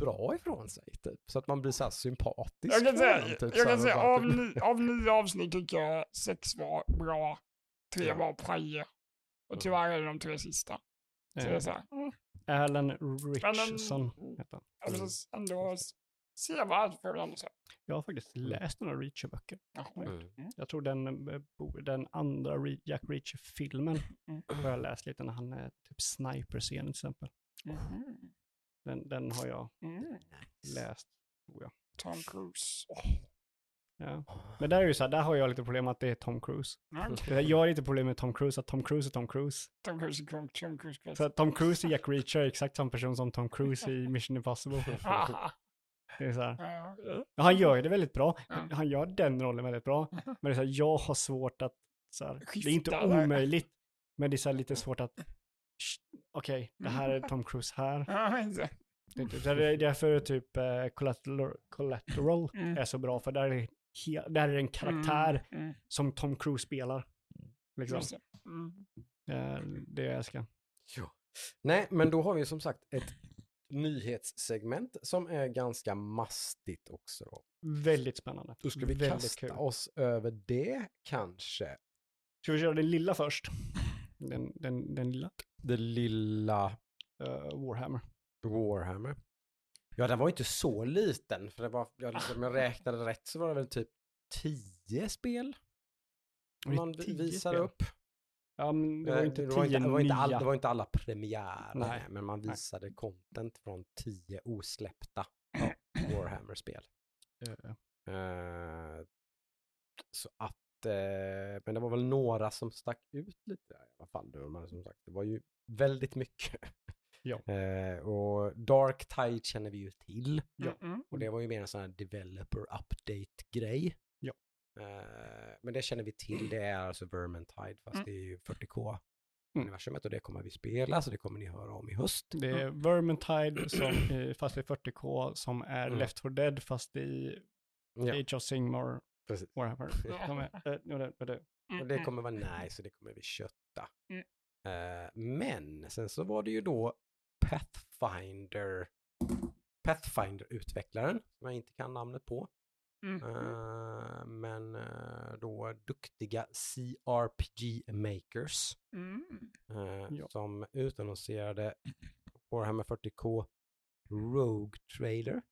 bra ifrån sig. Typ, så att man blir så här sympatisk. Jag kan säga av 9 avsnitt tycker jag 6 var bra, 3 var pajer. Och tyvärr är det de 3 sista. Så det är så här. Alan Richardson heter han. Precis, ändå sevärd för den. Jag har faktiskt läst några Reacher-böcker. Jag tror den andra Jack Reacher-filmen har jag läst lite när han är typ sniper-scenen till exempel. Den har jag läst, tror jag. Tom Cruise. Ja. Men där är ju så här, där har jag lite problem att det är Tom Cruise. Jag har lite problem med Tom Cruise, att Tom Cruise är Tom Cruise. Tom Cruise. Så Tom Cruise i Jack Reacher är exakt samma person som Tom Cruise i Mission Impossible. Det är så här. Ja, han gör det väldigt bra. Han gör den rollen väldigt bra. Men det är så här, jag har svårt att så här, det är inte omöjligt, men det är så här lite svårt att okej, det här är Tom Cruise här. Det är därför typ Collateral är så bra, för där är en karaktär som Tom Cruise spelar. Liksom. Det jag älskar. Ja. Nej, men då har vi som sagt ett nyhetssegment som är ganska mastigt också. Då. Väldigt spännande. Då ska vi kasta oss över det kanske. Ska vi köra den lilla först? Den lilla? Det lilla... Warhammer. Ja, den var inte så liten. För det var, om jag räknade rätt så var det väl typ 10 spel. Man visade upp. Ja, men det var inte 10 det var inte alla premiärer, men man visade content från 10 osläppta Warhammer-spel. Så att, men det var väl några som stack ut lite i alla fall. Men som sagt, det var ju väldigt mycket. Ja. Och Dark Tide känner vi ju till. Ja. Och det var ju mer en sån här developer update-grej. Ja. Men det känner vi till. Det är alltså Vermintide, fast det är ju 40K-universumet, och det kommer vi spela, så det kommer ni höra om i höst. Det är Vermintide som fast i 40K, som är Left 4 Dead fast i Age of Sigmar. Precis. Warhammer. Och det kommer vara nice, och det kommer vi kötta. Men sen så var det ju då Pathfinder-utvecklaren, som jag inte kan namnet på. Men då duktiga CRPG Makers som utannonserade Warhammer 40K Rogue Trader.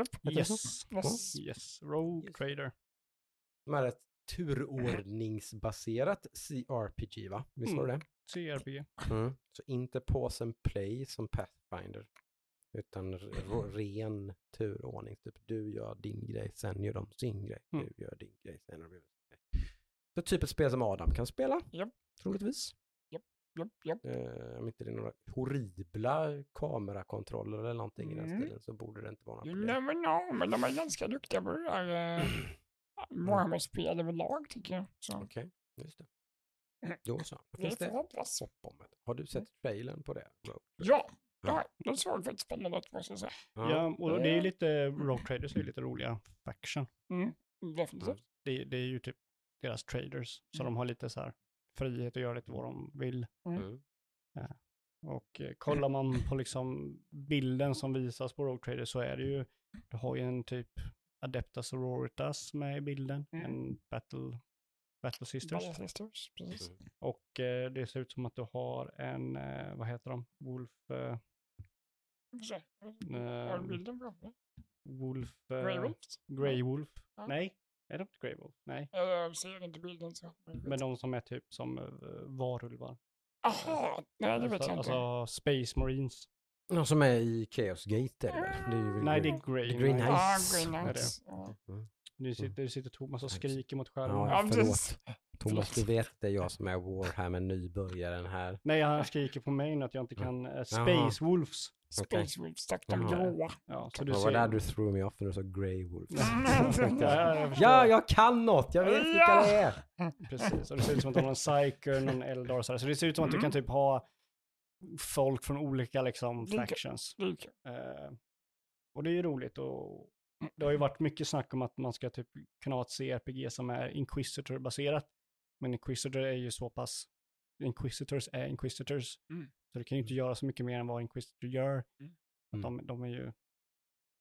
Yes, Rogue Trader. De är ett turordningsbaserat CRPG, va? Visst var det? CRPG. Så inte pause and play som Pathfinder, utan ren turordning. Typ du gör din grej, sen gör de sin grej. Du gör din grej, sen gör de sin grej. Så typ ett spel som Adam kan spela, troligtvis. Om inte det är några horribla kamerakontroller eller någonting i den stilen, så borde det inte vara något problem. Men de är ganska duktiga på det här Warhammer-spel överlag, tycker jag. Okej, just det. Då så. Finns det hopp om det? Har du sett trailern på det? Ja, det såg väldigt spännande ut, måste jag säga. Ja, och det är lite, Rogue Traders är lite roliga faction. Definitivt. Det är ju typ deras traders, så de har lite så här frihet att göra lite vad de vill. Och kollar man på liksom bilden som visas på Rogue Traders, så är det ju, du har ju en typ Adepta Sororitas med i bilden, en Battle Sisters. Precis. Och det ser ut som att du har en, vad heter de? Grey Wolf. Nej, är det inte Grey Wolf? Nej. Jag ser inte bilden så. Men de som är typ som varulvar. Aha, nej det vet jag inte. Alltså Space Marines. De som är i Chaos Gate, är det väl? Det är ju nej, det är Grey Knights. Nu sitter Thomas och skriker mot skärmen. Ja, förlåt. Thomas, du vet det är jag som är Warhammer nybörjaren här. Nej, han skriker på mig att jag inte kan Space Wolves. Space Wolves, tack, de gråa. Ja, så det var där du threw me off när du sa Grey Wolf. Ja, jag kan något. Jag vet vilka det är. Precis, och det ser ut som att de har en Psyker, någon Eldar och så där. Så det ser ut som att du kan typ ha folk från olika liksom factions. Och det är ju roligt, och det har ju varit mycket snack om att man ska typ kunna ha ett CRPG som är Inquisitor-baserat. Men Inquisitor är ju så pass... Inquisitors är Inquisitors. Så det kan ju inte göra så mycket mer än vad Inquisitor gör. De är ju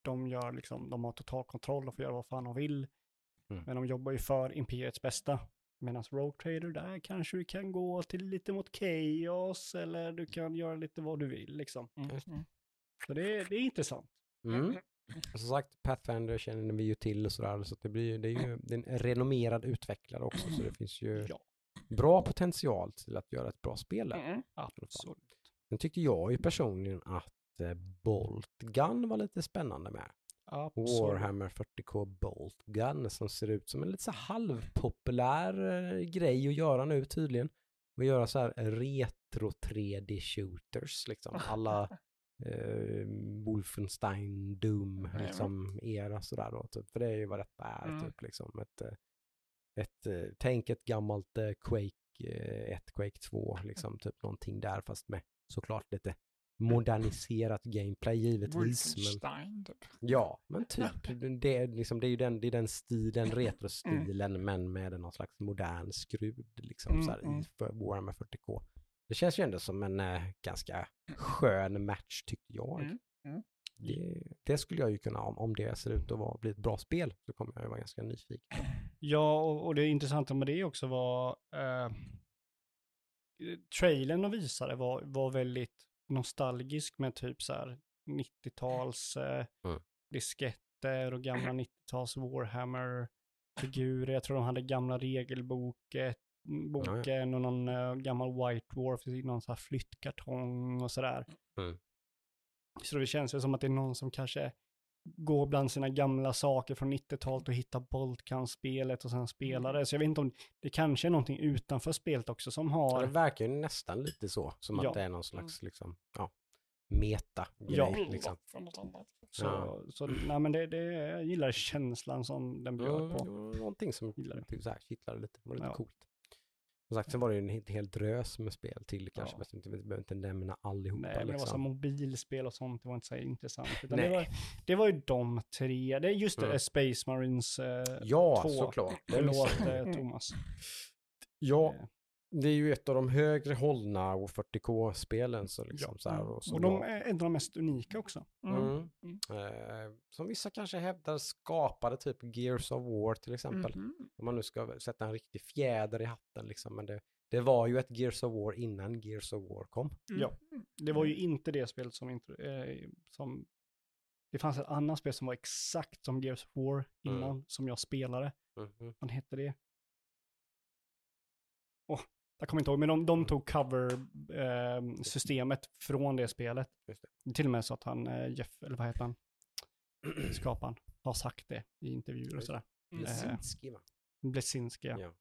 De gör liksom, de har total kontroll och får göra vad fan de vill. Mm. Men de jobbar ju för Imperiets bästa. Medan Rogue Trader, där kanske du kan gå till lite mot Chaos, eller du kan göra lite vad du vill liksom. Så det är intressant. Som sagt, Pathfinder känner vi ju till och sådär, så det är ju en renommerad utvecklare också, så det finns ju bra potential till att göra ett bra spel där. Absolut. Sen tyckte jag ju personligen att Bolt Gun var lite spännande med. Absolut. Warhammer 40K Bolt Gun som ser ut som en lite så halvpopulär grej att göra nu tydligen. Och göra så här retro 3D shooters liksom. Alla Wolfenstein, Doom liksom era sådär då. Typ. För det är ju vad detta är typ liksom. Tänk ett gammalt Quake 1, Quake 2 liksom typ någonting där fast med såklart lite moderniserat gameplay givetvis. Wolfenstein typ. Ja, men typ. Det är den stilen, retrostilen men med någon slags modern skrud liksom så här, i Warhammer 40K. Det känns ju ändå som en ganska skön match tycker jag. Det skulle jag ju kunna, om det ser ut att bli ett bra spel så kommer jag ju vara ganska nyfiken. Ja, och det intressanta med det också var trailern och visade var väldigt nostalgisk med typ så här 90-tals disketter och gamla 90-tals Warhammer-figurer. Jag tror de hade gamla regelboken och någon gammal White Dwarf i någon så här flyttkartong och sådär. Så det känns ju som att det är någon som kanske går bland sina gamla saker från 90-talet och hittar Boltgun-spelet och sen spelar det. Så jag vet inte om det kanske är någonting utanför spelet också som har... Det verkar ju nästan lite så, som att det är någon slags liksom, meta-grej. Liksom. Så nej, men jag gillar känslan som den bjöd på. Någonting som typ så här kittlar lite, det var lite coolt. Som sagt, sen var det ju en helt drös med spel till kanske, men vi behöver inte nämna allihopa. Nej, men det var liksom. så mobilspel och sånt, det var inte så intressant. Utan det var ju de tre, det är just det, Space Marines 2. Såklart. Förlåt, Thomas. Ja, det är ju ett av de högre hållna 40K-spelen. Så liksom, så här, och de är en av de mest unika också. Som vissa kanske hävdar skapade typ Gears of War till exempel. Om man nu ska sätta en riktig fjäder i hatten. Liksom. Men det var ju ett Gears of War innan Gears of War kom. Ja, det var ju inte det spelet som... Det fanns ett annat spel som var exakt som Gears of War innan, som jag spelade. Vad hette det? Jag kommer inte ihåg, men de tog cover-systemet från det spelet. Just det. Till och med så att han, Jeff, eller vad heter han? Skaparen, har sagt det i intervjuer och sådär. Blesinski, va? Blesinski, ja.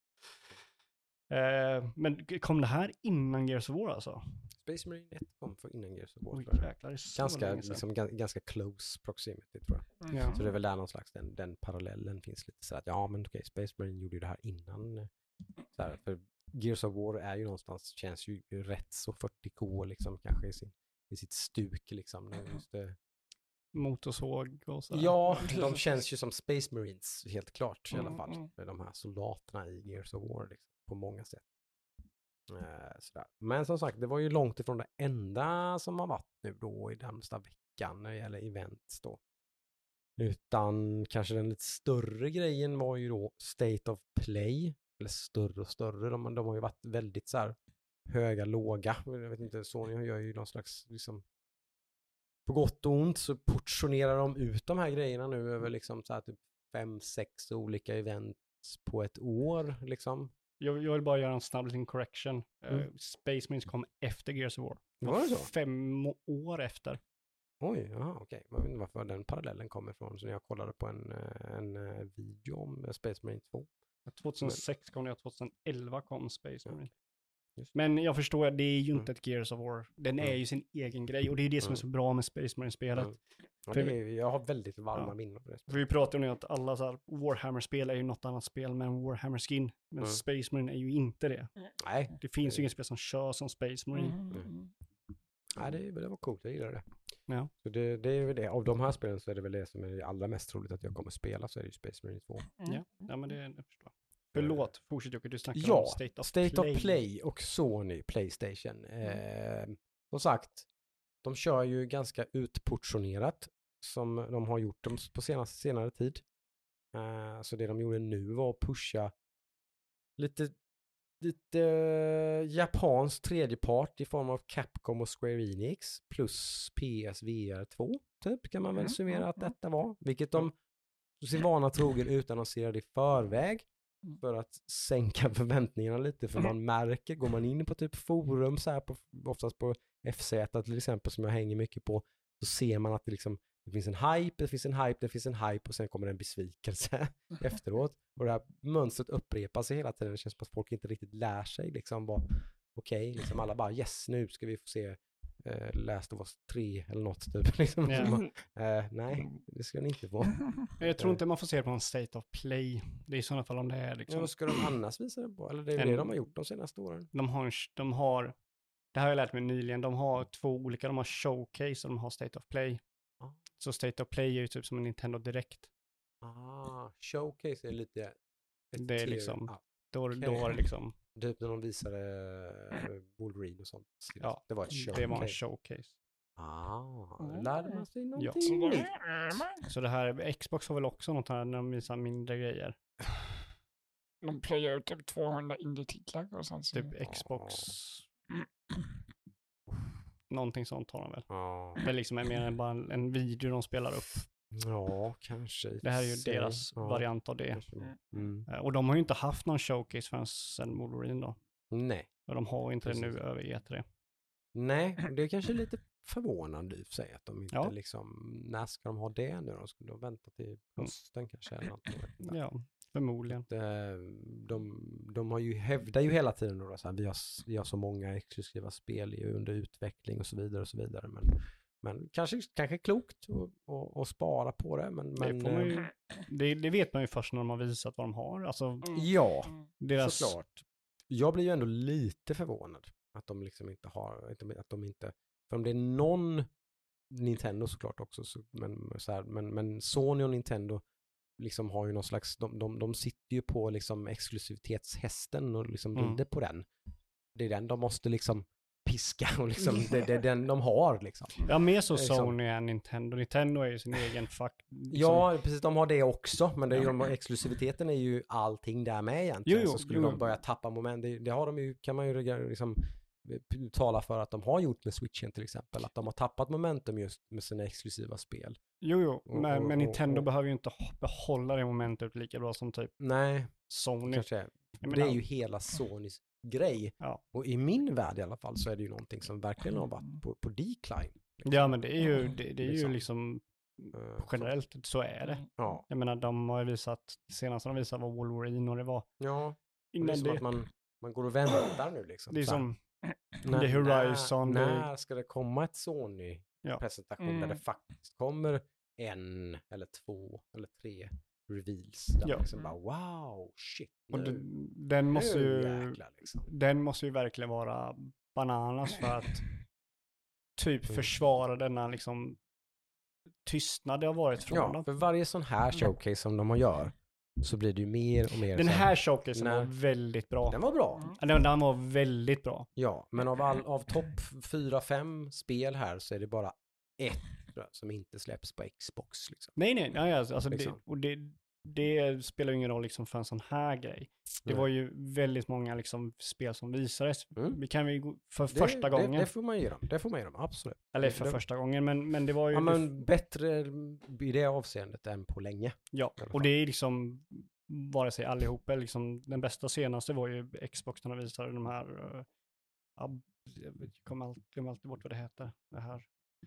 Men kom det här innan Gears of War alltså? Space Marine 1 kom för innan Gears of War. Oj, jäklar, ganska close proximity tror jag. Så det är väl där någon slags den parallellen finns lite så att okej, Space Marine gjorde ju det här innan. Så här, för Gears of War är ju någonstans, känns ju rätt så 40K liksom kanske i sitt stuk liksom. Just det. Motorsåg och sådär. Ja, de känns ju som Space Marines helt klart i alla fall. De här soldaterna i Gears of War liksom, på många sätt. Sådär. Men som sagt, det var ju långt ifrån det enda som har varit nu då i den närmsta veckan när det gäller events då. Utan kanske den lite större grejen var ju då State of Play. Eller större och större. De har ju varit väldigt så här höga, låga. Jag vet inte, Sony gör ju någon slags liksom, på gott och ont så portionerar de ut de här grejerna nu över liksom så här typ 5-6 olika events på ett år liksom. Jag vill bara göra en snabb liten correction. Space Marines kom efter Gears of War. Var det så? 5 år efter. Oj, jaha, okej. Jag vet inte varför den parallellen kommer ifrån. Så när jag kollade på en video om Space Marine 2. 2006 kom det, 2011 kom Space Marine. Men jag förstår att det är ju inte ett Gears of War. Den är ju sin egen grej. Och det är det som är så bra med Space Marine-spelet. Jag har väldigt varma minnen på det. För vi pratar ju nu att alla så här Warhammer-spel är ju något annat spel med en Warhammer-skin. Men Space Marine är ju inte det. Nej. Det finns ju ingen spel som kör som Space Marine. Nej, det var coolt. Jag gillar det. Ja. Så det är väl det. Av de här spelen så är det väl det som är allra mest troligt att jag kommer spela, så är det ju Space Marine 2. Ja, men det förstår jag. Förlåt, fortsätt Jocke, du snackar om State of Play och Sony Playstation. Som sagt, de kör ju ganska utportionerat. som de har gjort på senare tid. Så det de gjorde nu var att pusha lite japansk tredjepart i form av Capcom och Square Enix plus PSVR 2 typ kan man väl summera att detta var. Vilket de sin vana trogen utannonserade i förväg för att sänka förväntningarna lite, för man märker, går man in på typ forum så här oftast på FZ till exempel som jag hänger mycket på, så ser man att det finns en hype och sen kommer en besvikelse efteråt. Och det här mönstret upprepar sig hela tiden. Det känns som att folk inte riktigt lär sig liksom liksom alla bara yes, nu ska vi få se Last of Us 3 eller något typ. Liksom. Nej, det ska ni inte få. Jag tror inte man får se det på en State of Play. Det är i sådana fall om det är liksom. Ja, vad ska de annars visa det på? Eller det är det de har gjort de senaste åren. De har, det har jag lärt mig nyligen, de har 2 olika, de har Showcase och de har State of Play. Så State of Play är ju typ som en Nintendo Direct. Showcase är lite... Det är liksom... Då var det liksom... Typ när de visade Wolverine och sånt. Ja, det var ett showcase. Det var en showcase. Lärde man sig någonting nytt. Så det här, Xbox har väl också något här när de visar mindre grejer. De playar ut typ 200 indie-titlar och sånt. Typ Xbox... Någonting sånt har de väl. Det liksom är mer än bara en video de spelar upp. Ja, kanske. Det här är ju deras variant av det. Och de har ju inte haft någon showcase förrän sen Wolverine då. Nej. Och de har inte det nu över E3. Nej, det är kanske lite förvånande i sig att de inte liksom, när ska de ha det nu? De skulle vänta till hösten kanske eller något. Ja, förmodligen. De har ju hävdar ju hela tiden då, så här, vi har så många exklusiva spel under utveckling och så vidare. Men kanske klokt att spara på det. Men det vet man ju först när de har visat vad de har. Alltså, ja, såklart. Jag blir ju ändå lite förvånad att de liksom inte har, att de inte, för om det är någon Nintendo såklart också, men Sony och Nintendo liksom har ju någon slags, de sitter ju på liksom exklusivitetshästen och liksom rider på den. Det är den de måste liksom piska och liksom det är den de har liksom. Ja, mer så Sony än Nintendo. Nintendo är ju sin egen fack. Ja, precis, de har det också, men det är ju, exklusiviteten är ju allting där med egentligen. Så skulle de börja tappa moment, det har de ju, kan man ju liksom tala för att de har gjort med Switchen till exempel, att de har tappat momentum just med sina exklusiva spel. Men Nintendo behöver ju inte behålla det momentet lika bra som typ Sony. Kanske. Det är ju hela Sonys grej. Ja. Och i min värld i alla fall så är det ju någonting som verkligen har varit på decline. Liksom. Ja, men det är ju liksom generellt så är det. Ja. Jag menar, de har ju visat, senast de visade var Wolverine och det var... Ja, det är som att man går och väntar nu liksom. Det är som The Horizon. När ska det komma ett Sony-presentation där det faktiskt kommer 1 eller 2 eller 3 reveals där liksom bara wow, shit. Och den måste ju verkligen vara bananas för att typ försvara denna liksom tystnad det har varit från dem. För varje sån här showcase som de gör så blir det ju mer och mer. Den här showcasen var väldigt bra. Den var bra. Den var väldigt bra. Ja, men av topp 4-5 spel här så är det bara ett som inte släpps på Xbox liksom. Nej, alltså liksom. Det spelar ju ingen roll liksom för en sån här grej. Det var ju väldigt många liksom spel som visades. Vi kan ju för första gången. Det får man ge dem, absolut. Eller för första gången, men det var ju... Ja, men bättre i det avseendet än på länge. Ja, och det är liksom vare sig allihopa, liksom den bästa senaste var ju Xbox när de visade de här jag kommer alltid bort vad det heter. Det här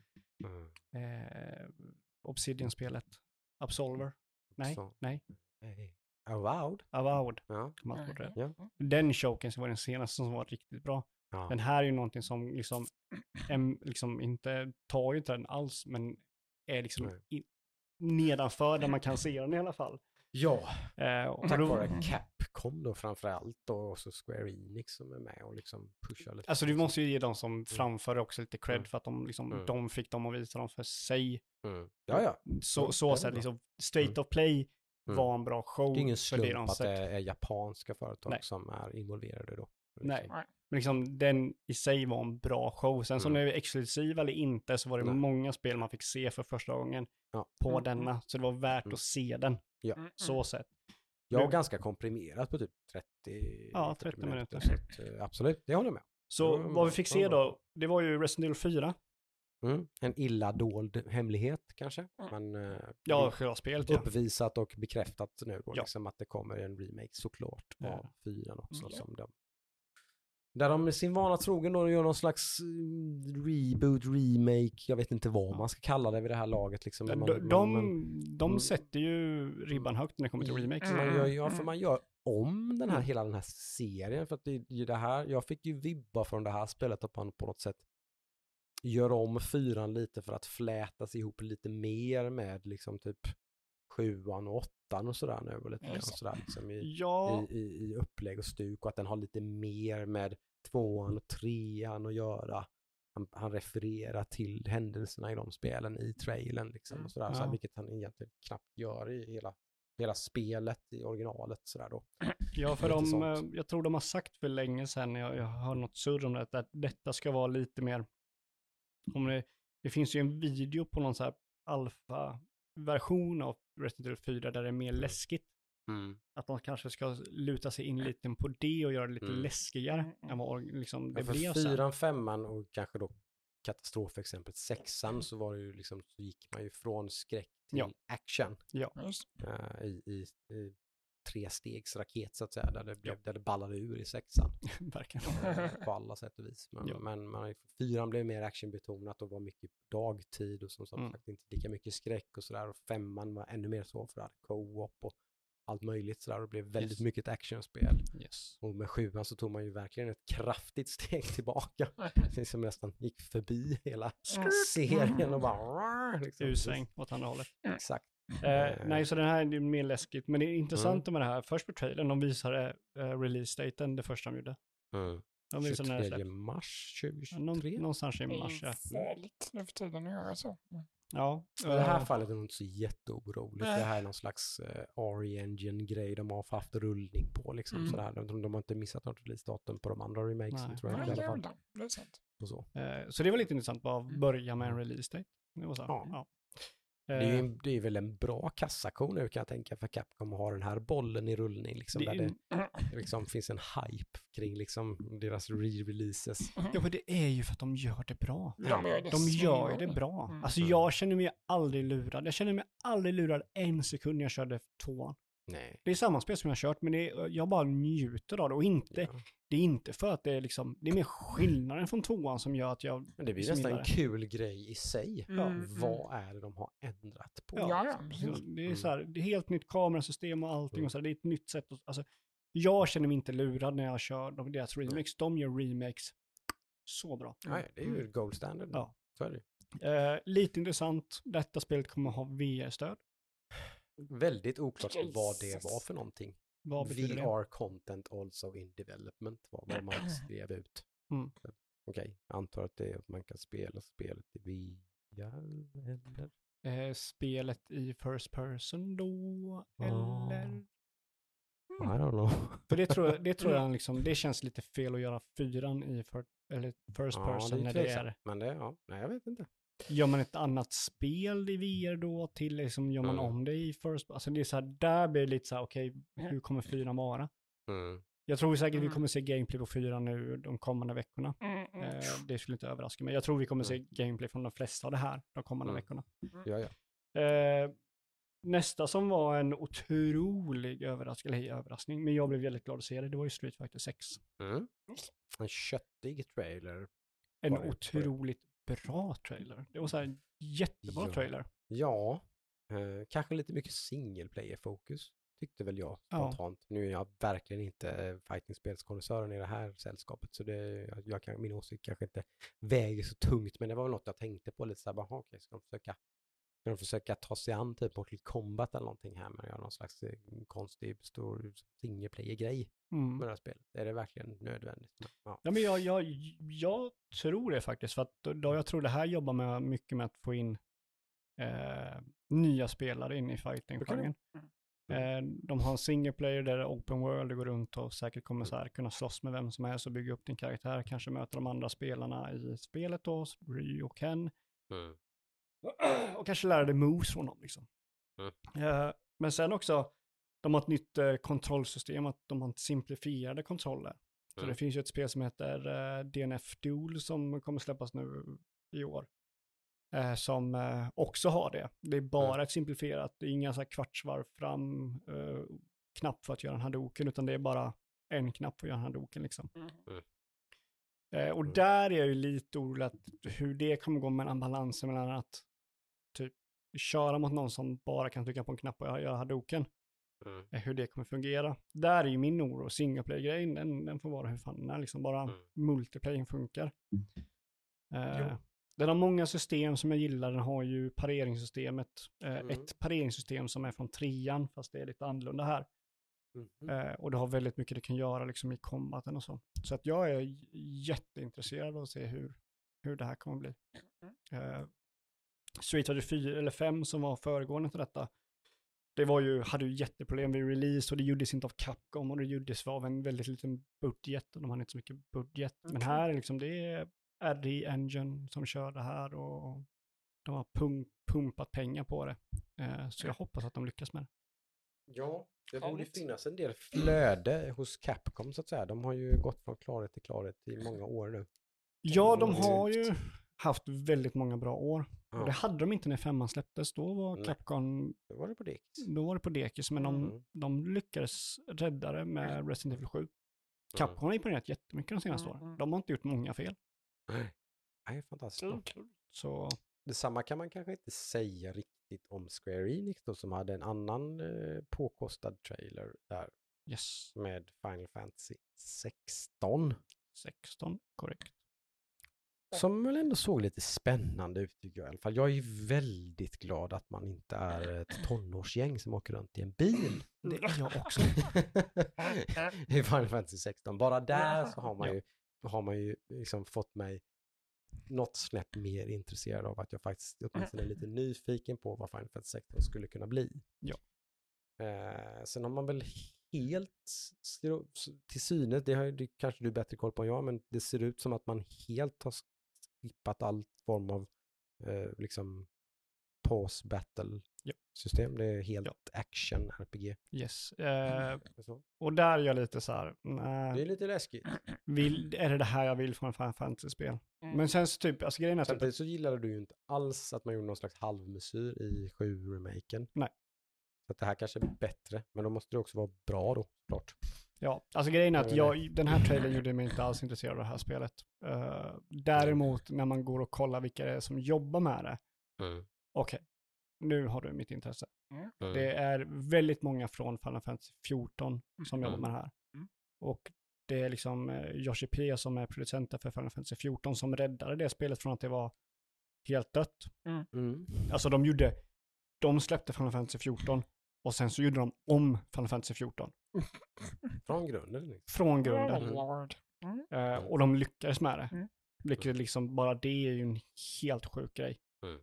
Obsidian-spelet. Absolver. Nej. Avowed. Ja. Den showcase var den senaste som var riktigt bra. Ja. Den här är ju någonting som liksom inte tar ju inte den alls, men är liksom nedanför där man kan se den i alla fall. Ja, tack vare Capcom då framförallt och så Square Enix som är med och liksom pushar lite. Alltså du måste ju ge dem som framför också lite cred för att de liksom, de fick dem att visa dem för sig. Ja. Så att liksom State of Play var en bra show. Det är ingen slump att det är japanska företag som är involverade då. Nej. Men liksom den i sig var en bra show. Sen så när det är exklusiv eller inte så var det många spel man fick se för första gången på denna. Så det var värt att se den. Ja. Så sett. Jag ganska komprimerat på typ 30 minuter. Så att, absolut, det håller jag med. Så vad vi fick se då, det var ju Resident Evil 4. En illa dold hemlighet kanske. Men själva spelet. Uppvisat och bekräftat nu då, liksom att det kommer en remake såklart av 4 också. Som där de med sin vana trogen då gör någon slags reboot, remake, jag vet inte vad man ska kalla det vid det här laget. Liksom. De sätter ju ribban högt när det kommer till remakes. För man gör om hela den här serien. För att det här, jag fick ju vibba från det här spelet att man på något sätt gör om 4 lite för att flätas ihop lite mer med liksom typ 7:an och 8:an och sådär nu och lite grann sådär liksom i upplägg och stuk, och att den har lite mer med 2:an och 3:an att göra. Han refererar till händelserna i de spelen i trailern liksom och sådär, så vilket han egentligen knappt gör i hela spelet i originalet sådär då. Ja, för jag tror de har sagt för länge sedan, jag har något surr om det, att detta ska vara lite mer, det finns ju en video på någon så här alfa-version av Resident Evil 4 där det är mer läskigt. Att de kanske ska luta sig in lite på det och göra det lite läskigare än vad liksom det blev sen. 4:an, 5:an och kanske då katastrofexemplet 6:an så var det ju liksom, så gick man ju från skräck till action. Ja. I 3-stegs raket så att säga, där det ballade ur i 6:an. Verkligen. På alla sätt och vis. Men 4:an blev mer actionbetonat och var mycket dagtid och som sagt inte lika mycket skräck och sådär. Och 5:an var ännu mer så, för det hade co-op och allt möjligt sådär, och det blev väldigt mycket actionspel. Och med 7:an så tog man ju verkligen ett kraftigt steg tillbaka. Det som nästan gick förbi hela serien och bara liksom, usväng åt andra hållet. Exakt. Nej, så den här är mer läskigt. Men det är intressant med det här. Först på trailern, de visade release-daten, det första de gjorde. De 23 mars 2023. Någonstans i mars, Det är farligt nu för tiden att göra så. Ja. I det här fallet är det inte så jätteoroligt. Det här är någon slags RE-engine-grej de har haft rullning på. Liksom, sådär. De har inte missat något release-datum på de andra remakesen, tror jag. I alla fall. Det är sant. Och så det var lite intressant bara att börja med en release-date. Det var så. Ja. Det är väl en bra kassakon nu, kan jag tänka, för Capcom att ha den här bollen i rullning liksom, där det liksom finns en hype kring liksom deras re-releases. Ja, men det är ju för att de gör det bra. De gör det bra. Alltså jag känner mig aldrig lurad. Jag känner mig aldrig lurad en sekund när jag körde 2:an. Nej. Det är samma spel som jag har kört, men jag bara njuter av det. Och det är inte för att det är liksom, det är mer skillnaden från 2:an som gör att jag... Men det blir nästan en kul grej i sig. Vad är det de har ändrat på? Ja. Det är så här, det är helt nytt kamerasystem och allting och så här, det är ett nytt sätt att, alltså, jag känner mig inte lurad när jag kör deras remakes. De gör remakes så bra. Nej, det är ju gold standard. Ja. Så är det. Lite intressant, detta spelet kommer ha VR-stöd. Väldigt oklart vad det var för någonting. Vad betyder VR content also in development var vad man skrev ut. Okej, jag antar att det är att man kan spela spelet i VR eller? Spelet i first person då, eller? I don't know. För det tror jag liksom, det känns lite fel att göra 4:an i first person när det är. Men nej, jag vet inte. Gör man ett annat spel i VR då till liksom, gör man om det i first, alltså det är så här, där blir det lite så här, okej, hur kommer 4:an vara? Jag tror säkert vi kommer se gameplay på 4 nu de kommande veckorna. Det skulle inte överraska mig. Jag tror vi kommer se gameplay från de flesta av det här de kommande veckorna. Ja. Nästa som var en otrolig överraskning, men jag blev väldigt glad att se det var ju Street Fighter 6. En köttig trailer. En otroligt bra trailer. Det var så här en jättebra trailer. Ja, kanske lite mycket single player-fokus. Tyckte väl jag spontant. Nu är jag verkligen inte fighting-spelskonnässören i det här sällskapet, så min åsikt kanske inte väger så tungt, men det var väl något jag tänkte på lite så här, okej, ska de försöka ta sig an typ Mortal Kombat eller någonting här, men göra någon slags konstig stor single player-grej med det här spelet. Är det verkligen nödvändigt? Ja, men jag tror det faktiskt, för att då jag tror det här jobbar mycket med att få in nya spelare in i fighting-genren. De har en single player där det är open world, det går runt och säkert kommer så här kunna slåss med vem som helst och bygga upp din karaktär, kanske möta de andra spelarna i spelet då, Ryu och Ken. Och kanske lära dig moves från dem liksom. Men sen också, de har ett nytt kontrollsystem, att de har simplifierade kontroller. Så det finns ju ett spel som heter DNF Duel som kommer släppas nu i år. Som också har det. Det är bara ett simplifierat, det är inga så här kvartsvarv fram knapp för att göra en Hadouken, utan det är bara en knapp för att göra en Hadouken liksom. Och där är jag ju lite orolig att hur det kommer gå med en balans mellan att typ köra mot någon som bara kan trycka på en knapp och göra Hadouken. Hur det kommer fungera. Där är ju min oro. Singleplay-grejen, den får vara hur fan den är. Liksom bara multiplayer funkar. Den har många system som jag gillar. Den har ju pareringssystemet. Ett pareringssystem som är från 3:an, fast det är lite annorlunda här. Och det har väldigt mycket det kan göra liksom i combaten och så. Så att jag är jätteintresserad av att se hur det här kommer bli. Street Fighter 4 eller 5 som var föregående till detta. Det hade ju jätteproblem vid release och det gjordes inte av Capcom och det gjordes av en väldigt liten budget och de hade inte så mycket budget. Men här är liksom det är RE Engine som kör det här och de har pumpat pengar på det. Så jag hoppas att de lyckas med det. Ja, det borde finnas en del flöde hos Capcom så att säga. De har ju gått från klarhet till klarhet i många år nu. Ja, de har ju haft väldigt många bra år. Ja. Och det hade de inte när 5:an släpptes. Då var Capcom... Då var det på dekis. Då var det på dekis, men de lyckades rädda det med Resident Evil 7. Capcom har imponerat jättemycket de senaste åren. De har inte gjort många fel. Nej, det är fantastiskt. Så... Detsamma kan man kanske inte säga riktigt om Square Enix då, som hade en annan påkostad trailer där. Yes. Med Final Fantasy 16. 16, korrekt. Som väl ändå såg lite spännande ut tycker jag i alla fall. Jag är väldigt glad att man inte är ett tonårsgäng som åker runt i en bil. Det är jag också. I Final Fantasy 16. Bara där så har man ju liksom fått mig något snäpp mer intresserad av att jag faktiskt åtminstone är lite nyfiken på vad Final Fantasy 16 skulle kunna bli. Ja. Sen har man väl helt till synes, det kanske du bättre koll på än jag, men det ser ut som att man helt har skippat all form av liksom pause battle system. Det är helt action RPG. Yes. Och där är jag lite så här. Det är lite läskigt. Är det här jag vill från Final Fantasy-spel? Men sen så typ, alltså grejen är samtidigt så gillade du ju inte alls att man gjorde någon slags halvmesyr i 7-remaken. Nej. Så att det här kanske är bättre, men då måste det också vara bra då, klart. Ja, alltså grejen är att den här trailern gjorde mig inte alls intresserad av det här spelet. Däremot när man går och kollar vilka det är som jobbar med det. Okej, nu har du mitt intresse. Det är väldigt många från Final Fantasy 14 som jobbar med det här. Och det är liksom Yoshi P som är producenten för Final Fantasy 14 som räddade det spelet från att det var helt dött. Alltså de släppte Final Fantasy 14 och sen så gjorde de om Final Fantasy 14. Från grunden? Liksom. Från grunden. Och de lyckades med det. Vilket liksom, bara det är ju en helt sjuk grej.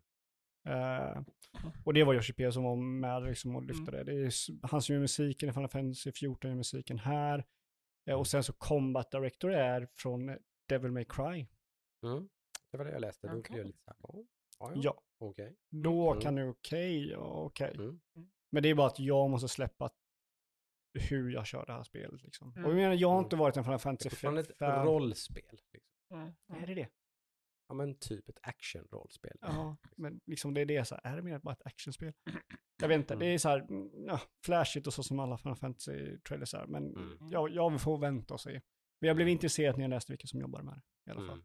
Och det var Yoshi P som var med liksom och lyfte det. Det är han som gör musiken i Final Fantasy 14, gör musiken här. Och sen så Combat Director är från Devil May Cry. Det var det jag läste. Då blev jag lite så här. Ja. Okay. Då kan det okej. Men det är bara att jag måste släppa hur jag kör det här spelet. Liksom. Och jag menar, jag har inte varit en Final Fantasy 5. Det är ett rollspel. Liksom. Är det? Ja, men typ ett action-rollspel. Ja, men liksom det är det så här. Är det mer bara ett actionspel? Jag vet inte, det är så här flashigt och så som alla Final Fantasy-trailers är. Men jag vill få vänta och se. Men jag blev intresserad när jag läste vilka som jobbar med det i alla fall.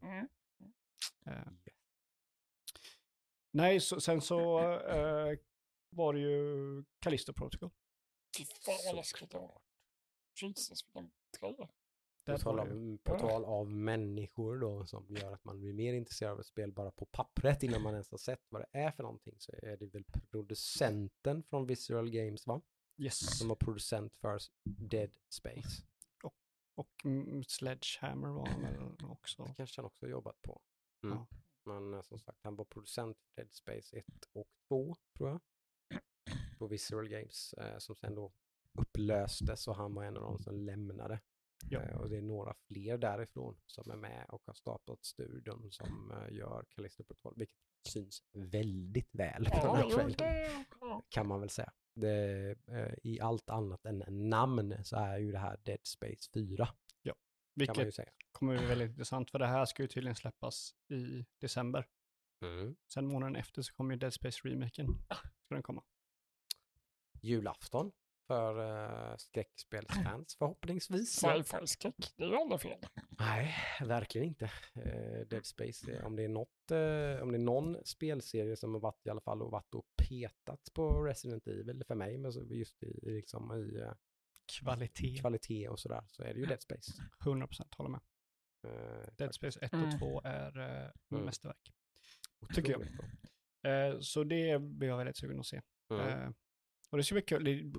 Nej, sen så var det ju Callisto Protocol. Fy fan vad läskigt det var. Jesus, vilken trailer. På tal av människor då, som gör att man blir mer intresserad av ett spel bara på pappret innan man ens har sett vad det är för någonting, så är det väl producenten från Visceral Games, va? Yes. Som var producent för Dead Space. Och Sledgehammer var han väl också. Det kanske han också har jobbat på. Ja. Men som sagt, han var producent för Dead Space 1 och 2, tror jag. på Visceral Games som sen då upplöstes och han var en av de som lämnade. Och det är några fler därifrån som är med och har startat studion som gör Callisto Protocol, vilket syns väldigt väl på den här trailern, kan man väl säga. I allt annat än namn så är ju det här Dead Space 4. Ja, vilket kan man ju säga. Kommer bli väldigt intressant, för det här ska ju tydligen släppas i december. Sen månaden efter så kommer ju Dead Space-remaken. Ska den komma. Julafton för skräckspelsfans förhoppningsvis. Sci-fi-skräck, det är ju aldrig fel. Nej, verkligen inte. Dead Space, om det är någon spelserie som har varit i alla fall och varit och petat på Resident Evil för mig, men så just i kvalitet och sådär, så är det ju Dead Space. 100% håller med. Dead Space 1 och 2 är mästerverk. Tycker jag. Så det blir jag väldigt sugen att se. Och det ska bli kul.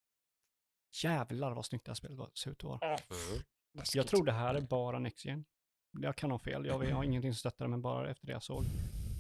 Jävlar vad snyggt det här spelet ser ut att vara. Jag tror det här är bara Next Gen. Jag kan ha fel. Jag har ingenting som stöttar det, men bara efter det jag såg.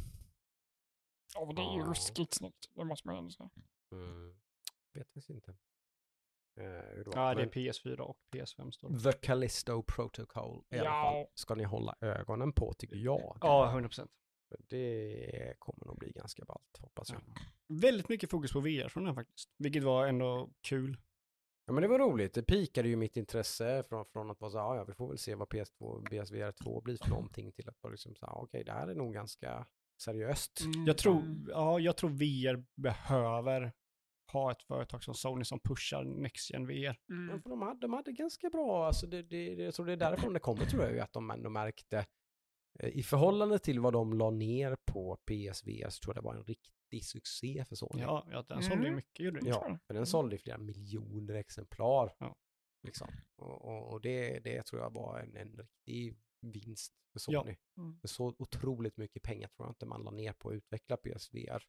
Ja, det är ju ruskigt snyggt. Det måste man ändå säga. Vet faktiskt inte. Det är PS4 och PS5 står det. The Callisto Protocol i alla fall ska ni hålla ögonen på, tycker jag. Ja, 100%. Det kommer nog bli ganska ballt, hoppas jag. Väldigt mycket fokus på VR från den faktiskt, vilket var ändå kul. Ja, men det var roligt. Det pikade ju mitt intresse från att vara så här, vi får väl se vad PSVR 2 blir för någonting, till att vara liksom så här, okej, det här är nog ganska seriöst. Jag tror VR behöver ha ett företag som Sony som pushar Next Gen VR. Ja, för de hade ganska bra, alltså jag tror det är därifrån det kommer, tror jag ju, att de ändå märkte i förhållande till vad de la ner på PSVR, så tror jag det var en riktig succé för Sony. Ja, den sålde ju mycket, gjorde den. Ja, för den sålde flera miljoner exemplar. Ja. Liksom. Och det tror jag var en riktig vinst för Sony. Så otroligt mycket pengar tror jag inte man la ner på att utveckla PSVR.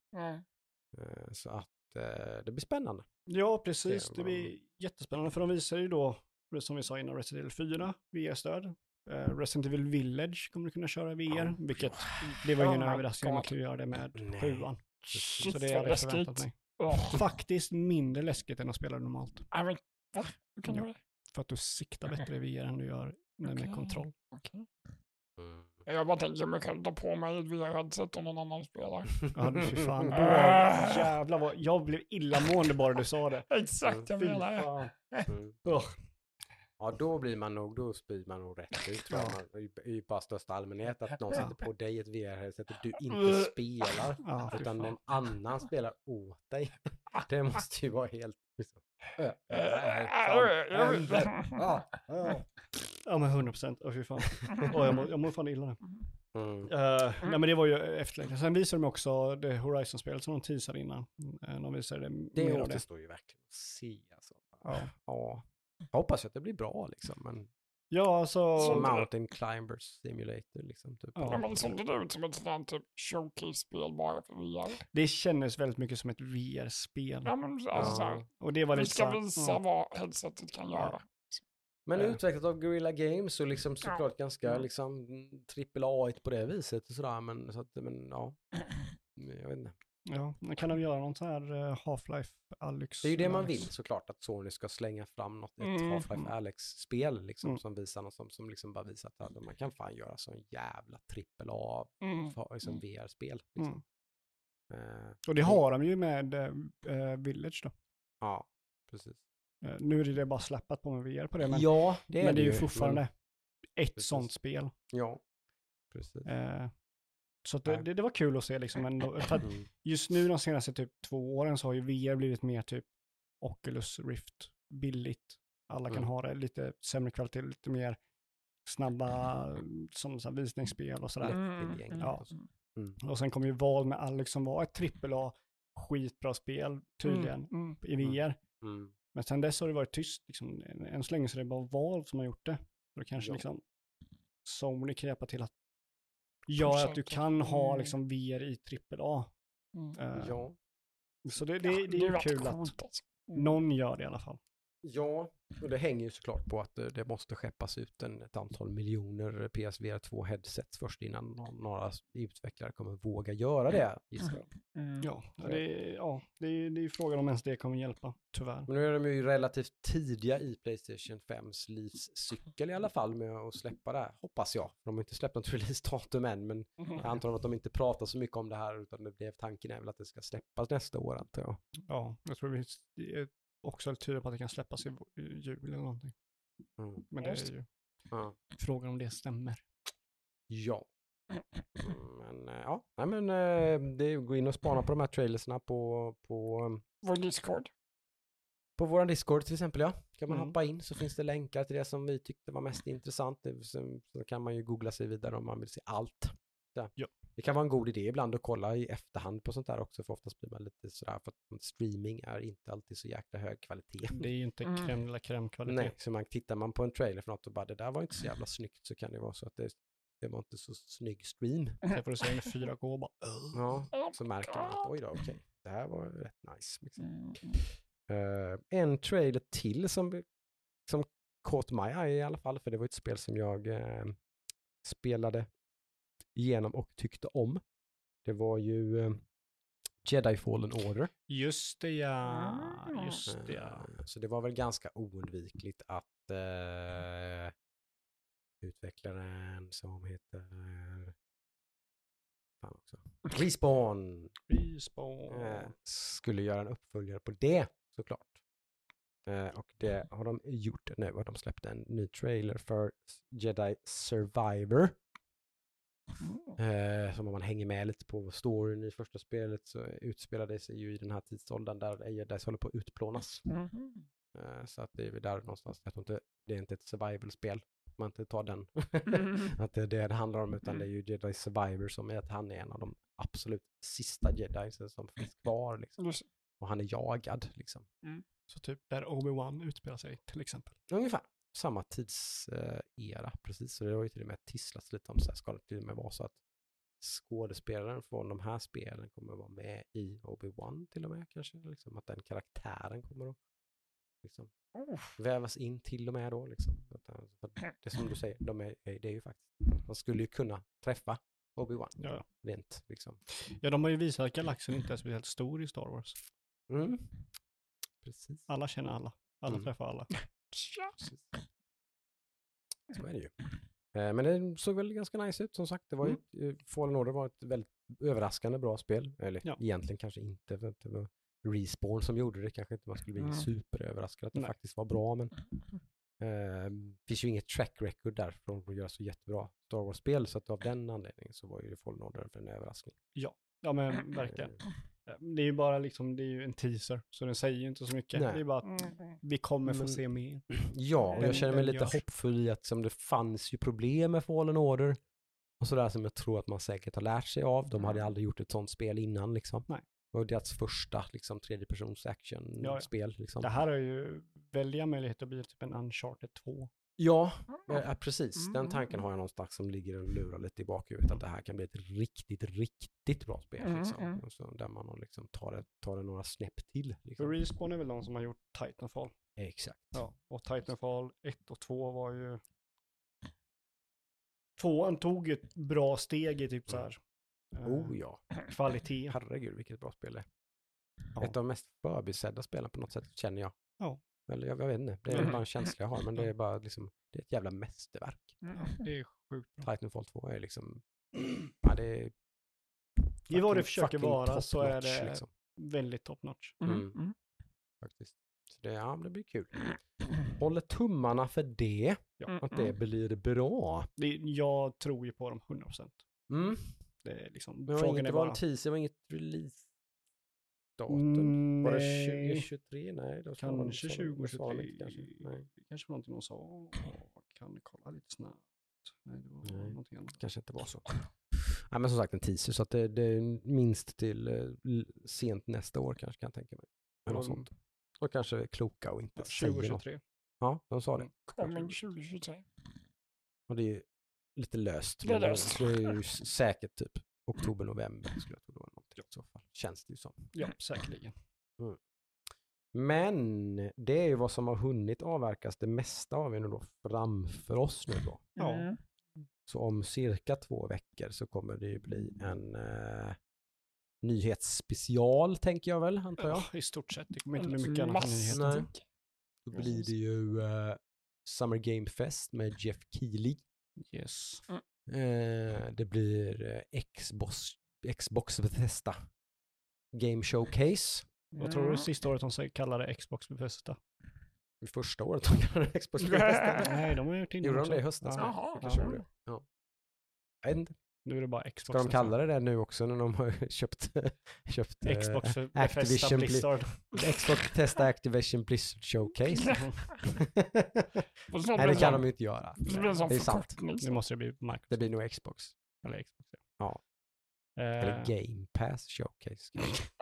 Så att det blir spännande. Ja, precis. Det blir jättespännande, för de visar ju då, som vi sa innan, Resident Evil 4 VR-stöd. Resident Evil Village kommer du kunna köra VR, vilket det var ingen överraskning att man kunde göra det med 7:an. Så det är jag förväntat mig. Faktiskt mindre läskigt än att spela normalt. Du kan göra det. För att du siktar bättre i VR än du gör med kontroll. Jag bara tänker mig själv ta på mig ett VR-headset om någon annan spelar. Ja, fy fan. Jävlar vad jag blev illamående bara du sa det. Exakt, jag menar det. Ja, då spyr man nog rätt ut, tror jag. I bara största allmänhet, att någon sätter på dig ett VR-headset och du inte spelar, utan någon annan spelar åt dig. Det måste ju vara helt... Ja, men 100%. Fy fan. Jag mår fan illa nu. Nej, men det var ju efterlängtat. Sen visade de också det Horizon-spelet som de teasade innan. De visade det återstår ju verkligen att se. Alltså. Ja. Jag hoppas att det blir bra liksom, men som Mountain Climbers Simulator liksom, typ. Ja, men såg det ut som ett sådant typ showcase-spel bara för VR? Det kändes väldigt mycket som ett VR-spel. Ja, men alltså, och det var vi ska visa vad headsetet kan göra. Men utvecklat av Guerrilla Games och liksom såklart ganska liksom AAA på det viset och sådär, men jag vet inte. Ja, men kan de göra något så här Half-Life Alyx? Det är ju det man vill såklart, att Sony ska slänga fram ett Half-Life Alyx-spel liksom, som visar något som liksom bara visar att man kan fan göra så en jävla AAA liksom VR-spel. Liksom. Och det har de ju med Village då. Ja, precis. Nu är det bara släppat på med VR på det, men, det är ju fortfarande ett sånt spel. Ja, precis. Så det var kul att se liksom ändå. För att just nu de senaste typ 2 åren så har ju VR blivit mer typ Oculus Rift, billigt. Alla kan ha det, lite sämre kvalitet, lite mer snabba som så visningsspel och sådär. Och sen kom ju Valve med Alyx som var ett AAA skitbra spel tydligen i VR. Men sen dess har det varit tyst liksom. Än så länge så är det bara Valve som har gjort det. Så det kanske liksom Sony kan hjälpa till att göra att du kan ha liksom VR i AAA. Så det är kul att någon gör det i alla fall. Ja, och det hänger ju såklart på att det måste skeppas ut ett antal miljoner PSVR 2 headsets först innan några utvecklare kommer våga göra det, gissar jag. Ja, det är ju frågan om ens det kommer hjälpa, tyvärr. Men nu är de ju relativt tidiga i PlayStation 5s livscykel i alla fall med att släppa det här, hoppas jag. De har inte släppt något release-datum än, men jag antar att de inte pratar så mycket om det här, utan det blev tanken är väl att det ska släppas nästa år, antar jag. Ja, jag tror det är också tyder på att det kan släppas i jul eller någonting. Men det är ju frågan om det stämmer. Ja. Men det går in och spana på de här trailersna på vår Discord. På vår Discord till exempel, ja. Kan man hoppa in så finns det länkar till det som vi tyckte var mest intressant. Så kan man ju googla sig vidare om man vill se allt. Ja. Det kan vara en god idé ibland att kolla i efterhand på sånt där också, för oftast blir man lite sådär, för att streaming är inte alltid så jäkla hög kvalitet. Det är ju inte crème eller crème kvalitet. Nej, så tittar man på en trailer för något och bara, det där var inte så jävla snyggt, så kan det vara så att det var inte så snygg stream. Sen får du se en 4K bara. Ja, så märker man att oj då, okej, det här var rätt nice. Liksom. En trailer till som caught my eye i alla fall, för det var ett spel som jag spelade igenom och tyckte om. Det var ju Jedi Fallen Order. Just det, ja. Så det var väl ganska oundvikligt att utvecklaren som heter Respawn skulle göra en uppföljare på det, såklart. Och det har de gjort nu. De släppte en ny trailer för Jedi Survivor. Som om man hänger med lite på storyn i första spelet, så utspelade det sig ju i den här tidsåldern där Jedis håller på att utplånas. Så att det är där någonstans. Jag tror inte, det är inte ett survival-spel. Man inte tar den. Att det handlar om, utan det är ju Jedi Survivor, som är att han är en av de absolut sista Jedi som finns kvar. Liksom. Och han är jagad. Liksom. Så typ där Obi-Wan utspelar sig till exempel. Ungefär. Samma tidsera, precis. Så det har ju till och med tisslats lite om så här, ska det till och med vara så att skådespelaren från de här spelen kommer att vara med i Obi-Wan till och med, kanske. Liksom, att den karaktären kommer att liksom vävas in till och med då. Liksom. Det som du säger, det är ju faktiskt, man skulle ju kunna träffa Obi-Wan. Ja. Rent, liksom. Ja, de har ju visat att galaxen inte är speciellt stor i Star Wars. Precis. Alla känner alla. Alla träffar alla. Så är det ju. Men det såg väl ganska nice ut, som sagt. Det var ju, Fallen Order var ett väldigt överraskande bra spel. Eller egentligen kanske inte, för att det var Respawn som gjorde det. Kanske inte man skulle bli superöverraskad att det faktiskt var bra, men finns ju inget track record där från att göra så jättebra Star Wars-spel, så att av den anledningen så var ju Fallen Order för en överraskning. Ja, men verkligen. Det är ju bara liksom, det är ju en teaser, så den säger ju inte så mycket. Nej. Det är bara att vi kommer få se mer. Ja, och jag känner mig lite hoppfull i att som det fanns ju problem med Fallen Order och sådär, som jag tror att man säkert har lärt sig av. De hade aldrig gjort ett sånt spel innan liksom. Nej. Och deras första liksom tredjepersons action-spel. Liksom. Det här är ju välja möjligheter att bli typ en Uncharted 2. Ja, precis. Den tanken har jag någonstans som ligger och lurar lite i bakhuvudet, att det här kan bli ett riktigt, riktigt bra spel. Liksom. Så där man liksom tar det några snäpp till. Liksom. Respawn är väl de som har gjort Titanfall. Exakt. Ja, och Titanfall 1 och 2 var ju... 2 tog ett bra steg i typ så här. Kvalitet. Herregud, vilket bra spel det är. Ja. Ett av de mest förbisedda spelen på något sätt, känner jag. Ja. Eller jag vet inte, det är bara en känsla jag har, men det är bara liksom, det är ett jävla mästerverk. Det är sjukt bra. Titanfall 2 är liksom, ja, det är i vad det försöker vara så är det liksom väldigt top notch. Faktiskt. Så det blir kul. Håller tummarna för det, att det blir bra. Jag tror ju på dem 100%. Det är liksom, det var en teaser, det var inget release datum. Var det 2023? Nej, det kanske 2023. Kanske var någonting de sa. Kan kolla lite snabbt. Nej, det var någonting annat. Kanske inte var så. Nej, men som sagt en teaser, så att det är minst till sent nästa år kanske, kan jag tänka mig. Eller något sånt. Och kanske kloka och inte 2023. Något. Ja, de sa det. Kommer 2023. Och det är lite löst. Det är ju säkert typ oktober, november skulle jag tro det var någonting i så fall. Känns det ju som. Ja, säkerligen. Men det är ju vad som har hunnit avverkas. Det mesta av nu då framför oss nu då. Ja. Så om cirka 2 veckor så kommer det ju bli en nyhetsspecial, tänker jag väl, antar jag. I stort sett. Det kommer inte bli mycket annat än nyheter. Då blir det ju Summer Game Fest med Jeff Keighley. Yes. Det blir Xbox Bethesda Game Showcase. Vad tror du sista året de kallade Xbox Bethesda? Första året de kallade Xbox Bethesda. Nej, de har gjort innan. Gjorde de det i höstas? Jaha. Ja. Jag vet inte. Nu är det bara Xbox. Ska de kalla det nu också när de har köpt Xbox Activision Blizzard. Xbox Bethesda Activision Blizzard Showcase? Nej, det kan de ju inte göra. Det är sant. Nu måste det bli Microsoft. Det blir nog Xbox. Eller Xbox, ja. Eller Game Pass Showcase.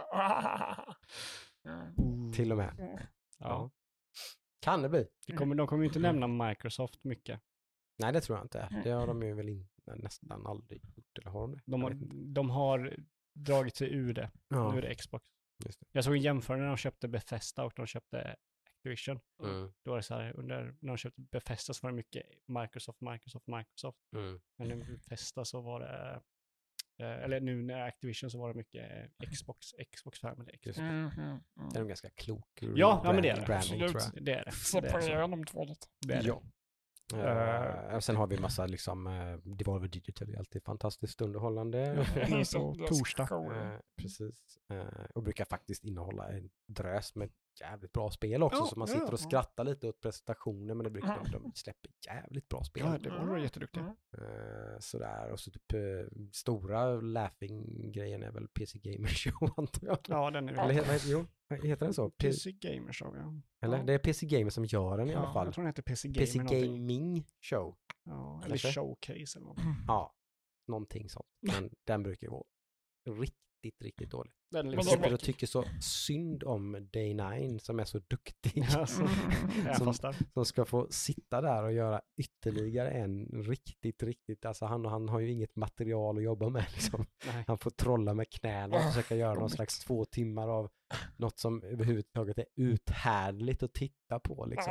Till och med. Ja. Kan det bli. De kommer ju inte nämna Microsoft mycket. Nej, det tror jag inte. Det har de ju väl nästan aldrig gjort. Eller har de det? De har dragit sig ur det. Ja. Nu är det Xbox. Just det. Jag såg en jämförelse när de köpte Bethesda och de köpte Activision. Då var det så här, när de köpte Bethesda så var det mycket Microsoft. Men nu Bethesda så var det, eller nu när Activision så var det mycket Xbox Family. Det är en ganska klok men det är det. Branding, tror jag. Det är det. Separera de två lite. Det är det. Ja. Sen har vi massa liksom Devolver Digital är alltid fantastiskt underhållande. På torsdag. Precis. Och brukar faktiskt innehålla en drös med jävligt bra spel också, så man sitter och skrattar lite åt presentationer, men det brukar de släpper jävligt bra spel. Ja, det var jätteduktiga. Sådär, och så typ stora laughing-grejen är väl PC Gamer Show, antar jag. Ja, den är eller heter den så? PC Gamer Show, ja. Eller det är PC Gamer som gör den i alla fall. Jag tror den heter PC Gamer. PC Gaming Show. Ja, eller Showcase eller något. Ja, någonting sånt. Men den brukar ju vara riktigt dålig. Jag sitter och tycker så synd om Day 9 som är så duktig. Som ska få sitta där och göra ytterligare en riktigt, alltså han har ju inget material att jobba med liksom. Han får trolla med knäna och försöka göra någon slags 2 timmar av något som överhuvudtaget är uthärdligt att titta på liksom.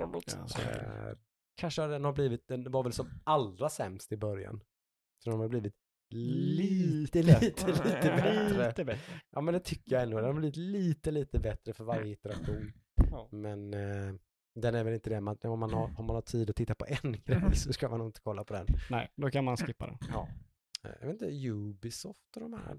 Kanske den var väl som allra sämst i början. Så de har blivit lite bättre. Ja, men det tycker jag ändå. Den har blivit lite bättre för varje iteration. Ja. Men den är väl inte det. Om man har tid att titta på en grej så ska man nog inte kolla på den. Nej, då kan man skippa den. Ja. Jag vet inte, Ubisoft och de här,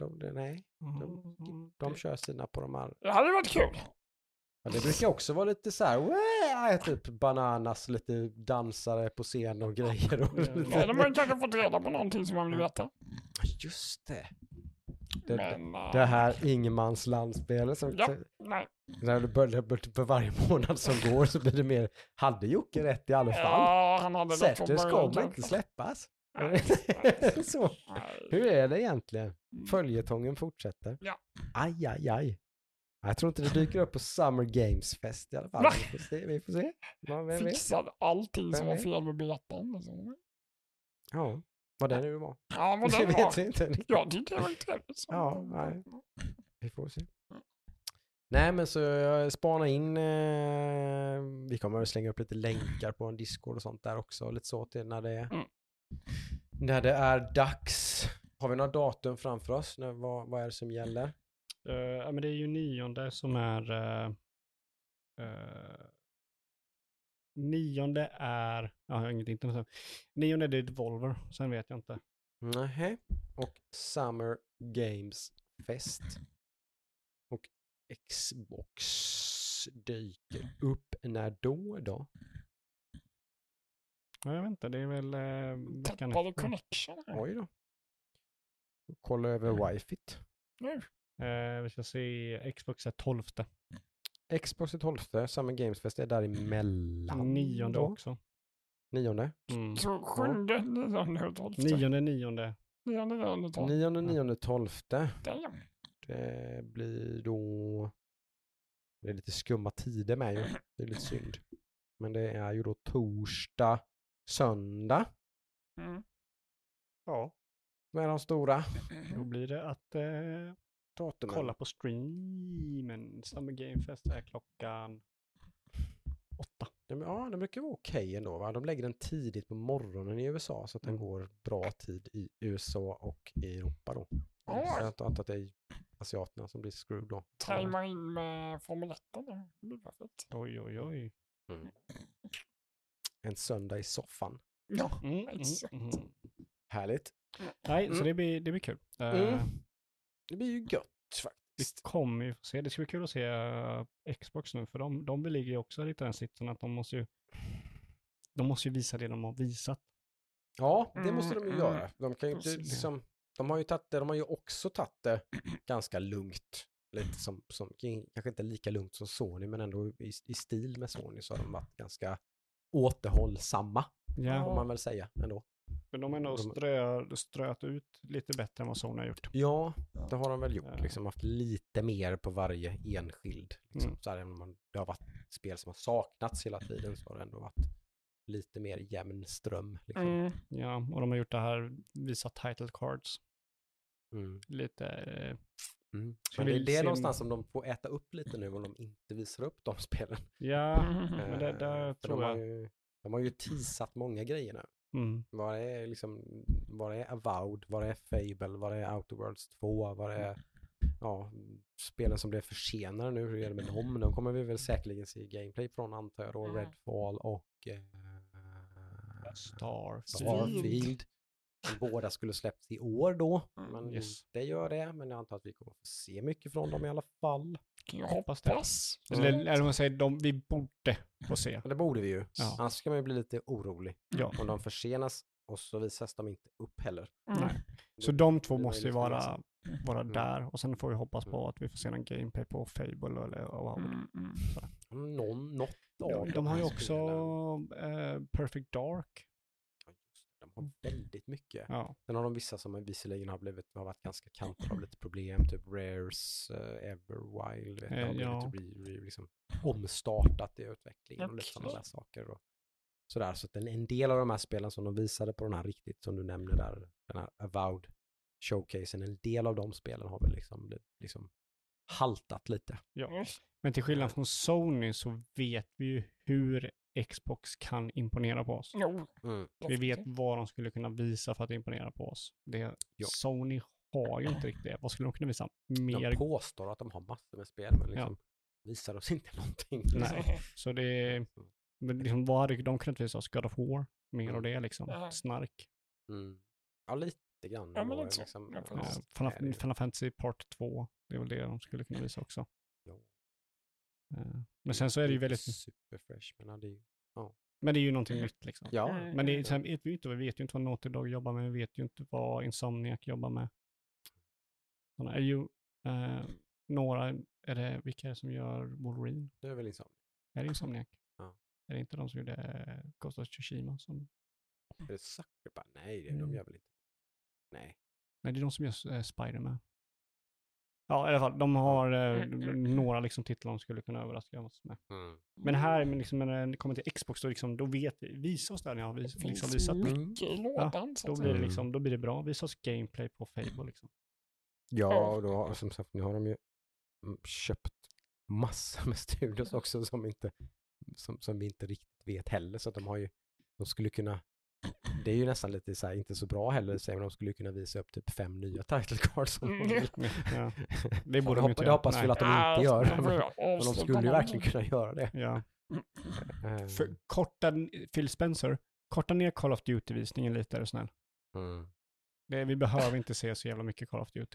de kör sina på de här. Det hade varit kul. Ja, det brukar också vara lite så här, typ bananas, lite dansare på scen och grejer. Ja, de har kanske fått reda på någonting som man vill veta. Just det. Det här ingenmanslandspelet som när det börjar på varje månad som går så blir det mer, hade Jocke rätt i alla fall? Ja, han hade Sätter ska inte släppas. Så, hur är det egentligen? Följetongen fortsätter. Ja. Aj. Jag tror inte det dyker upp på Summer Games Fest i alla fall. Vi får se. Fixade allting som var fel med betan. Ja, vad det nu var. Ja, vad det vet vi inte. Ja, det var trevligt. Ja, nej. Vi får se. Nej, men så jag spanar in. Vi kommer att slänga upp lite länkar på en Discord och sånt där också. Lite så till när det är dags. Har vi några datum framför oss? Vad är det som gäller? Men det är ju 9 som är 9 är jag har inget internet. 9 är det Devolver, sen vet jag inte. Nej. Och Summer Games Fest och Xbox dyker upp när då? Ja, jag vet inte, det är väl tappade connection. Oj då. Kolla över wifi-t. Vi ska se, Xbox är 12. Xbox är 12, Summer Games Fest är där emellan. 9 också. 9? Så 7, 9, 12. 9. 9, 12. Det blir då... Det är lite skumma tider med ju. Det är lite synd. Men det är ju då torsdag, söndag. Ja. Med de stora. Då blir det att datumen. Kolla på streamen. Summer Game Fest är klockan 8. Ja, den brukar vara okej ändå, va? De lägger den tidigt på morgonen i USA så att den går bra tid i USA och i Europa då. Jag antar att det är asiaterna som blir screwed då. Tajma in med Formel 1 då. Det var fett. Oj. En söndag i soffan. Ja, exakt. Härligt. Nej, så det blir kul. Det blir ju gött Vi faktiskt. kommer ju få se. Det ska bli kul att se Xbox nu, för de ligger ju också lite i den sitsen att de måste ju visa det de har visat. Ja, det måste de ju göra. De kan ju inte liksom, de har ju också tagit det ganska lugnt. Lite som kanske inte lika lugnt som Sony, men ändå i stil med Sony så har de varit ganska återhållsamma. Ja. Får man väl säga ändå. Men de har ändå ströt ut lite bättre än vad Sony har gjort. Ja, det har de väl gjort. Liksom haft lite mer på varje enskild. Liksom. Så här, även om det har varit spel som har saknats hela tiden så har det ändå varit lite mer jämn ström. Liksom. Ja, och de har gjort det här, visa title cards. Lite... Men det är någonstans som de får äta upp lite nu om de inte visar upp de spelen. Ja, men det tror jag. De har ju teasat många grejer nu. Vad är Avowed, vad är Fable, vad är Outer Worlds 2, vad är spelen som blev försenade nu, hur är det med dem? De kommer vi väl säkerligen se gameplay från, antar jag då, Redfall och Starfield. Båda skulle släppts i år då, men det gör det, men jag antar att vi kommer få se mycket från dem i alla fall. Jag hoppas. Eller man säger, vi borde få se. Det borde vi ju. Ja. Annars ska man ju bli lite orolig. Ja. Om de försenas och så visas de inte upp heller. Nej. Så de två måste ju vara där, och sen får vi hoppas på att vi får se en gameplay på Fable eller något av de har ju också Perfect Dark. De har väldigt mycket. Ja. Sen har de vissa som visserligen har varit ganska kantade av lite problem, typ Rares, Everwild, har blivit liksom omstartat i utvecklingen och lite sådana där saker. Och sådär. Så att en del av de här spelen som de visade på den här riktigt, som du nämnde där, den här Avowed showcasen, en del av de spelen har väl liksom haltat lite. Ja. Men till skillnad från Sony så vet vi ju hur Xbox kan imponera på oss. Vi vet vad de skulle kunna visa för att imponera på oss. Sony har ju inte riktigt det. Vad skulle de kunna visa? Mer... De påstår att de har massor med spel, men liksom visar oss inte någonting. Nej, så det liksom, vad hade de kunnat visa oss? God of War? Mer av det liksom. Snark. Ja, lite grann. Ja, men liksom, Final Fantasy Part 2. Det är väl det de skulle kunna visa också. Men sen så är det ju väldigt superfresh, men det är ju men det är ju någonting nytt liksom. Ja. Men det är, sen vi vet ju inte vad Naughty Dog jobbar med, vi vet ju inte vad Insomniac jobbar med. Såna är ju vilka är det som gör Wolverine? Det är väl Insomniac. Är det Insomniac? Ja. Är det inte de som gjorde Ghost of Tsushima som... Är det Sucker? Nej, de gör väl inte. Nej, det är de som gör Spider-Man. Ja, i alla fall, de har några liksom titlar de skulle kunna överraska oss med. Men här, när det kommer till Xbox, då vet vi, visa oss där när jag har visat. Då blir det bra. Visa oss gameplay på Facebook liksom. Ja, och då, som sagt, nu har de ju köpt massor med studios också som vi inte riktigt vet heller, så att de skulle kunna, det är ju nästan lite så här, inte så bra heller, men de skulle kunna visa upp typ 5 nya title cards som ja. Det borde det hoppas väl att de inte gör, men de skulle ju verkligen kunna göra det. Ja. Phil Spencer, korta ner Call of Duty-visningen lite, är du snäll. Vi behöver inte se så jävla mycket Call of Duty.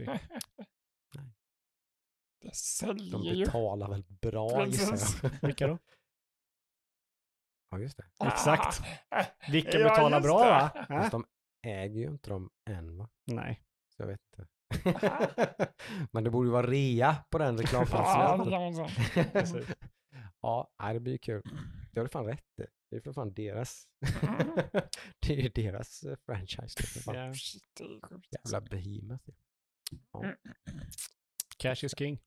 Det säljer de ju. betalar väl bra, gissar jag. Vilka då? Ja, just det. Exakt. Vilka betalar bra, va? Fast de äger ju inte dem än, va? Nej. Så jag vet inte. Men det borde ju vara rea på den reklamplatsen. Ja, det blir ju kul. Det har du fan rätt i. Det är för fan deras. Det är ju deras franchise. Jävla behemoth. Ja. Cash is king.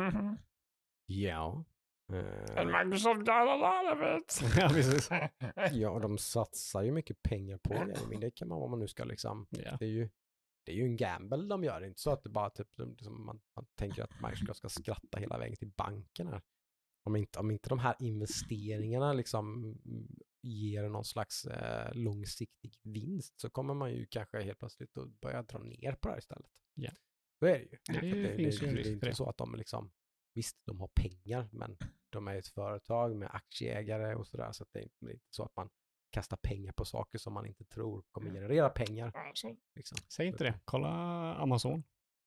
Ja. Microsoft vet. Ja, precis. Ja, de satsar ju mycket pengar på det. Men det kan man, om man nu ska liksom. Yeah. Det är ju det är ju en gamble de gör. Det är inte så att det bara typ, liksom man tänker att Microsoft ska skratta hela vägen till banken här. Om inte de här investeringarna liksom ger någon slags långsiktig vinst, så kommer man ju kanske helt plötsligt att börja dra ner på det här istället. Ja. Så är det ju. Det är inte så att de liksom, visst de har pengar, men de är ett företag med aktieägare och sådär, så att det är inte så att man kastar pengar på saker som man inte tror kommer generera pengar. Liksom. Säg inte det. Kolla Amazon.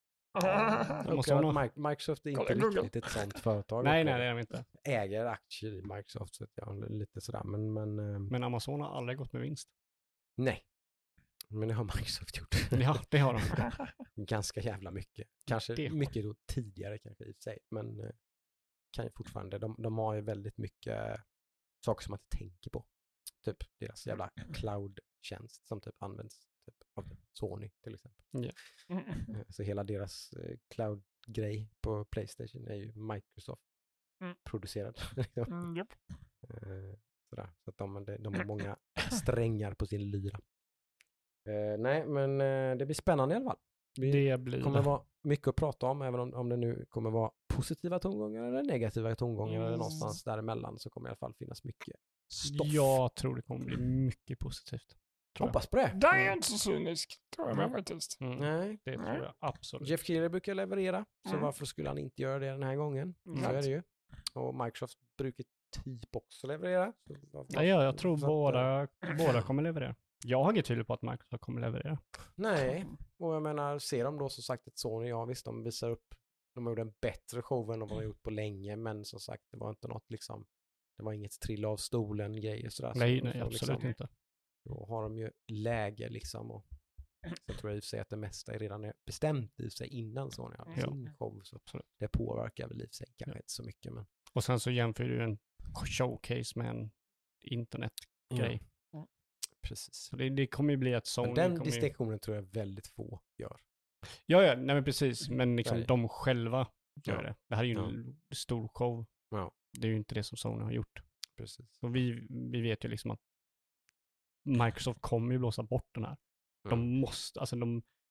Microsoft är inte riktigt ett sånt företag. Nej, det är de inte. Äger aktier i Microsoft, så att lite sådär. Men Amazon har aldrig gått med vinst. Nej, men det har Microsoft gjort. Ja, det har de. Ganska jävla mycket. Kanske mycket då tidigare kanske i sig, men kan ju fortfarande. De har ju väldigt mycket saker som man inte tänker på. Typ deras jävla cloud-tjänst som typ används typ av Sony till exempel. Yeah. Så hela deras cloud-grej på PlayStation är ju Microsoft-producerad. Yep. Sådär. Så att de har många strängar på sin lyra. Nej, men det blir spännande i alla fall. Det kommer vara mycket att prata om, även om det nu kommer vara positiva tongångar eller negativa tongångar eller någonstans däremellan, så kommer det i alla fall finnas mycket stoff. Jag tror det kommer bli mycket positivt. Hoppas på det. Det är jag inte så cynisk, tror jag med faktiskt. Nej, det tror jag absolut. Jeff Keighley brukar leverera, så varför skulle han inte göra det den här gången? Så är det ju. Och Microsoft brukar typ också leverera. Jag tror båda kommer leverera. Jag har inget tydligt på att Microsoft kommer leverera. Nej, och jag menar, ser de då som sagt ett Sony, ja visst, de visar upp, de har gjort en bättre show än de har gjort på länge, men som sagt, det var inte något liksom, det var inget trilla av stolen grejer sådär. Nej, absolut liksom, inte. Då har de ju läge liksom, och så tror jag i och för sig att det mesta redan är bestämt i sig innan Sony har sin show, så absolut. Det påverkar väl i och för sig kanske inte så mycket. Men... Och sen så jämför du en showcase med en internetgrej. Precis. Så det kommer ju bli att Sony... Men den distinktionen tror jag väldigt få gör. Ja, nej men precis. Men liksom de själva gör det. Det här är ju en stor show. Ja. Det är ju inte det som Sony har gjort. Precis. Och vi vet ju liksom att Microsoft kommer ju blåsa bort den här. De måste, alltså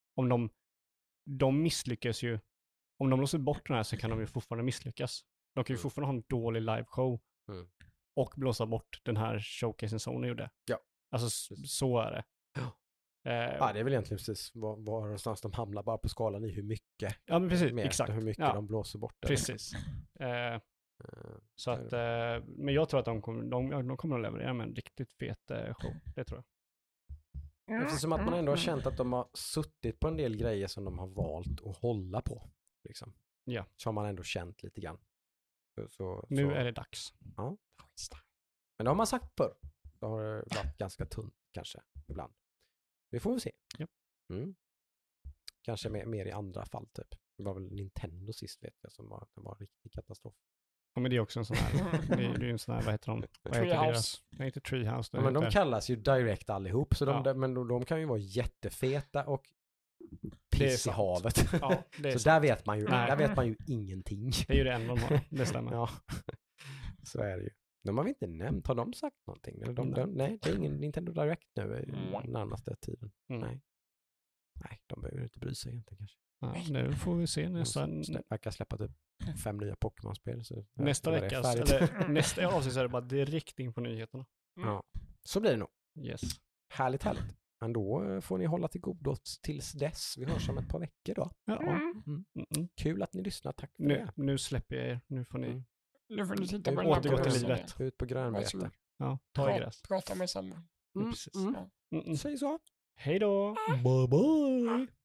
de misslyckas ju. Om de blåser bort den här så kan de ju fortfarande misslyckas. De kan ju fortfarande ha en dålig liveshow och blåsa bort den här showcasen Sony gjorde. Ja. Alltså så är det. Ja. Det är väl egentligen precis var någonstans de hamnar, bara på skalan i hur mycket. Ja, men precis, exakt. Hur mycket de blåser bort det. Precis. Så att, men jag tror att de kommer att leverera med en riktigt fet show. Det tror jag. Eftersom att man ändå har känt att de har suttit på en del grejer som de har valt att hålla på. Liksom. Ja. Så har man ändå känt lite grann. Nu är det dags. Ja. Men det har man sagt förr. Det har varit ganska tunt kanske ibland. Vi får väl se. Ja. Kanske mer i andra fall typ. Det var väl Nintendo sist vet jag som var en riktig katastrof. Ja, men det är också en sån här, det är ju en sån här, vad heter de? Treehouse. Det heter Treehouse. Ja, men de kallas ju Direct allihop, så de kan ju vara jättefeta och piss i havet. Ja, så där vet man ju ingenting. Det är ju det enda de har, det stämmer. Ja, så är det ju. De har vi inte nämnt, har de sagt någonting? Eller nej, det är ingen Nintendo Direct nu i närmaste tiden. Nej, de behöver inte bry sig egentligen kanske. Ja, nu får vi se nästan. Verkar släppa typ 5 nya Pokémon-spel. Nästa vecka, eller nästa avsnitt så är det bara direkt in på nyheterna. Ja, så blir det nog. Yes. Härligt. Men då får ni hålla till godo tills dess. Vi hörs om ett par veckor då. Ja. Kul att ni lyssnar, tack för det. Nu släpper jag er. Nu får ni titta på återgå till livet. Ut på grönbete. Ja, ta i gräs. Prata med samma. Precis. Säg så. Hej då. Bye bye.